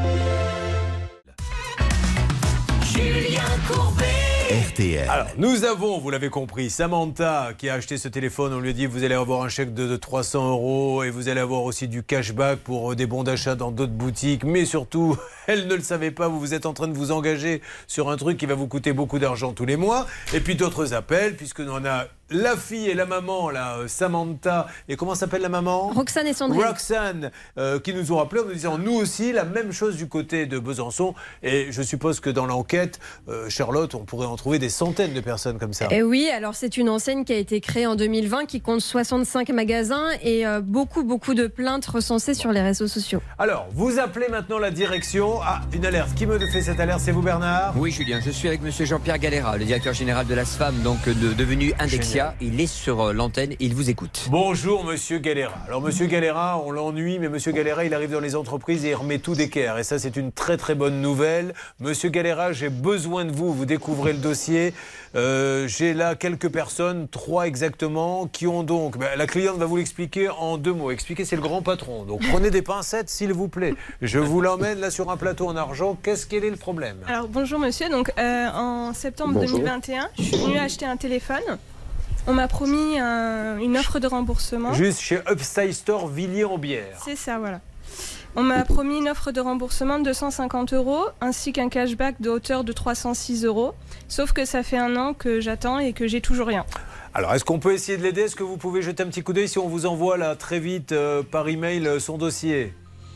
Julien Courbet. R T L. Alors, nous avons, vous l'avez compris, Samantha qui a acheté ce téléphone. On lui a dit vous allez avoir un chèque de, de trois cents euros et vous allez avoir aussi du cashback pour euh, des bons d'achat dans d'autres boutiques. Mais surtout, elle ne le savait pas, vous vous êtes en train de vous engager sur un truc qui va vous coûter beaucoup d'argent tous les mois. Et puis d'autres appels, puisque nous en a la fille et la maman, là, euh, Samantha, et comment s'appelle la maman? Roxane et Sandrine. Roxane, euh, qui nous ont rappelé en nous disant nous aussi la même chose du côté de Besançon. Et je suppose que dans l'enquête, euh, Charlotte, on pourrait en trouver des centaines de personnes comme ça. Et oui, alors c'est une enseigne qui a été créée en deux mille vingt, qui compte soixante-cinq magasins et euh, beaucoup, beaucoup de plaintes recensées sur les réseaux sociaux. Alors, vous appelez maintenant la direction. Ah, une alerte. Qui me fait cette alerte? C'est vous, Bernard? Oui, Julien, je suis avec monsieur Jean-Pierre Galera, le directeur général de l'A S F A M, donc de- devenu Indexia. Il est sur euh, l'antenne, il vous écoute. Bonjour, monsieur Galera. Alors, monsieur Galera, on l'ennuie, mais monsieur Galera, il arrive dans les entreprises et il remet tout d'équerre. Et ça, c'est une très, très bonne nouvelle. Monsieur Galera, j'ai besoin de vous. Vous découvrez le dossier. Euh, j'ai là quelques personnes, trois exactement, qui ont donc... Ben, la cliente va vous l'expliquer en deux mots. Expliquez, c'est le grand patron. Donc, prenez des pincettes, s'il vous plaît. Je vous l'emmène là sur un plateau en argent. Qu'est-ce qu'est le problème? Alors bonjour monsieur, donc euh, en septembre Bonjour. deux mille vingt et un, je suis venue acheter un téléphone. On m'a promis un- une offre de remboursement. Juste chez Upstyle Store Villiers-en-Bière. C'est ça, voilà. On m'a promis une offre de remboursement de deux cent cinquante euros ainsi qu'un cashback de hauteur de trois cent six euros. Sauf que ça fait un an que j'attends et que j'ai toujours rien. Alors, est-ce qu'on peut essayer de l'aider? Est-ce que vous pouvez jeter un petit coup d'œil si on vous envoie là très vite euh, par email euh, son dossier?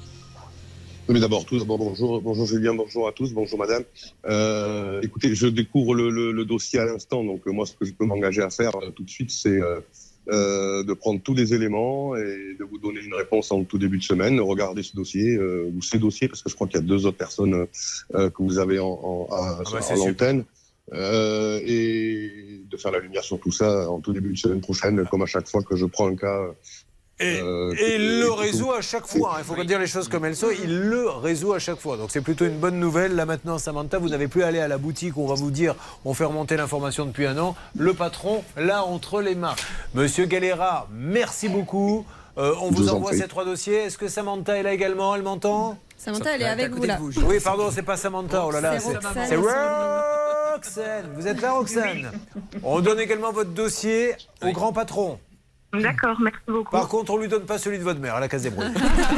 Oui, mais d'abord, tout d'abord, bonjour, bonjour Julien, bonjour à tous, bonjour madame. Euh, écoutez, je découvre le, le, le dossier à l'instant, donc euh, moi, ce que je peux m'engager à faire euh, tout de suite, c'est euh, euh, de prendre tous les éléments et de vous donner une réponse en tout début de semaine, regarder ce dossier, euh, ou ces dossiers, parce que je crois qu'il y a deux autres personnes euh, que vous avez en, en, à, Ah bah, à c'est l'antenne. Euh, et de faire la lumière sur tout ça en tout début de semaine prochaine, comme à chaque fois que je prends un cas Et, Euh, et il le du résout coup- à chaque fois. hein. Il faut pas dire les choses comme elles sont. Il le résout à chaque fois. Donc c'est plutôt une bonne nouvelle. Là maintenant, Samantha, vous n'avez plus à aller à la boutique où on va vous dire on fait remonter l'information depuis un an. Le patron l'a entre les mains. Monsieur Galera, merci beaucoup. Euh, on Je vous vous en envoie prie. ces trois dossiers. Est-ce que Samantha est là également? Elle m'entend? Samantha, elle est avec vous là. Oui, pardon, c'est pas Samantha. Oh là là, C'est c'est Roxane. c'est Roxane. Vous êtes là, Roxane? On donne également votre dossier au grand patron. D'accord, merci beaucoup. Par contre, on lui donne pas celui de votre mère à la case des brouilles.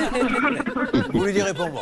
Vous lui direz pour moi.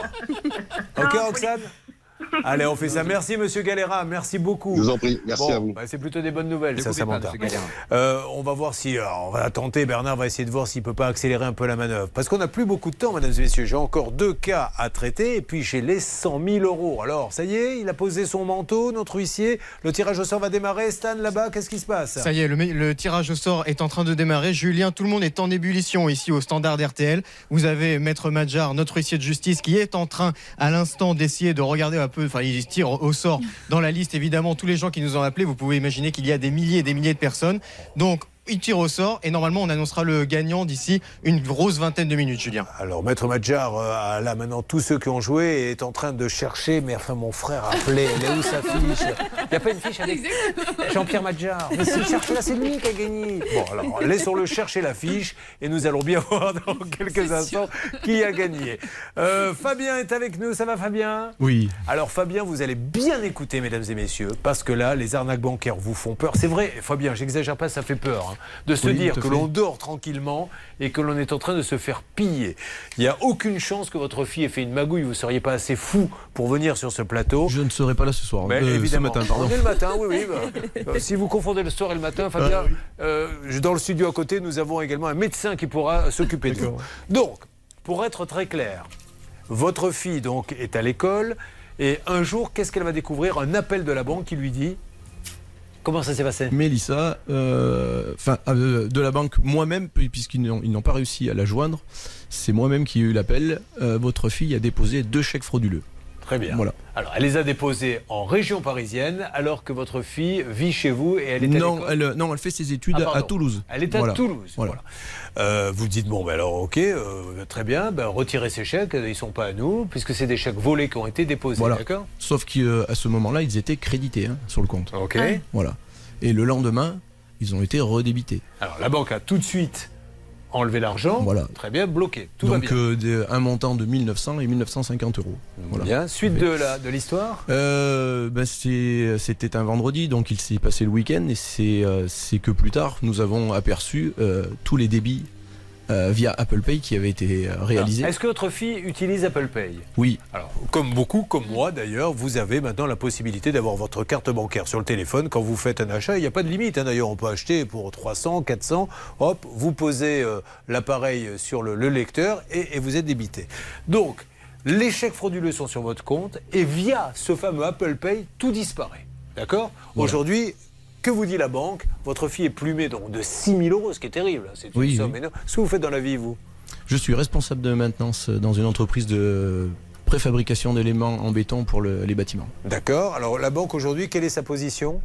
Ok, Roxane? Allez, on fait ça. Merci, monsieur Galera. Merci beaucoup. Je vous en prie. Merci Bon, à vous. bah, c'est plutôt des bonnes nouvelles, Ne ça, coupez pas, Samantha. monsieur Galera. Euh, on va voir si. Alors, on va tenter. Bernard va essayer de voir s'il peut pas accélérer un peu la manœuvre. Parce qu'on n'a plus beaucoup de temps, mesdames et messieurs. J'ai encore deux cas à traiter. Et puis, j'ai les cent mille euros. Alors, ça y est, il a posé son manteau, notre huissier. Le tirage au sort va démarrer. Stan, là-bas, qu'est-ce qui se passe? Ça y est, le, le tirage au sort est en train de démarrer. Julien, tout le monde est en ébullition ici au standard R T L. Vous avez Maître Madjar, notre huissier de justice, qui est en train à l'instant d'essayer de regarder un peu, enfin il tire au sort dans la liste évidemment tous les gens qui nous ont appelés. Vous pouvez imaginer qu'il y a des milliers et des milliers de personnes. Donc il tire au sort et normalement on annoncera le gagnant d'ici une grosse vingtaine de minutes, Julien. Alors, Maître Madjar, euh, là maintenant, tous ceux qui ont joué est en train de chercher. Mais enfin, mon frère a appelé. Elle est où sa fiche? Il n'y a pas une fiche avec Jean-Pierre Madjar. Mais s'il cherche là, c'est lui qui a gagné. Bon, alors, laissons-le chercher la fiche et nous allons bien voir dans quelques instants qui a gagné. Euh, Fabien est avec nous. Ça va, Fabien? Oui. Alors, Fabien, vous allez bien écouter, mesdames et messieurs, parce que là, les arnaques bancaires vous font peur. C'est vrai, Fabien, j'exagère pas, ça fait peur. Hein, de se Oui, dire tout à que fait. l'on dort tranquillement et que l'on est en train de se faire piller. Il n'y a aucune chance que votre fille ait fait une magouille. Vous ne seriez pas assez fou pour venir sur ce plateau. Je ne serai pas là ce soir. Mais Euh, évidemment. Ce matin, pardon. On est le matin, oui, oui. bah, euh, si vous confondez le soir et le matin, Fabien, euh, je- dans le studio à côté, nous avons également un médecin qui pourra s'occuper de vous. Donc, pour être très clair, votre fille donc est à l'école et un jour, qu'est-ce qu'elle va découvrir? Un appel de la banque qui lui dit... Comment ça s'est passé? Mélissa, euh, enfin, euh, de la banque, moi-même, puis- puisqu'ils n'ont ils n'ont pas réussi à la joindre, c'est moi-même qui ai eu l'appel. Euh, votre fille a déposé deux chèques frauduleux. Très bien. Voilà. Alors, elle les a déposés en région parisienne, alors que votre fille vit chez vous et elle est à Non, l'école. elle, non, elle fait ses études Ah, à pardon. Toulouse. Elle est à Voilà. Toulouse. Voilà. Voilà. Euh, vous dites, bon, ben alors, ok, euh, très bien, ben, retirez ces chèques, ils ne sont pas à nous, puisque c'est des chèques volés qui ont été déposés. Voilà. D'accord? Sauf qu'à ce moment-là, ils étaient crédités hein, sur le compte. Ok. Voilà. Et le lendemain, ils ont été redébités. Alors, la banque a tout de suite enlevé l'argent. Voilà. Très bien, bloqué. Tout va Donc bien. euh, de- un montant de mille neuf cents et mille neuf cent cinquante euros. Voilà. Bien. Suite de la- de l'histoire Euh, ben, c'est- C'était un vendredi, donc il s'est passé le week-end, et c'est euh, c'est que plus tard, nous avons aperçu euh, tous les débits euh, via Apple Pay qui avaient été euh, réalisés. Alors, est-ce que votre fille utilise Apple Pay? Oui. Alors, comme beaucoup, comme moi d'ailleurs, vous avez maintenant la possibilité d'avoir votre carte bancaire sur le téléphone. Quand vous faites un achat, il n'y a pas de limite. hein. D'ailleurs, on peut acheter pour trois cents, quatre cents. Hop, vous posez euh, l'appareil sur le, le lecteur et, et vous êtes débité. Donc, les chèques frauduleux sont sur votre compte et via ce fameux Apple Pay, tout disparaît. D'accord? Voilà. Aujourd'hui, que vous dit la banque? Votre fille est plumée donc de six mille euros, ce qui est terrible. hein. C'est une Oui, somme oui. énorme. Ce que vous faites dans la vie, vous? Je suis responsable de maintenance dans une entreprise de préfabrication d'éléments en béton pour le- les bâtiments. D'accord. Alors, la banque aujourd'hui, quelle est sa position?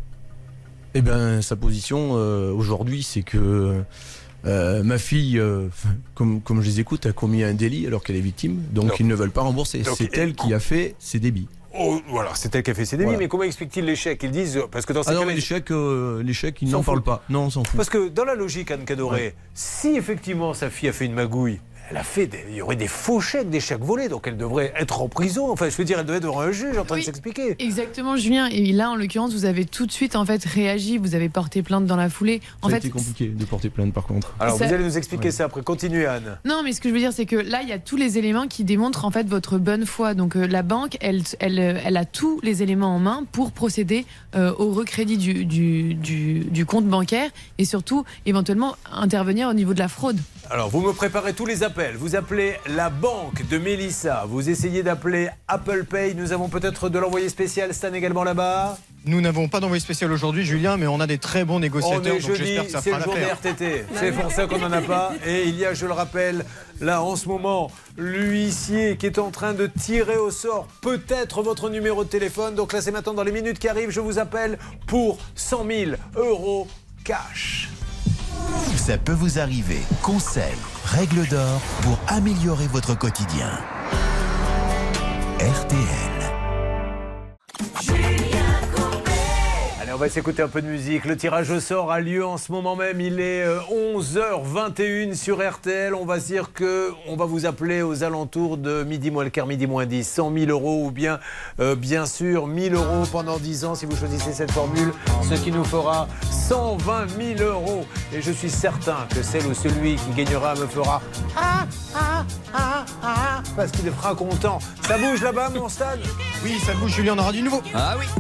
Eh bien, sa position euh, aujourd'hui, c'est que euh, ma fille, euh, comme, comme je les écoute, a commis un délit alors qu'elle est victime, donc Non. ils ne veulent pas rembourser. Donc, C'est et- elle qui a fait ses débits. Oh, voilà, c'est elle qui a fait ses débits, Voilà. mais comment expliquent-ils les chèques? Ils disent, parce que dans ces Ah non, cas-là, mais les ils- chèques, euh, les chèques, ils S'en n'en parlent foutent. pas. Non, on s'en fout. parce que dans la logique, Anne Cadoré, Ouais. si effectivement sa fille a fait une magouille, elle a fait des, il y aurait des faux chèques, des chèques volés, donc elle devrait être en prison. Enfin, je veux dire, elle devrait être devant un juge en train Oui. de s'expliquer. Exactement, Julien. Et là, en l'occurrence, vous avez tout de suite en fait réagi. Vous avez porté plainte dans la foulée. En Ça a fait, été compliqué de porter plainte par contre. Alors, Ça- vous allez nous expliquer Ouais. ça après. Continuez, Anne. non, mais ce que je veux dire, c'est que là, il y a tous les éléments qui démontrent en fait votre bonne foi. Donc, euh, la banque, elle, elle, euh, elle a tous les éléments en main pour procéder euh, au recrédit du, du, du, du compte bancaire et surtout, éventuellement, intervenir au niveau de la fraude. Alors, vous me préparez tous les appels. Vous appelez la banque de Mélissa. Vous essayez d'appeler Apple Pay. Nous avons peut-être de l'envoyé spécial. Stan également là-bas. Nous n'avons pas d'envoyé spécial aujourd'hui, Julien, mais on a des très bons On négociateurs, est donc jeudi, j'espère que ça c'est fera le jour des l'affaire. R T T. C'est pour ça qu'on n'en a pas. Et il y a, je le rappelle, là en ce moment, l'huissier qui est en train de tirer au sort peut-être votre numéro de téléphone. Donc là, c'est maintenant dans les minutes qui arrivent. Je vous appelle pour cent mille euros cash. Ça peut vous arriver. Conseil Règle d'or pour améliorer votre quotidien. R T L. Allez, on va s'écouter un peu de musique. Le tirage au sort a lieu en ce moment même. Il est onze heures vingt et une sur R T L. On va se dire qu'on va vous appeler aux alentours de midi moins le quart, midi moins dix. cent mille euros ou bien, euh, bien sûr, mille euros pendant dix ans si vous choisissez cette formule. Ce qui nous fera cent vingt mille euros. Et je suis certain que celle ou celui qui gagnera me fera ah, ah, ah, ah, parce qu'il sera content. Ça bouge là-bas, mon stade? Oui, ça bouge, Julien, on aura du nouveau. Ah oui.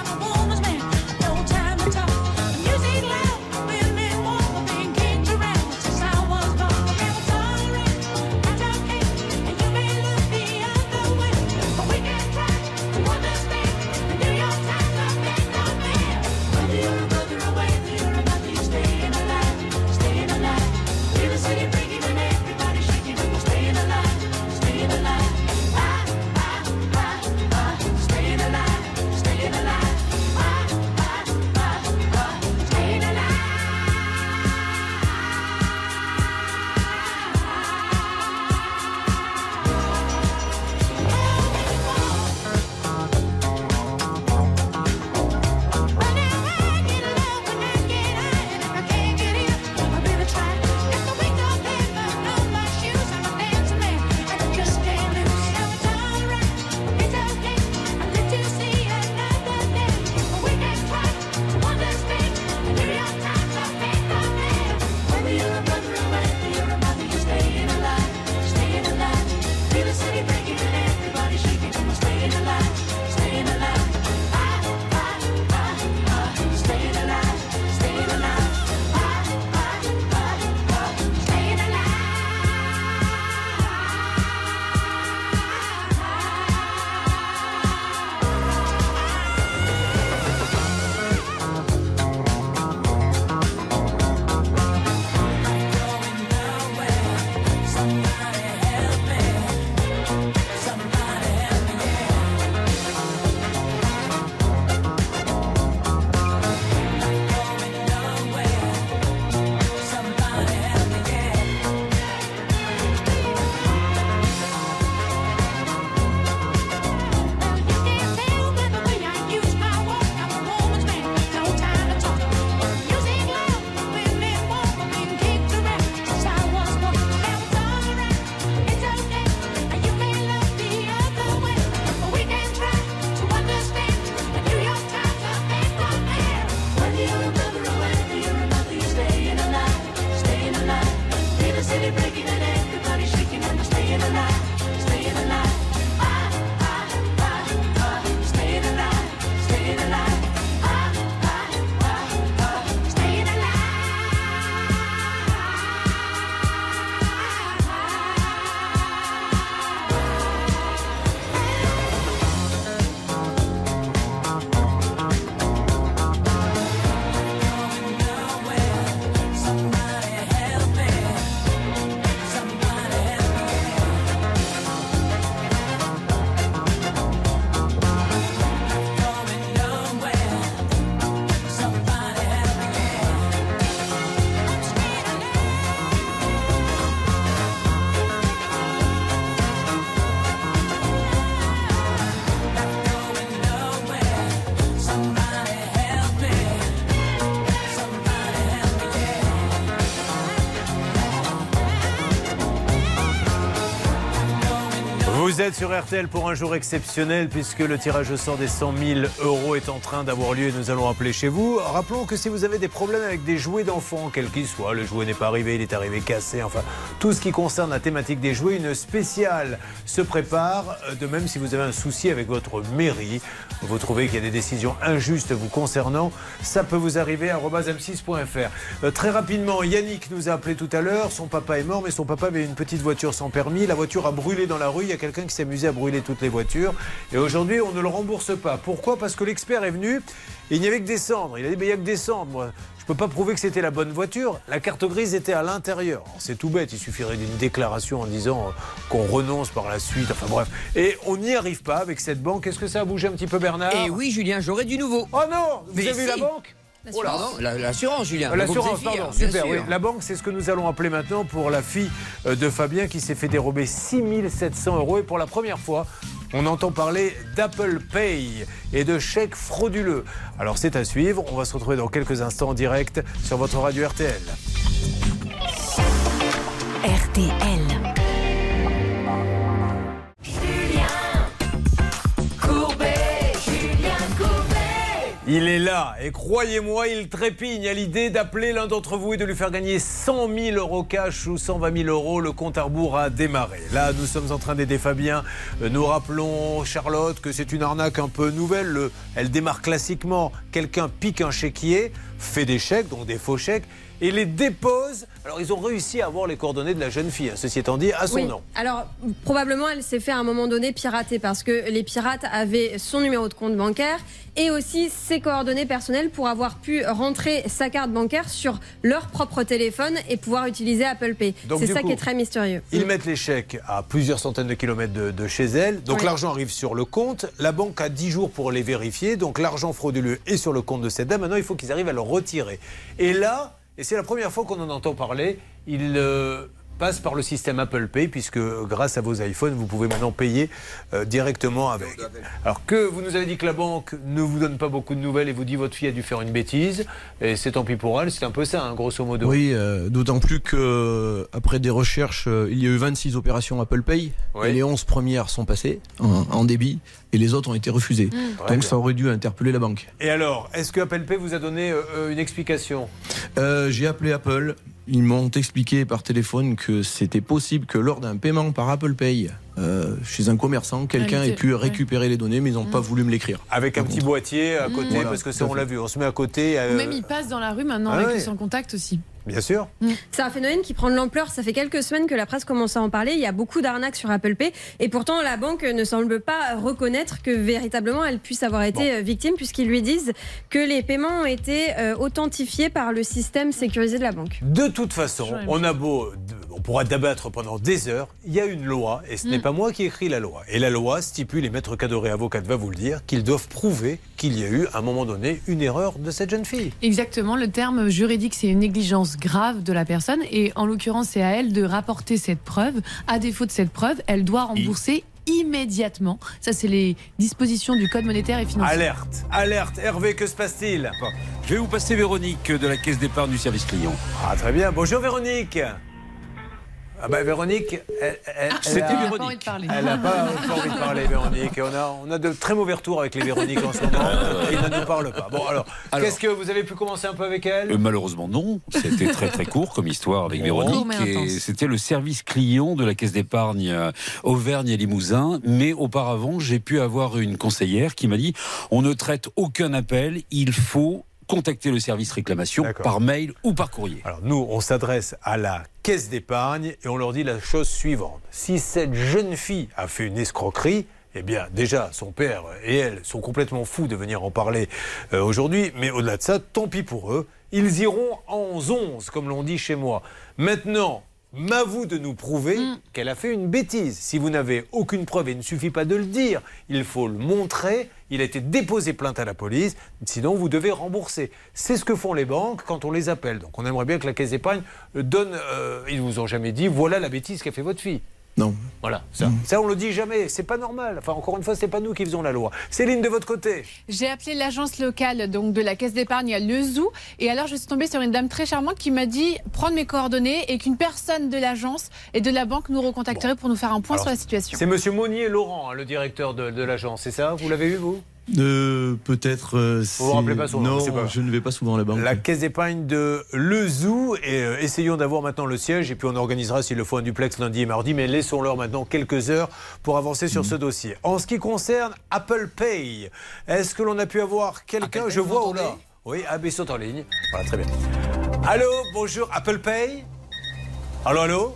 Vous êtes sur R T L pour un jour exceptionnel puisque le tirage au sort des cent mille euros est en train d'avoir lieu et nous allons appeler chez vous. Rappelons que si vous avez des problèmes avec des jouets d'enfants, quel qu'il soit, le jouet n'est pas arrivé, il est arrivé cassé, enfin tout ce qui concerne la thématique des jouets, une spéciale se prépare. De même, si vous avez un souci avec votre mairie, vous trouvez qu'il y a des décisions injustes vous concernant, ça peut vous arriver à arobase m six point f r. Euh, très rapidement, Yannick nous a appelé tout à l'heure, son papa est mort mais son papa avait une petite voiture sans permis, la voiture a brûlé dans la rue, il y a quelqu'un qui s'est amusé à brûler toutes les voitures et aujourd'hui on ne le rembourse pas. Pourquoi? Parce que l'expert est venu et il n'y avait que des cendres. Il a dit mais il n'y a que des cendres, moi. Je ne peux pas prouver que c'était la bonne voiture. La carte grise était à l'intérieur. C'est tout bête, il suffirait d'une déclaration en disant euh, qu'on renonce par la suite. Enfin bref. Et on n'y arrive pas avec cette banque. Est-ce que ça a bougé un petit peu, Bernard? Et oui, Julien, j'aurais du nouveau. Oh non! Vous mais avez vu si. la banque? Oh là. Pardon, la- l'assurance, Julien. Euh, L'assurance, Le groupe Zéphyr, pardon, bien super. sûr. Oui. La banque, c'est ce que nous allons appeler maintenant pour la fille euh, de Fabien qui s'est fait dérober six mille sept cents euros. Et pour la première fois, on entend parler d'Apple Pay et de chèques frauduleux. Alors c'est à suivre. On va se retrouver dans quelques instants en direct sur votre radio R T L. R T L. Il est là et croyez-moi, il trépigne à l'idée d'appeler l'un d'entre vous et de lui faire gagner cent mille euros cash ou cent vingt mille euros. Le compte à rebours a démarré. Là, nous sommes en train d'aider Fabien. Nous rappelons, Charlotte, que c'est une arnaque un peu nouvelle. Le- elle démarre classiquement. Quelqu'un pique un chéquier, fait des chèques, donc des faux chèques, et les dépose. Alors, ils ont réussi à avoir les coordonnées de la jeune fille, hein, ceci étant dit, à son Oui. nom. Alors, probablement, elle s'est fait à un moment donné pirater parce que les pirates avaient son numéro de compte bancaire et aussi ses coordonnées personnelles pour avoir pu rentrer sa carte bancaire sur leur propre téléphone et pouvoir utiliser Apple Pay. Donc, C'est du ça coup, qui est très mystérieux. Ils mettent les chèques à plusieurs centaines de kilomètres de, de chez elle. Donc Oui. l'argent arrive sur le compte. La banque a dix jours pour les vérifier. Donc l'argent frauduleux est sur le compte de cette dame. Maintenant, il faut qu'ils arrivent à le retirer. Et là, et c'est la première fois qu'on en entend parler, ils euh, passent par le système Apple Pay, puisque grâce à vos iPhones, vous pouvez maintenant payer euh, directement avec. Alors que vous nous avez dit que la banque ne vous donne pas beaucoup de nouvelles et vous dit votre fille a dû faire une bêtise, et c'est tant pis pour elle, c'est un peu ça, hein, grosso modo. Oui, euh, d'autant plus que euh, après des recherches, euh, il y a eu vingt-six opérations Apple Pay Oui. et les onze premières sont passées en, en débit et les autres ont été refusées. Très Donc bien. ça aurait dû interpeller la banque. Et alors, est-ce que Apple Pay vous a donné euh, une explication? Euh, J'ai appelé Apple. Ils m'ont expliqué par téléphone que c'était possible que lors d'un paiement par Apple Pay euh, chez un commerçant, quelqu'un Ah, mais ait pu c'est- récupérer les données, mais ils n'ont pas voulu me l'écrire. Avec un petit boîtier à côté, Voilà, parce que tout ça, à on fait. l'a vu, on se met à côté. euh, Ou même il passe dans la rue maintenant Ah avec ouais. le sans contact aussi. Bien sûr. C'est un phénomène qui prend de l'ampleur. Ça fait quelques semaines que la presse commence à en parler. Il y a beaucoup d'arnaques sur Apple Pay. Et pourtant, la banque ne semble pas reconnaître que véritablement elle puisse avoir été euh, victime, puisqu'ils lui disent que les paiements ont été euh, authentifiés par le système sécurisé de la banque. De toute façon, Toujours la même on a beau, on pourra débattre pendant des heures. Il y a une loi, et ce n'est Mm. pas moi qui écris la loi. Et la loi stipule, et Maître Cadoré, avocate, va vous le dire, qu'ils doivent prouver qu'il y a eu, à un moment donné, une erreur de cette jeune fille. Exactement, le terme juridique, c'est une négligence grave de la personne et en l'occurrence, c'est à elle de rapporter cette preuve. À défaut de cette preuve, elle doit rembourser immédiatement. Ça, c'est les dispositions du Code monétaire et financier. Alerte, alerte. Hervé, que se passe-t-il? Je vais vous passer Véronique de la Caisse d'épargne du service client. Ah, très bien. Bonjour Véronique. Ah bah Véronique, elle, elle, Ah, elle elle a- a pas envie de parler. Elle n'a pas envie de parler, Véronique. Et on a, on a de très mauvais retours avec les Véroniques en ce moment. Ils ne nous parlent pas. Bon, alors, Alors. qu'est-ce que vous avez pu commencer un peu avec elle? Euh, malheureusement non, c'était très très court comme histoire avec Bon. Véronique Court, mais et intense. c'était le service client de la Caisse d'épargne euh, Auvergne et Limousin, mais auparavant j'ai pu avoir une conseillère qui m'a dit on ne traite aucun appel, il faut contacter le service réclamation par mail ou par courrier. Alors nous, on s'adresse à la caisse d'épargne et on leur dit la chose suivante. Si cette jeune fille a fait une escroquerie, eh bien déjà, son père et elle sont complètement fous de venir en parler euh, aujourd'hui. Mais au-delà de ça, tant pis pour eux. Ils iront en onze, comme l'on dit chez moi. Maintenant, à vous de nous prouver qu'elle a fait une bêtise. Si vous n'avez aucune preuve, et il ne suffit pas de le dire, il faut le montrer. Il a été déposé plainte à la police, sinon vous devez rembourser. C'est ce que font les banques quand on les appelle. Donc on aimerait bien que la caisse d'épargne donne, euh, ils ne vous ont jamais dit, voilà la bêtise qu'a fait votre fille. Non. Voilà, ça, ça on le dit jamais, c'est pas normal. Enfin encore une fois, c'est pas nous qui faisons la loi. Céline, de votre côté. J'ai appelé l'agence locale donc de la caisse d'épargne à Lezou et alors je suis tombée sur une dame très charmante qui m'a dit prendre mes coordonnées et qu'une personne de l'agence et de la banque nous recontacterait pour nous faire un point Alors, sur la situation. C'est monsieur Monnier Laurent, hein, le directeur de, de l'agence, c'est ça? Vous l'avez eu vous? Euh, peut-être. Euh, Vous vous si- rappelez pas son nom, Non, c'est pas grave. je ne vais pas souvent à la banque. La caisse d'épargne de Lezou. Et euh, essayons d'avoir maintenant le siège. Et puis on organisera s'il le faut un duplex lundi et mardi. Mais laissons-leur maintenant quelques heures pour avancer sur ce dossier. En ce qui concerne Apple Pay, est-ce que l'on a pu avoir quelqu'un? Je vois où là. Oui, A B sont en ligne. Voilà, très bien. Allô, bonjour, Apple Pay? Allô, allô?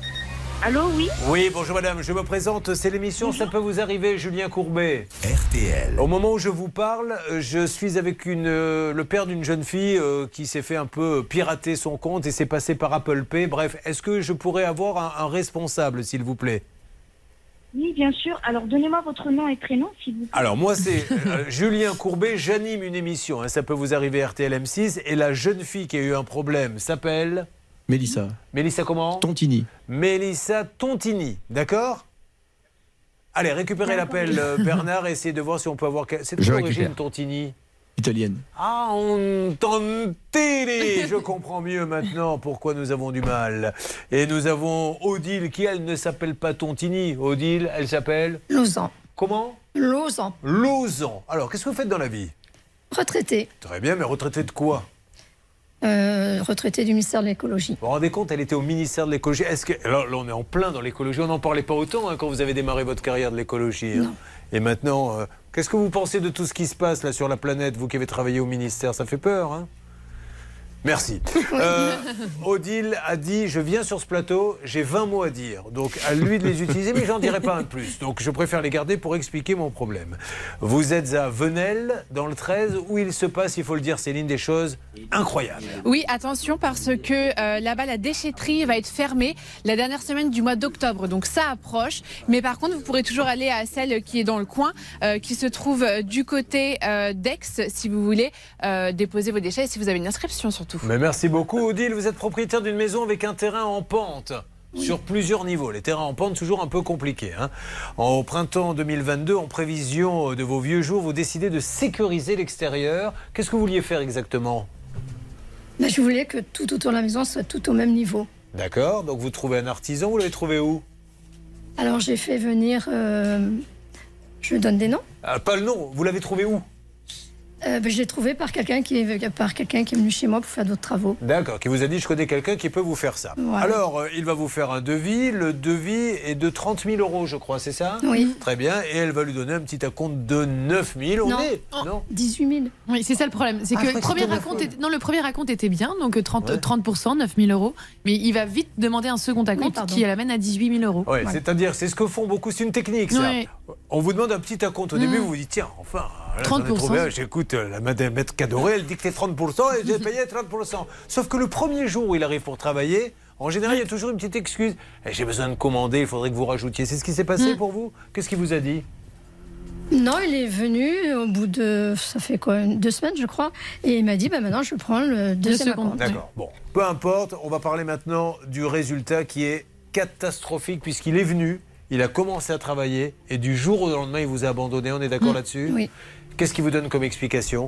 Allô, oui? Oui, bonjour madame, je me présente, c'est l'émission Ça peut vous arriver, Julien Courbet. R T L. Au moment où je vous parle, euh, je suis avec une, euh, le père d'une jeune fille euh, qui s'est fait un peu pirater son compte et s'est passé par Apple Pay. Bref, est-ce que je pourrais avoir un, un responsable, s'il vous plaît? Oui, bien sûr. Alors, donnez-moi votre nom et prénom, s'il vous plaît. Alors, moi, c'est euh, Julien Courbet. J'anime une émission. Hein, ça peut vous arriver R T L M six. Et la jeune fille qui a eu un problème s'appelle... Mélissa. Mélissa comment? Tontini. Mélissa Tontini. D'accord? Allez, récupérez l'appel, euh, Bernard, et essayez de voir si on peut avoir... C'est de Je quelle origine, récupère. Tontini? Italienne. Ah, on Tontini. Je comprends mieux maintenant pourquoi nous avons du mal. Et nous avons Odile, qui, elle, ne s'appelle pas Tontini. Odile, elle s'appelle... Lausanne. Comment? Lausanne. Lausanne. Alors, qu'est-ce que vous faites dans la vie? Retraité. Très bien, mais retraité de quoi? Euh, retraité du ministère de l'écologie. Vous vous rendez compte, elle était au ministère de l'écologie. Est-ce que là, là, on est en plein dans l'écologie. On n'en parlait pas autant hein, quand vous avez démarré votre carrière de l'écologie. Hein. Et maintenant, euh, qu'est-ce que vous pensez de tout ce qui se passe là sur la planète, vous qui avez travaillé au ministère? Ça fait peur, hein? Merci. Euh, Odile a dit, je viens sur ce plateau, j'ai vingt mots à dire. Donc à lui de les utiliser, mais j'en dirai pas un de plus. Donc je préfère les garder pour expliquer mon problème. Vous êtes à Venelle, dans le treize, où il se passe, il faut le dire Céline, des choses incroyables. Oui, attention parce que euh, là-bas, la déchetterie va être fermée la dernière semaine du mois d'octobre. Donc ça approche. Mais par contre, vous pourrez toujours aller à celle qui est dans le coin, euh, qui se trouve du côté euh, d'Aix, si vous voulez euh, déposer vos déchets et si vous avez une inscription surtout. Mais merci beaucoup Odile, vous êtes propriétaire d'une maison avec un terrain en pente. Sur plusieurs niveaux. Les terrains en pente, toujours un peu compliqués. Hein. Au printemps deux mille vingt-deux, en prévision de vos vieux jours, vous décidez de sécuriser l'extérieur. Qu'est-ce que vous vouliez faire exactement? Ben, je voulais que tout autour de la maison soit tout au même niveau. D'accord, donc vous trouvez un artisan, vous l'avez trouvé où? Alors j'ai fait venir... Euh, je donne des noms. Ah, pas le nom, vous l'avez trouvé où? Euh, ben, je l'ai trouvé par quelqu'un qui, est, par quelqu'un qui est venu chez moi pour faire d'autres travaux. D'accord, qui vous a dit je connais quelqu'un qui peut vous faire ça. Voilà. Alors, euh, il va vous faire un devis. Le devis est de trente mille euros, je crois, c'est ça? Oui. Très bien, et elle va lui donner un petit acompte de neuf mille. On Non. est Oh. non dix-huit mille. Oui, c'est ça le problème. C'est Ah, que je le crois que premier, c'était raconte neuf était, non, le premier raconte était bien, donc trente, Ouais. trente pour cent, neuf mille euros. Mais il va vite demander un second acompte pardon. qui l'amène à dix-huit mille euros. Ouais, Voilà. c'est-à-dire, c'est ce que font beaucoup, c'est une technique, ça. Ouais. On vous demande un petit acompte. Au Mm. début, vous vous dites, tiens, enfin, là, trente j'en ai pour cent. trouvé un. J'écoute euh, la madame maître Cadoré, elle dit que c'est trente pour cent et j'ai payé trente pour cent. Sauf que le premier jour où il arrive pour travailler, en général, il y a toujours une petite excuse. Eh, j'ai besoin de commander, il faudrait que vous rajoutiez. C'est ce qui s'est passé Mm. pour vous? Qu'est-ce qu'il vous a dit? Non, il est venu au bout de... Ça fait quoi? Deux semaines, je crois. Et il m'a dit, ben maintenant, je prends le deuxième acompte. D'accord, bon. Peu importe, on va parler maintenant du résultat qui est catastrophique puisqu'il est venu, il a commencé à travailler et du jour au lendemain, il vous a abandonné. On est d'accord Mm. là-dessus? Oui. Qu'est-ce qu'il vous donne comme explication?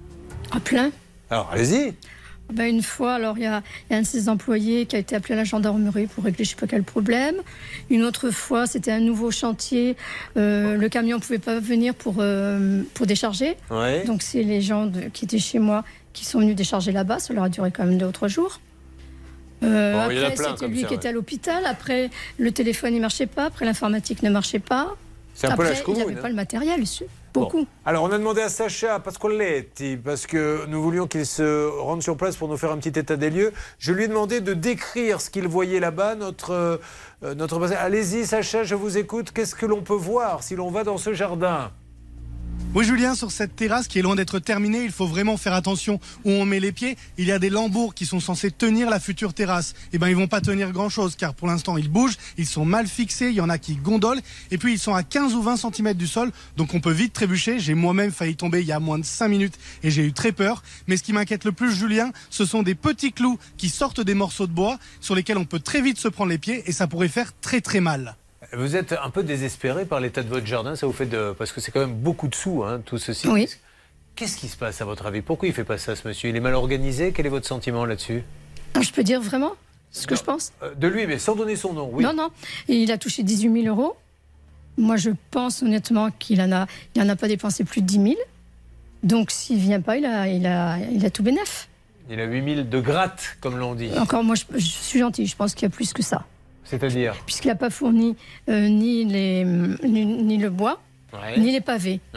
À plein. Alors, allez-y. Ben, une fois, alors il y, a il y a un de ses employés qui a été appelé à la gendarmerie pour régler je ne sais pas quel problème. Une autre fois, c'était un nouveau chantier. Euh, le camion ne pouvait pas venir pour, euh, pour décharger. Ouais. Donc c'est les gens de- qui étaient chez moi qui sont venus décharger là-bas. Ça leur a duré quand même deux ou trois jours. Euh, Bon, il y en a après, plein c'était comme lui ça, qui ouais. était à l'hôpital. Après, le téléphone ne marchait pas. Après, l'informatique ne marchait pas. C'est un peu la Après, il ch'comoune, n'avait hein. pas le matériel. Beaucoup. Bon. Alors, on a demandé à Sacha Pasqualetti, parce que nous voulions qu'il se rende sur place pour nous faire un petit état des lieux. Je lui ai demandé de décrire ce qu'il voyait là-bas, notre, euh, notre... Allez-y, Sacha, je vous écoute. Qu'est-ce que l'on peut voir si l'on va dans ce jardin? Oui Julien, sur cette terrasse qui est loin d'être terminée, il faut vraiment faire attention où on met les pieds. Il y a des lambeaux qui sont censés tenir la future terrasse. Eh ben ils vont pas tenir grand chose car pour l'instant ils bougent, ils sont mal fixés, il y en a qui gondolent et puis ils sont à quinze ou vingt centimètres du sol donc on peut vite trébucher. J'ai moi-même failli tomber il y a moins de cinq minutes et j'ai eu très peur. Mais ce qui m'inquiète le plus Julien, ce sont des petits clous qui sortent des morceaux de bois sur lesquels on peut très vite se prendre les pieds et ça pourrait faire très très mal. Vous êtes un peu désespéré par l'état de votre jardin, ça vous fait de... Parce que c'est quand même beaucoup de sous, hein, tout ceci. Oui. Qu'est-ce qui se passe à votre avis? Pourquoi il ne fait pas ça, ce monsieur? Il est mal organisé? Quel est votre sentiment là-dessus? Je peux dire vraiment ce que je pense? Euh, De lui, mais sans donner son nom, oui. Non, non. Et il a touché dix-huit mille euros. Moi, je pense honnêtement qu'il en a, il en a pas dépensé plus de dix mille. Donc, s'il vient pas, il a, il a, il a tout bénef. Il a huit mille de gratte, comme l'on dit. Encore, moi, je, je suis gentil. Je pense qu'il y a plus que ça. C'est-à-dire? Puisqu'il n'a pas fourni euh, ni, les, ni, ni le bois, Ouais. ni les pavés. Ouais.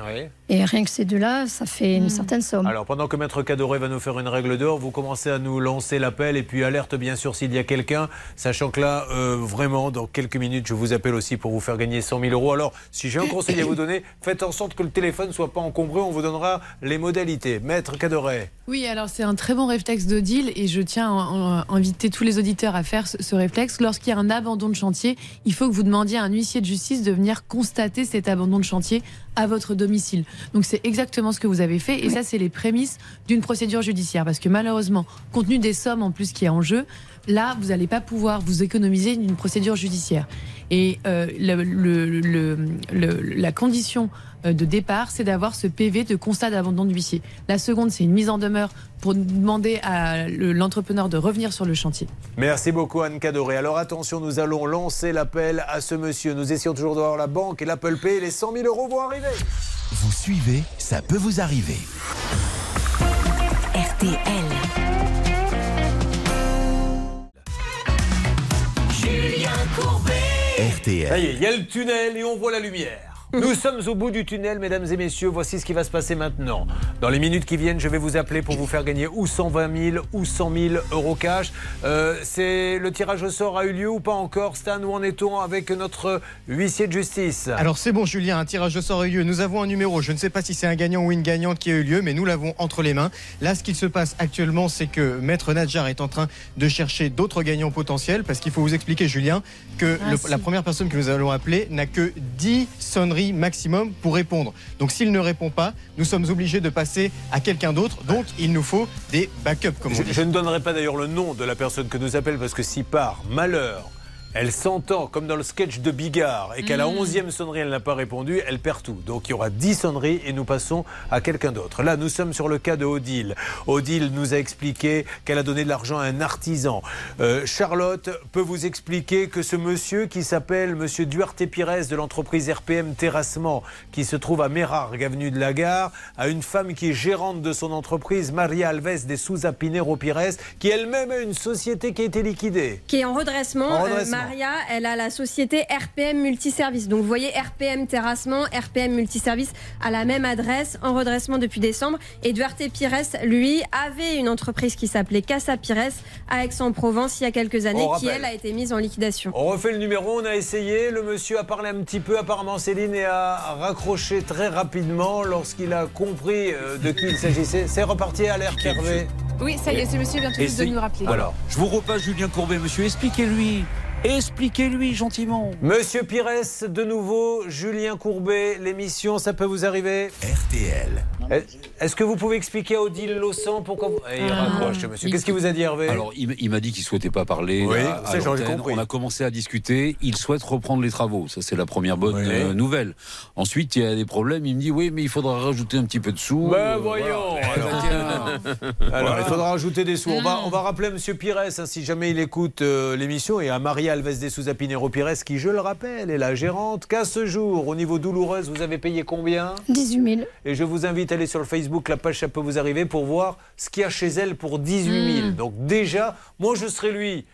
Et rien que ces deux-là, ça fait une certaine somme. Alors, pendant que Maître Cadoré va nous faire une règle d'or, vous commencez à nous lancer l'appel et puis alerte bien sûr s'il y a quelqu'un, sachant que là, euh, vraiment, dans quelques minutes, je vous appelle aussi pour vous faire gagner cent mille euros. Alors, si j'ai un conseil à vous donner, faites en sorte que le téléphone ne soit pas encombré, on vous donnera les modalités. Maître Cadoré. Oui, alors c'est un très bon réflexe d'Odile et je tiens à, à inviter tous les auditeurs à faire ce, ce réflexe. Lorsqu'il y a un abandon de chantier, il faut que vous demandiez à un huissier de justice de venir constater cet abandon de chantier à votre domicile. Donc c'est exactement ce que vous avez fait et ça c'est les prémices d'une procédure judiciaire parce que malheureusement, compte tenu des sommes en plus qui est en jeu, là vous n'allez pas pouvoir vous économiser d'une procédure judiciaire. Et euh, le, le, le, le, la condition de départ, c'est d'avoir ce P V de constat d'abandon de huissier. La seconde, c'est une mise en demeure pour demander à l'entrepreneur de revenir sur le chantier. Merci beaucoup Anne Cadoré. Alors attention, nous allons lancer l'appel à ce monsieur. Nous essayons toujours d'avoir la banque et l'Apple Pay. Les cent mille euros vont arriver. Vous suivez, ça peut vous arriver. R T L. Julien Courbet. R T L. Ça y est, il y a le tunnel et on voit la lumière. Nous sommes au bout du tunnel, mesdames et messieurs. Voici ce qui va se passer maintenant. Dans les minutes qui viennent, je vais vous appeler pour vous faire gagner ou cent vingt mille ou cent mille euros cash. Euh, c'est le tirage au sort a eu lieu ou pas encore? Stan, où en est-on avec notre huissier de justice? Alors c'est bon Julien, un tirage au sort a eu lieu. Nous avons un numéro, je ne sais pas si c'est un gagnant ou une gagnante qui a eu lieu, mais nous l'avons entre les mains. Là, ce qu'il se passe actuellement, c'est que Maître Nadjar est en train de chercher d'autres gagnants potentiels, parce qu'il faut vous expliquer Julien, que ah, le, si. la première personne que nous allons appeler n'a que dix sonneries maximum pour répondre. Donc s'il ne répond pas, nous sommes obligés de passer à quelqu'un d'autre. Donc il nous faut des backups, comme on je, dit. je ne donnerai pas d'ailleurs le nom de la personne que nous appelle, parce que si par malheur elle s'entend comme dans le sketch de Bigard et qu'à la onzième sonnerie elle n'a pas répondu, elle perd tout. Donc il y aura dix sonneries et nous passons à quelqu'un d'autre. Là nous sommes sur le cas de Odile. Odile nous a expliqué qu'elle a donné de l'argent à un artisan. Euh, Charlotte peut vous expliquer que ce monsieur qui s'appelle monsieur Duarte Pires de l'entreprise R P M Terrassement, qui se trouve à Mérargues, avenue de la Gare, a une femme qui est gérante de son entreprise, Maria Alves de Souza Pinero Pires, qui elle-même a une société qui a été liquidée. Qui est en redressement. En redressement. Euh, Maria, elle a la société R P M Multiservice. Donc vous voyez R P M Terrassement, R P M Multiservice à la même adresse, en redressement depuis décembre. Et Duarte Pires, lui, avait une entreprise qui s'appelait Casa Pires à Aix-en-Provence il y a quelques années, qui elle a été mise en liquidation. On refait le numéro, on a essayé. Le monsieur a parlé un petit peu, apparemment Céline, et a raccroché très rapidement lorsqu'il a compris de qui il s'agissait. C'est reparti à l'alerte, Hervé. Oui, ça y est, ce monsieur vient tout juste de nous rappeler. Alors, je vous repasse Julien Courbet, monsieur, expliquez-lui. Expliquez-lui gentiment. Monsieur Pires, de nouveau, Julien Courbet, l'émission, ça peut vous arriver? R T L. Est-ce que vous pouvez expliquer à Odile Lossan pourquoi vous... Eh, il raccroche, ce monsieur. Qu'est-ce qu'il vous a dit, Hervé? Alors, il, il m'a dit qu'il ne souhaitait pas parler. Oui, à, à ça, j'en ai compris. On a commencé à discuter. Il souhaite reprendre les travaux. Ça, c'est la première bonne Oui. euh, nouvelle. Ensuite, il y a des problèmes. Il me dit, oui, mais il faudra rajouter un petit peu de sous. Ben Euh, voyons. voilà. Alors, alors, il faudra rajouter des sous. On va, on va rappeler à monsieur Pires, hein, si jamais il écoute euh, l'émission, et à Maria Alves de Souza Pinero Pires, qui, je le rappelle, est la gérante, qu'à ce jour, au niveau douloureuse, vous avez payé combien? dix-huit mille. Et je vous invite à aller sur le Facebook, la page Ça peut vous arriver, pour voir ce qu'il y a chez elle pour dix-huit mille. Mmh. Donc déjà, moi je serais lui,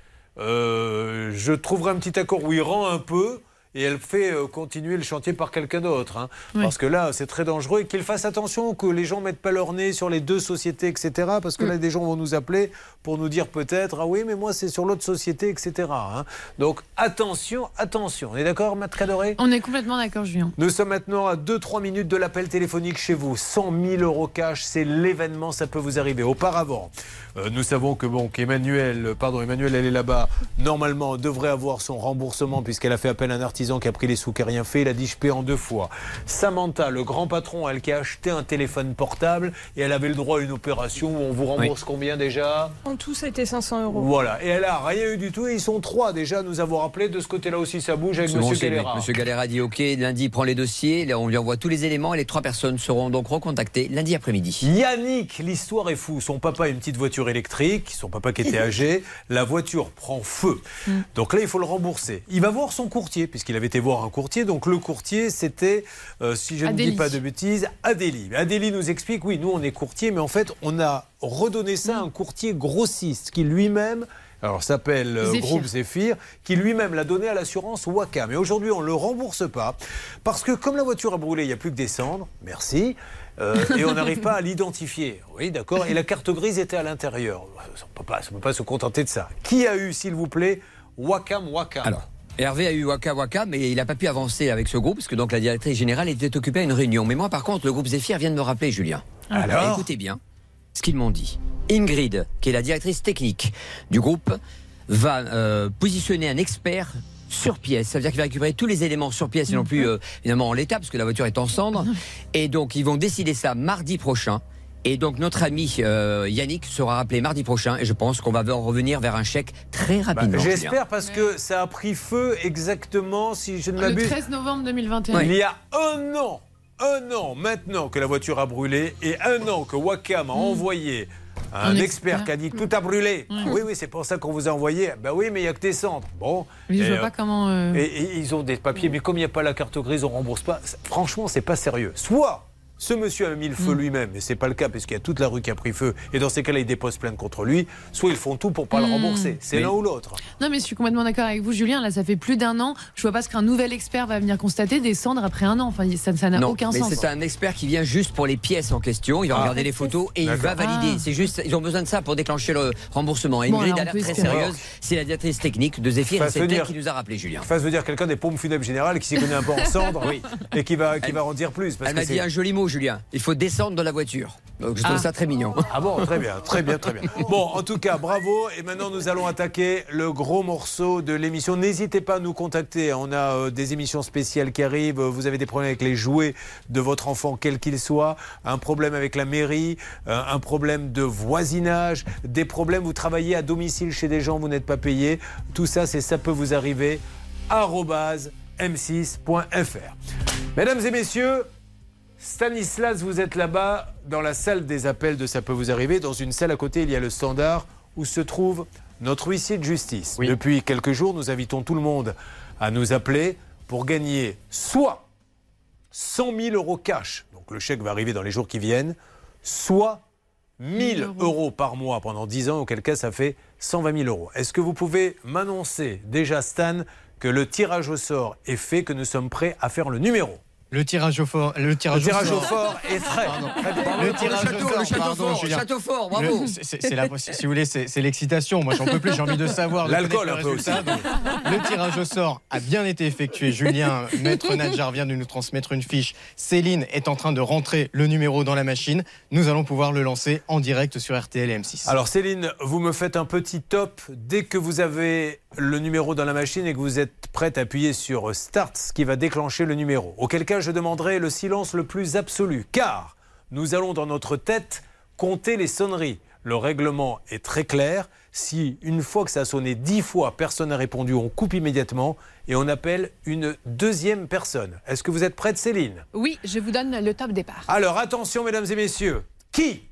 euh, je trouverai un petit accord où il rend un peu et elle fait euh, continuer le chantier par quelqu'un d'autre. Hein. Oui. Parce que là, c'est très dangereux et qu'il fasse attention, que les gens ne mettent pas leur nez sur les deux sociétés, et cetera. Parce que là, des gens vont nous appeler pour nous dire peut-être, ah oui, mais moi c'est sur l'autre société, et cetera. Hein. Donc attention, attention. On est d'accord, Maître Cadoré? On est complètement d'accord, Julien. Nous sommes maintenant à deux trois minutes de l'appel téléphonique chez vous. cent mille euros cash, c'est l'événement, ça peut vous arriver. Auparavant, euh, nous savons que bon, qu'Emmanuel, pardon, Emmanuel, elle est là-bas, normalement, devrait avoir son remboursement puisqu'elle a fait appel à un artisan qui a pris les sous, qui n'a rien fait. Il a dit je paie en deux fois. Samantha, le grand patron, elle qui a acheté un téléphone portable et elle avait le droit à une opération où on vous rembourse oui. combien déjà? En tout, ça a été cinq cents euros. Voilà, et elle a rien eu du tout et ils sont trois déjà. Nous avons rappelé de ce côté-là aussi, ça bouge avec Bon, monsieur Galera. Monsieur Galera dit ok, lundi il prend les dossiers, là, on lui envoie tous les éléments et les trois personnes seront donc recontactées lundi après-midi. Yannick, l'histoire est fou. Son papa a une petite voiture électrique, son papa qui était âgé, la voiture prend feu. Mm. Donc là, il faut le rembourser. Il va voir son courtier, puisqu'il avait été voir un courtier. Donc le courtier, c'était, euh, si je Adélie. ne dis pas de bêtises, Adélie. Adélie nous explique, oui, nous on est courtier, mais en fait, on a redonné ça à un courtier grossiste qui lui-même Alors, s'appelle euh, Zéphyr. Groupe Zéphyr, qui lui-même l'a donné à l'assurance Wacam. Et aujourd'hui, on ne le rembourse pas, parce que comme la voiture a brûlé, il n'y a plus que des cendres, merci, euh, et on n'arrive pas à l'identifier. Oui, d'accord. Et la carte grise était à l'intérieur. Ça ne peut pas, ça peut pas se contenter de ça. Qui a eu, s'il vous plaît, Wacam Wacam? Alors, Hervé a eu Waka Waka, mais il n'a pas pu avancer avec ce groupe, parce que donc la directrice générale était occupée à une réunion. Mais moi, par contre, le groupe Zéphyr vient de me rappeler, Julien. Alors écoutez bien ce qu'ils m'ont dit. Ingrid, qui est la directrice technique du groupe, va euh, positionner un expert sur pièce. Ça veut dire qu'il va récupérer tous les éléments sur pièce et non plus, euh, évidemment, en l'état, parce que la voiture est en cendres. Et donc, ils vont décider ça mardi prochain. Et donc notre ami euh, Yannick sera rappelé mardi prochain et je pense qu'on va revenir vers un chèque très rapidement. Bah, j'espère parce que ça a pris feu exactement, si je ne Le m'abuse, treize novembre deux mille vingt et un. il y a un an, un an maintenant que la voiture a brûlé et un an que Wacam a mmh. envoyé un, un expert, expert qui a dit tout a brûlé. Mmh. Ah, oui, oui, c'est pour ça qu'on vous a envoyé. Ben oui, mais il n'y a que des cendres. Bon. Mais je et, vois pas comment. Euh... Et, et ils ont des papiers, mais comme il n'y a pas la carte grise, on rembourse pas. Franchement, c'est pas sérieux. Soit ce monsieur a mis le feu mmh. lui-même, mais c'est pas le cas parce qu'il y a toute la rue qui a pris feu, et dans ces cas-là, ils déposent plainte contre lui. Soit ils font tout pour pas mmh. le rembourser. C'est mais... l'un ou l'autre. Non, mais je suis complètement d'accord avec vous, Julien. Là, ça fait plus d'un an. Je vois pas ce qu'un nouvel expert va venir constater des cendres après un an. Enfin, ça, ça n'a non, aucun mais sens. C'est un expert qui vient juste pour les pièces en question. Il va ah. regarder les photos et d'accord. il va valider. Ah. C'est juste, ils ont besoin de ça pour déclencher le remboursement. Et bon, Ingrid a l'air très sérieuse. C'est la directrice technique de Zéphyr. C'est elle qui nous a rappelé, Julien. Face veut dire quelqu'un des pompes funèbres générales qui s'y connaît un peu en cendres oui. et qui va, qui va en dire plus. Elle m'a dit un joli mot, Julien. Il faut descendre de la voiture. Donc je trouve ah. ça très mignon. Ah bon, très bien, très bien, très bien. Bon, en tout cas, bravo. Et maintenant, nous allons attaquer le gros morceau de l'émission. N'hésitez pas à nous contacter. On a euh, des émissions spéciales qui arrivent. Vous avez des problèmes avec les jouets de votre enfant, quel qu'il soit. Un problème avec la mairie, euh, un problème de voisinage, des problèmes, vous travaillez à domicile chez des gens, vous n'êtes pas payé. Tout ça, c'est ça peut vous arriver. arobase m six point f r. Mesdames et messieurs, Stanislas, vous êtes là-bas dans la salle des appels de Ça peut vous arriver. Dans une salle à côté, il y a le standard où se trouve notre huissier de justice. Oui. Depuis quelques jours, nous invitons tout le monde à nous appeler pour gagner soit cent mille euros cash, donc le chèque va arriver dans les jours qui viennent, soit mille euros par mois pendant dix ans, auquel cas ça fait cent vingt mille euros. Est-ce que vous pouvez m'annoncer déjà, Stan, que le tirage au sort est fait, que nous sommes prêts à faire le numéro ? Le tirage au fort, le tirage, le tirage au, au fort est frais. Le tirage le château, au fort, le château pardon, fort, Julien. château fort, bravo. C'est, c'est la, si vous voulez, c'est, c'est l'excitation. Moi, j'en peux plus. J'ai envie de savoir. L'alcool un peu aussi. Le tirage au sort a bien été effectué. Julien, maître Nadjar vient de nous transmettre une fiche. Céline est en train de rentrer le numéro dans la machine. Nous allons pouvoir le lancer en direct sur R T L et M six. Alors Céline, vous me faites un petit top dès que vous avez le numéro dans la machine et que vous êtes prête à appuyer sur Start, ce qui va déclencher le numéro. Auquel cas, je demanderai le silence le plus absolu, car nous allons dans notre tête compter les sonneries. Le règlement est très clair. Si une fois que ça a sonné dix fois, personne n'a répondu, on coupe immédiatement et on appelle une deuxième personne. Est-ce que vous êtes prête, Céline ? Oui, je vous donne le top départ. Alors attention, mesdames et messieurs, qui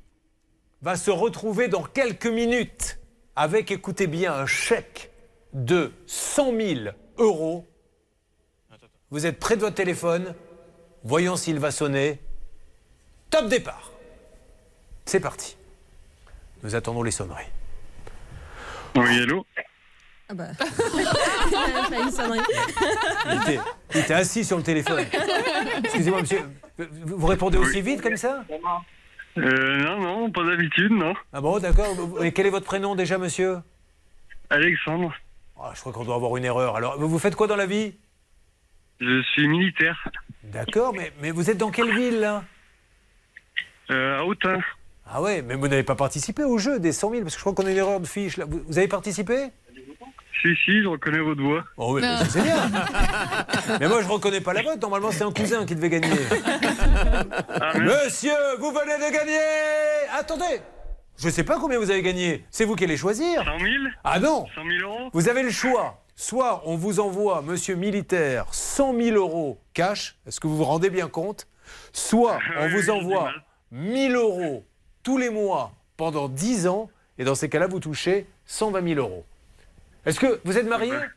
va se retrouver dans quelques minutes avec, écoutez bien, un chèque de cent mille euros. Vous êtes près de votre téléphone. Voyons s'il va sonner. Top départ. C'est parti. Nous attendons les sonneries. Oui, allô ? Ah bah. Il a une sonnerie. Il était, il était assis sur le téléphone. Excusez-moi, monsieur. Vous répondez aussi oui. vite comme ça ? euh, Non, non, pas d'habitude, non. Ah bon, d'accord. Et quel est votre prénom déjà, monsieur ? Alexandre. Oh, je crois qu'on doit avoir une erreur. Alors, vous faites quoi dans la vie ? Je suis militaire. D'accord, mais, mais vous êtes dans quelle ville, là ? euh, À Autun. Ah ouais, mais vous n'avez pas participé au jeu des cent mille, parce que je crois qu'on a une erreur de fiche. Là. Vous, vous avez participé ? Si, si, je reconnais votre voix. Oh oui, mais c'est bien. Mais moi, je ne reconnais pas la vôtre. Normalement, c'est un cousin qui devait gagner. Ah, monsieur, vous venez de gagner. Attendez. Je ne sais pas combien vous avez gagné. C'est vous qui allez choisir. cent mille ? Ah non. cent mille euros ? Vous avez le choix. Soit on vous envoie, monsieur militaire, cent mille euros cash. Est-ce que vous vous rendez bien compte ? Soit on oui, vous envoie mille euros tous les mois pendant dix ans. Et dans ces cas-là, vous touchez cent vingt mille euros. Est-ce que vous êtes marié ? euh,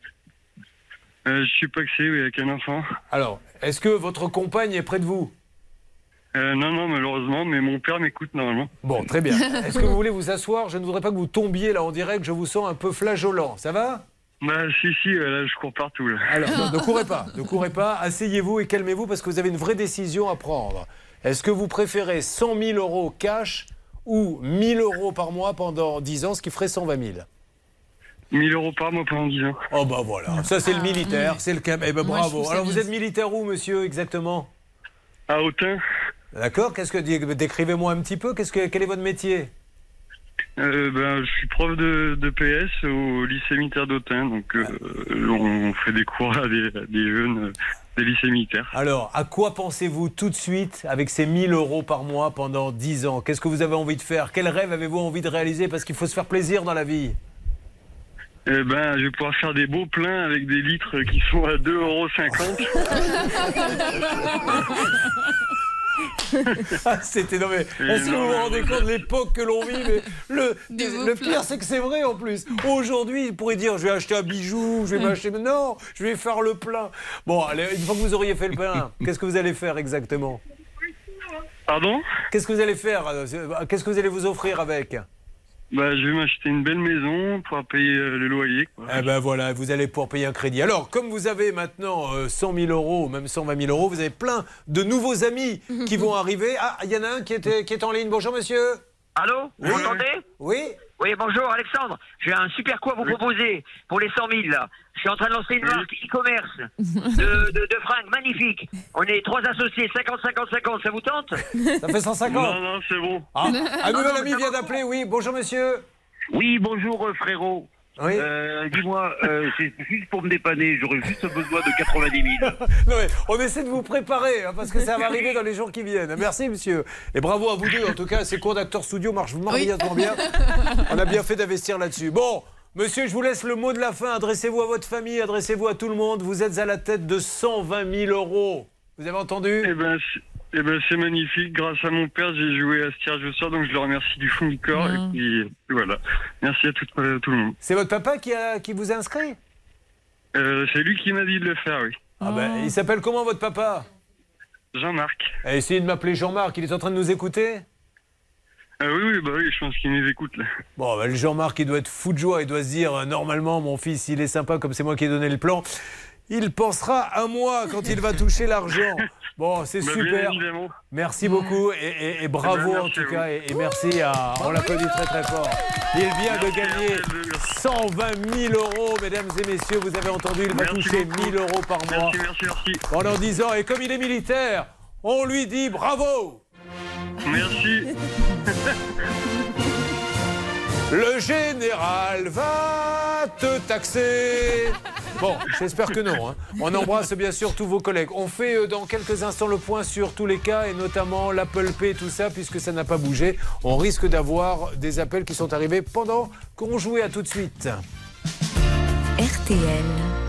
Je suis paxé, oui, avec un enfant. Alors, est-ce que votre compagne est près de vous ? Euh, non, non, malheureusement, mais mon père m'écoute normalement. Bon, très bien. Est-ce que vous voulez vous asseoir? Je ne voudrais pas que vous tombiez là en direct, je vous sens un peu flageolant. Ça va? Bah, si, si, là, je cours partout. Là. Alors, non, ne courez pas, ne courez pas. Asseyez-vous et calmez-vous parce que vous avez une vraie décision à prendre. Est-ce que vous préférez cent mille euros cash ou mille euros par mois pendant dix ans, ce qui ferait cent vingt mille? mille euros par mois pendant dix ans. Oh, bah voilà. Ça, c'est le militaire, c'est le cam. Eh ben, Moi, bravo. je trouve ça Alors, vous bien. êtes militaire où, monsieur, exactement? À Autun. D'accord. Qu'est-ce que décrivez-moi un petit peu. Qu'est-ce que quel est votre métier? Euh, ben, je suis prof de, de P S au lycée militaire d'Autun, donc euh, on fait des cours à des, à des jeunes euh, des lycées militaires. Alors, à quoi pensez-vous tout de suite avec ces mille euros par mois pendant dix ans? Qu'est-ce que vous avez envie de faire? Quel rêve avez-vous envie de réaliser? Parce qu'il faut se faire plaisir dans la vie. Eh ben, je vais pouvoir faire des beaux pleins avec des litres qui sont à deux euros cinquante. Ah, c'était non mais est-ce que vous vous rendez compte de l'époque que l'on vit? Mais le, le pire c'est que c'est vrai en plus. Aujourd'hui, il pourrait dire je vais acheter un bijou, je vais m'acheter. Non, je vais faire le plein. Bon, allez, une fois que vous auriez fait le plein, qu'est-ce que vous allez faire exactement? Pardon? Qu'est-ce que vous allez faire? Qu'est-ce que vous allez vous offrir avec? Bah, je vais m'acheter une belle maison pour payer euh, le loyer. Quoi. Eh ben voilà, vous allez pouvoir payer un crédit. Alors, comme vous avez maintenant euh, cent mille euros, même cent vingt mille euros, vous avez plein de nouveaux amis qui vont arriver. Ah, il y en a un qui est, qui est en ligne. Bonjour, monsieur. Allô? Vous Oui. m'entendez? Oui. Oui, bonjour Alexandre. J'ai un super coup à vous proposer pour les cent mille là. Je suis en train de lancer une marque e-commerce de, de, de fringues magnifiques. On est trois associés, cinquante, cinquante, cinquante. Ça vous tente? Ça fait cent cinquante. Non, non, c'est bon. Ah, un Non, nouvel non, ami ça vient va. d'appeler, oui. Bonjour, monsieur. Oui, bonjour euh, frérot. Oui. Euh, dis-moi, euh, c'est juste pour me dépanner, j'aurais juste besoin de quatre-vingt-dix mille. Non mais on essaie de vous préparer hein, parce que ça va arriver dans les jours qui viennent. Merci monsieur. Et bravo à vous deux. En tout cas, ces cours d'acteur studio marchent merveilleusement bien. On a bien fait d'investir là-dessus. Bon, monsieur, je vous laisse le mot de la fin. Adressez-vous à votre famille, adressez-vous à tout le monde. Vous êtes à la tête de cent vingt mille euros. Vous avez entendu? Eh ben, c'est- eh ben, c'est magnifique. Grâce à mon père, j'ai joué à ce tirage au sort, donc je le remercie du fond du corps. Et puis, et voilà. Merci à tout, euh, tout le monde. C'est votre papa qui, a, qui vous a inscrit? Euh, c'est lui qui m'a dit de le faire, oui. Ah ben, il s'appelle comment votre papa? Jean-Marc. Eh, essayez de m'appeler Jean-Marc. Il est en train de nous écouter? Ah oui, oui, bah oui, je pense qu'il nous écoute là. Bon, ben, le Jean-Marc, il doit être fou de joie. Il doit se dire, euh, normalement, mon fils, il est sympa comme c'est moi qui ai donné le plan. Il pensera à moi quand il va toucher l'argent. Bon, c'est Bah, bien super. évidemment. Merci beaucoup et, et- et bravo Eh ben, en merci tout à cas. vous. Et, et merci à. On l'applaudit très très fort. Il vient de gagner cent vingt mille euros, mesdames et messieurs. Vous avez entendu, il va Merci toucher beaucoup. mille euros par mois Merci, merci, merci. pendant dix ans. Et comme il est militaire, on lui dit bravo. Merci. Le général va te taxer. Bon, j'espère que non. hein. On embrasse bien sûr tous vos collègues. On fait euh, dans quelques instants le point sur tous les cas et notamment l'Apple Pay et tout ça, puisque ça n'a pas bougé. On risque d'avoir des appels qui sont arrivés pendant qu'on jouait. À tout de suite. R T L.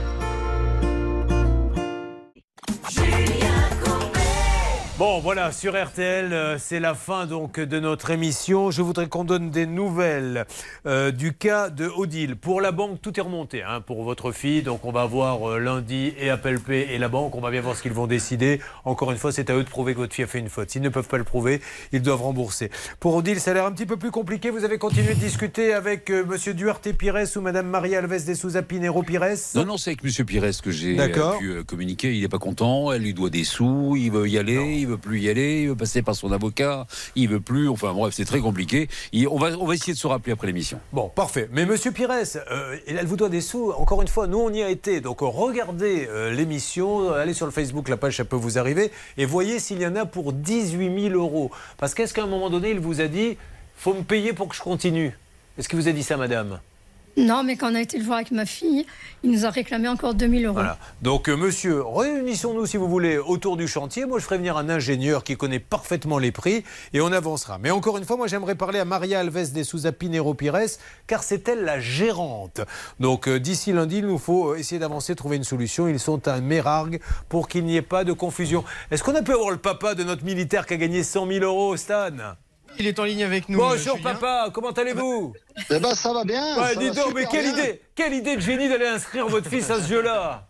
Bon, voilà, sur R T L, euh, c'est la fin donc de notre émission. Je voudrais qu'on donne des nouvelles euh, du cas de Odile. Pour la banque, tout est remonté hein, pour votre fille. Donc, on va voir euh, lundi et Apple Pay et la banque. On va bien voir ce qu'ils vont décider. Encore une fois, c'est à eux de prouver que votre fille a fait une faute. S'ils ne peuvent pas le prouver, ils doivent rembourser. Pour Odile, ça a l'air un petit peu plus compliqué. Vous avez continué de discuter avec euh, monsieur Duarte Pires ou madame Maria Alves de Souza Pinheiro Pires? Non, non, c'est avec M. Pires que j'ai D'accord. euh, pu euh, communiquer. Il n'est pas content, elle lui doit des sous, il veut y aller, il veut plus y aller, il veut passer par son avocat, il veut plus. Enfin bref, c'est très compliqué. Il- on, va, on va essayer de se rappeler après l'émission. Bon, parfait. Mais monsieur Pires, euh, elle vous doit des sous. Encore une fois, nous, on y a été. Donc, regardez euh, l'émission, allez sur le Facebook, la page, ça peut vous arriver, et voyez s'il y en a pour dix-huit mille euros. Parce qu'est-ce qu'à un moment donné, il vous a dit, faut me payer pour que je continue? Est-ce qu'il vous a dit ça, madame? Non, mais quand on a été le voir avec ma fille, il nous a réclamé encore deux mille euros. Voilà. Donc, euh, monsieur, réunissons-nous si vous voulez autour du chantier. Moi, je ferai venir un ingénieur qui connaît parfaitement les prix et on avancera. Mais encore une fois, moi, j'aimerais parler à Maria Alves de Souza Pinheiro Pires, car c'est elle la gérante. Donc, euh, d'ici lundi, il nous faut euh, essayer d'avancer, trouver une solution. Ils sont à Mérargues pour qu'il n'y ait pas de confusion. Est-ce qu'on a pu avoir le papa de notre militaire qui a gagné cent mille euros, Stan? Il est en ligne avec nous. Bonjour euh, Julien. papa, comment allez-vous? Eh ben ça va bien. Ouais, ça dis va donc, mais super quelle bien. idée, quelle idée de génie d'aller inscrire votre fils à ce jeu-là.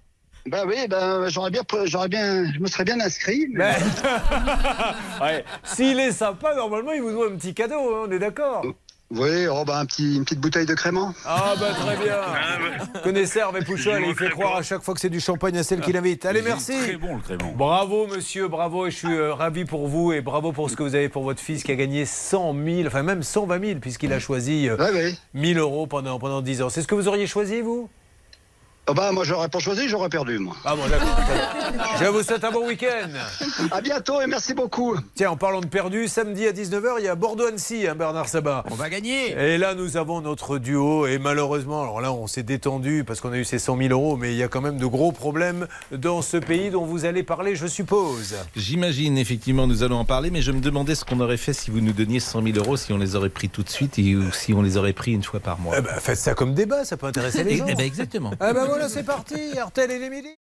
Bah oui, ben j'aurais bien, j'aurais bien, je me serais bien inscrit. Mais... ouais. S'il est sympa, normalement, il vous doit un petit cadeau, hein, on est d'accord? Oui, oh bah un petit, une petite bouteille de crément. Ah bah très bien. Connaissez Hervé Pouchol, il fait croire à chaque fois que c'est du champagne à celle qui l'invite. Allez, merci. Très bon le crément. Bravo monsieur, bravo, et je suis euh, ravi pour vous et bravo pour ce que vous avez pour votre fils qui a gagné cent mille, enfin même cent vingt mille puisqu'il a choisi euh, ouais, ouais. mille euros pendant, pendant dix ans. C'est ce que vous auriez choisi vous? Oh bah moi j'aurais pas choisi, j'aurais perdu moi. Ah bon d'accord. Je vous souhaite un bon week-end. À bientôt et merci beaucoup. Tiens, en parlant de perdu, samedi à dix-neuf heures, il y a Bordeaux-Annecy, hein, Bernard Sabat. On va gagner. Et là, nous avons notre duo et malheureusement, alors là, on s'est détendu parce qu'on a eu ces cent mille euros, mais il y a quand même de gros problèmes dans ce pays dont vous allez parler, je suppose. J'imagine, effectivement, nous allons en parler, mais je me demandais ce qu'on aurait fait si vous nous donniez cent mille euros, si on les aurait pris tout de suite et, ou si on les aurait pris une fois par mois. Eh ben, faites ça comme débat, ça peut intéresser les gens. Eh ben, exactement. Eh ben voilà, c'est parti, R T L et les midi.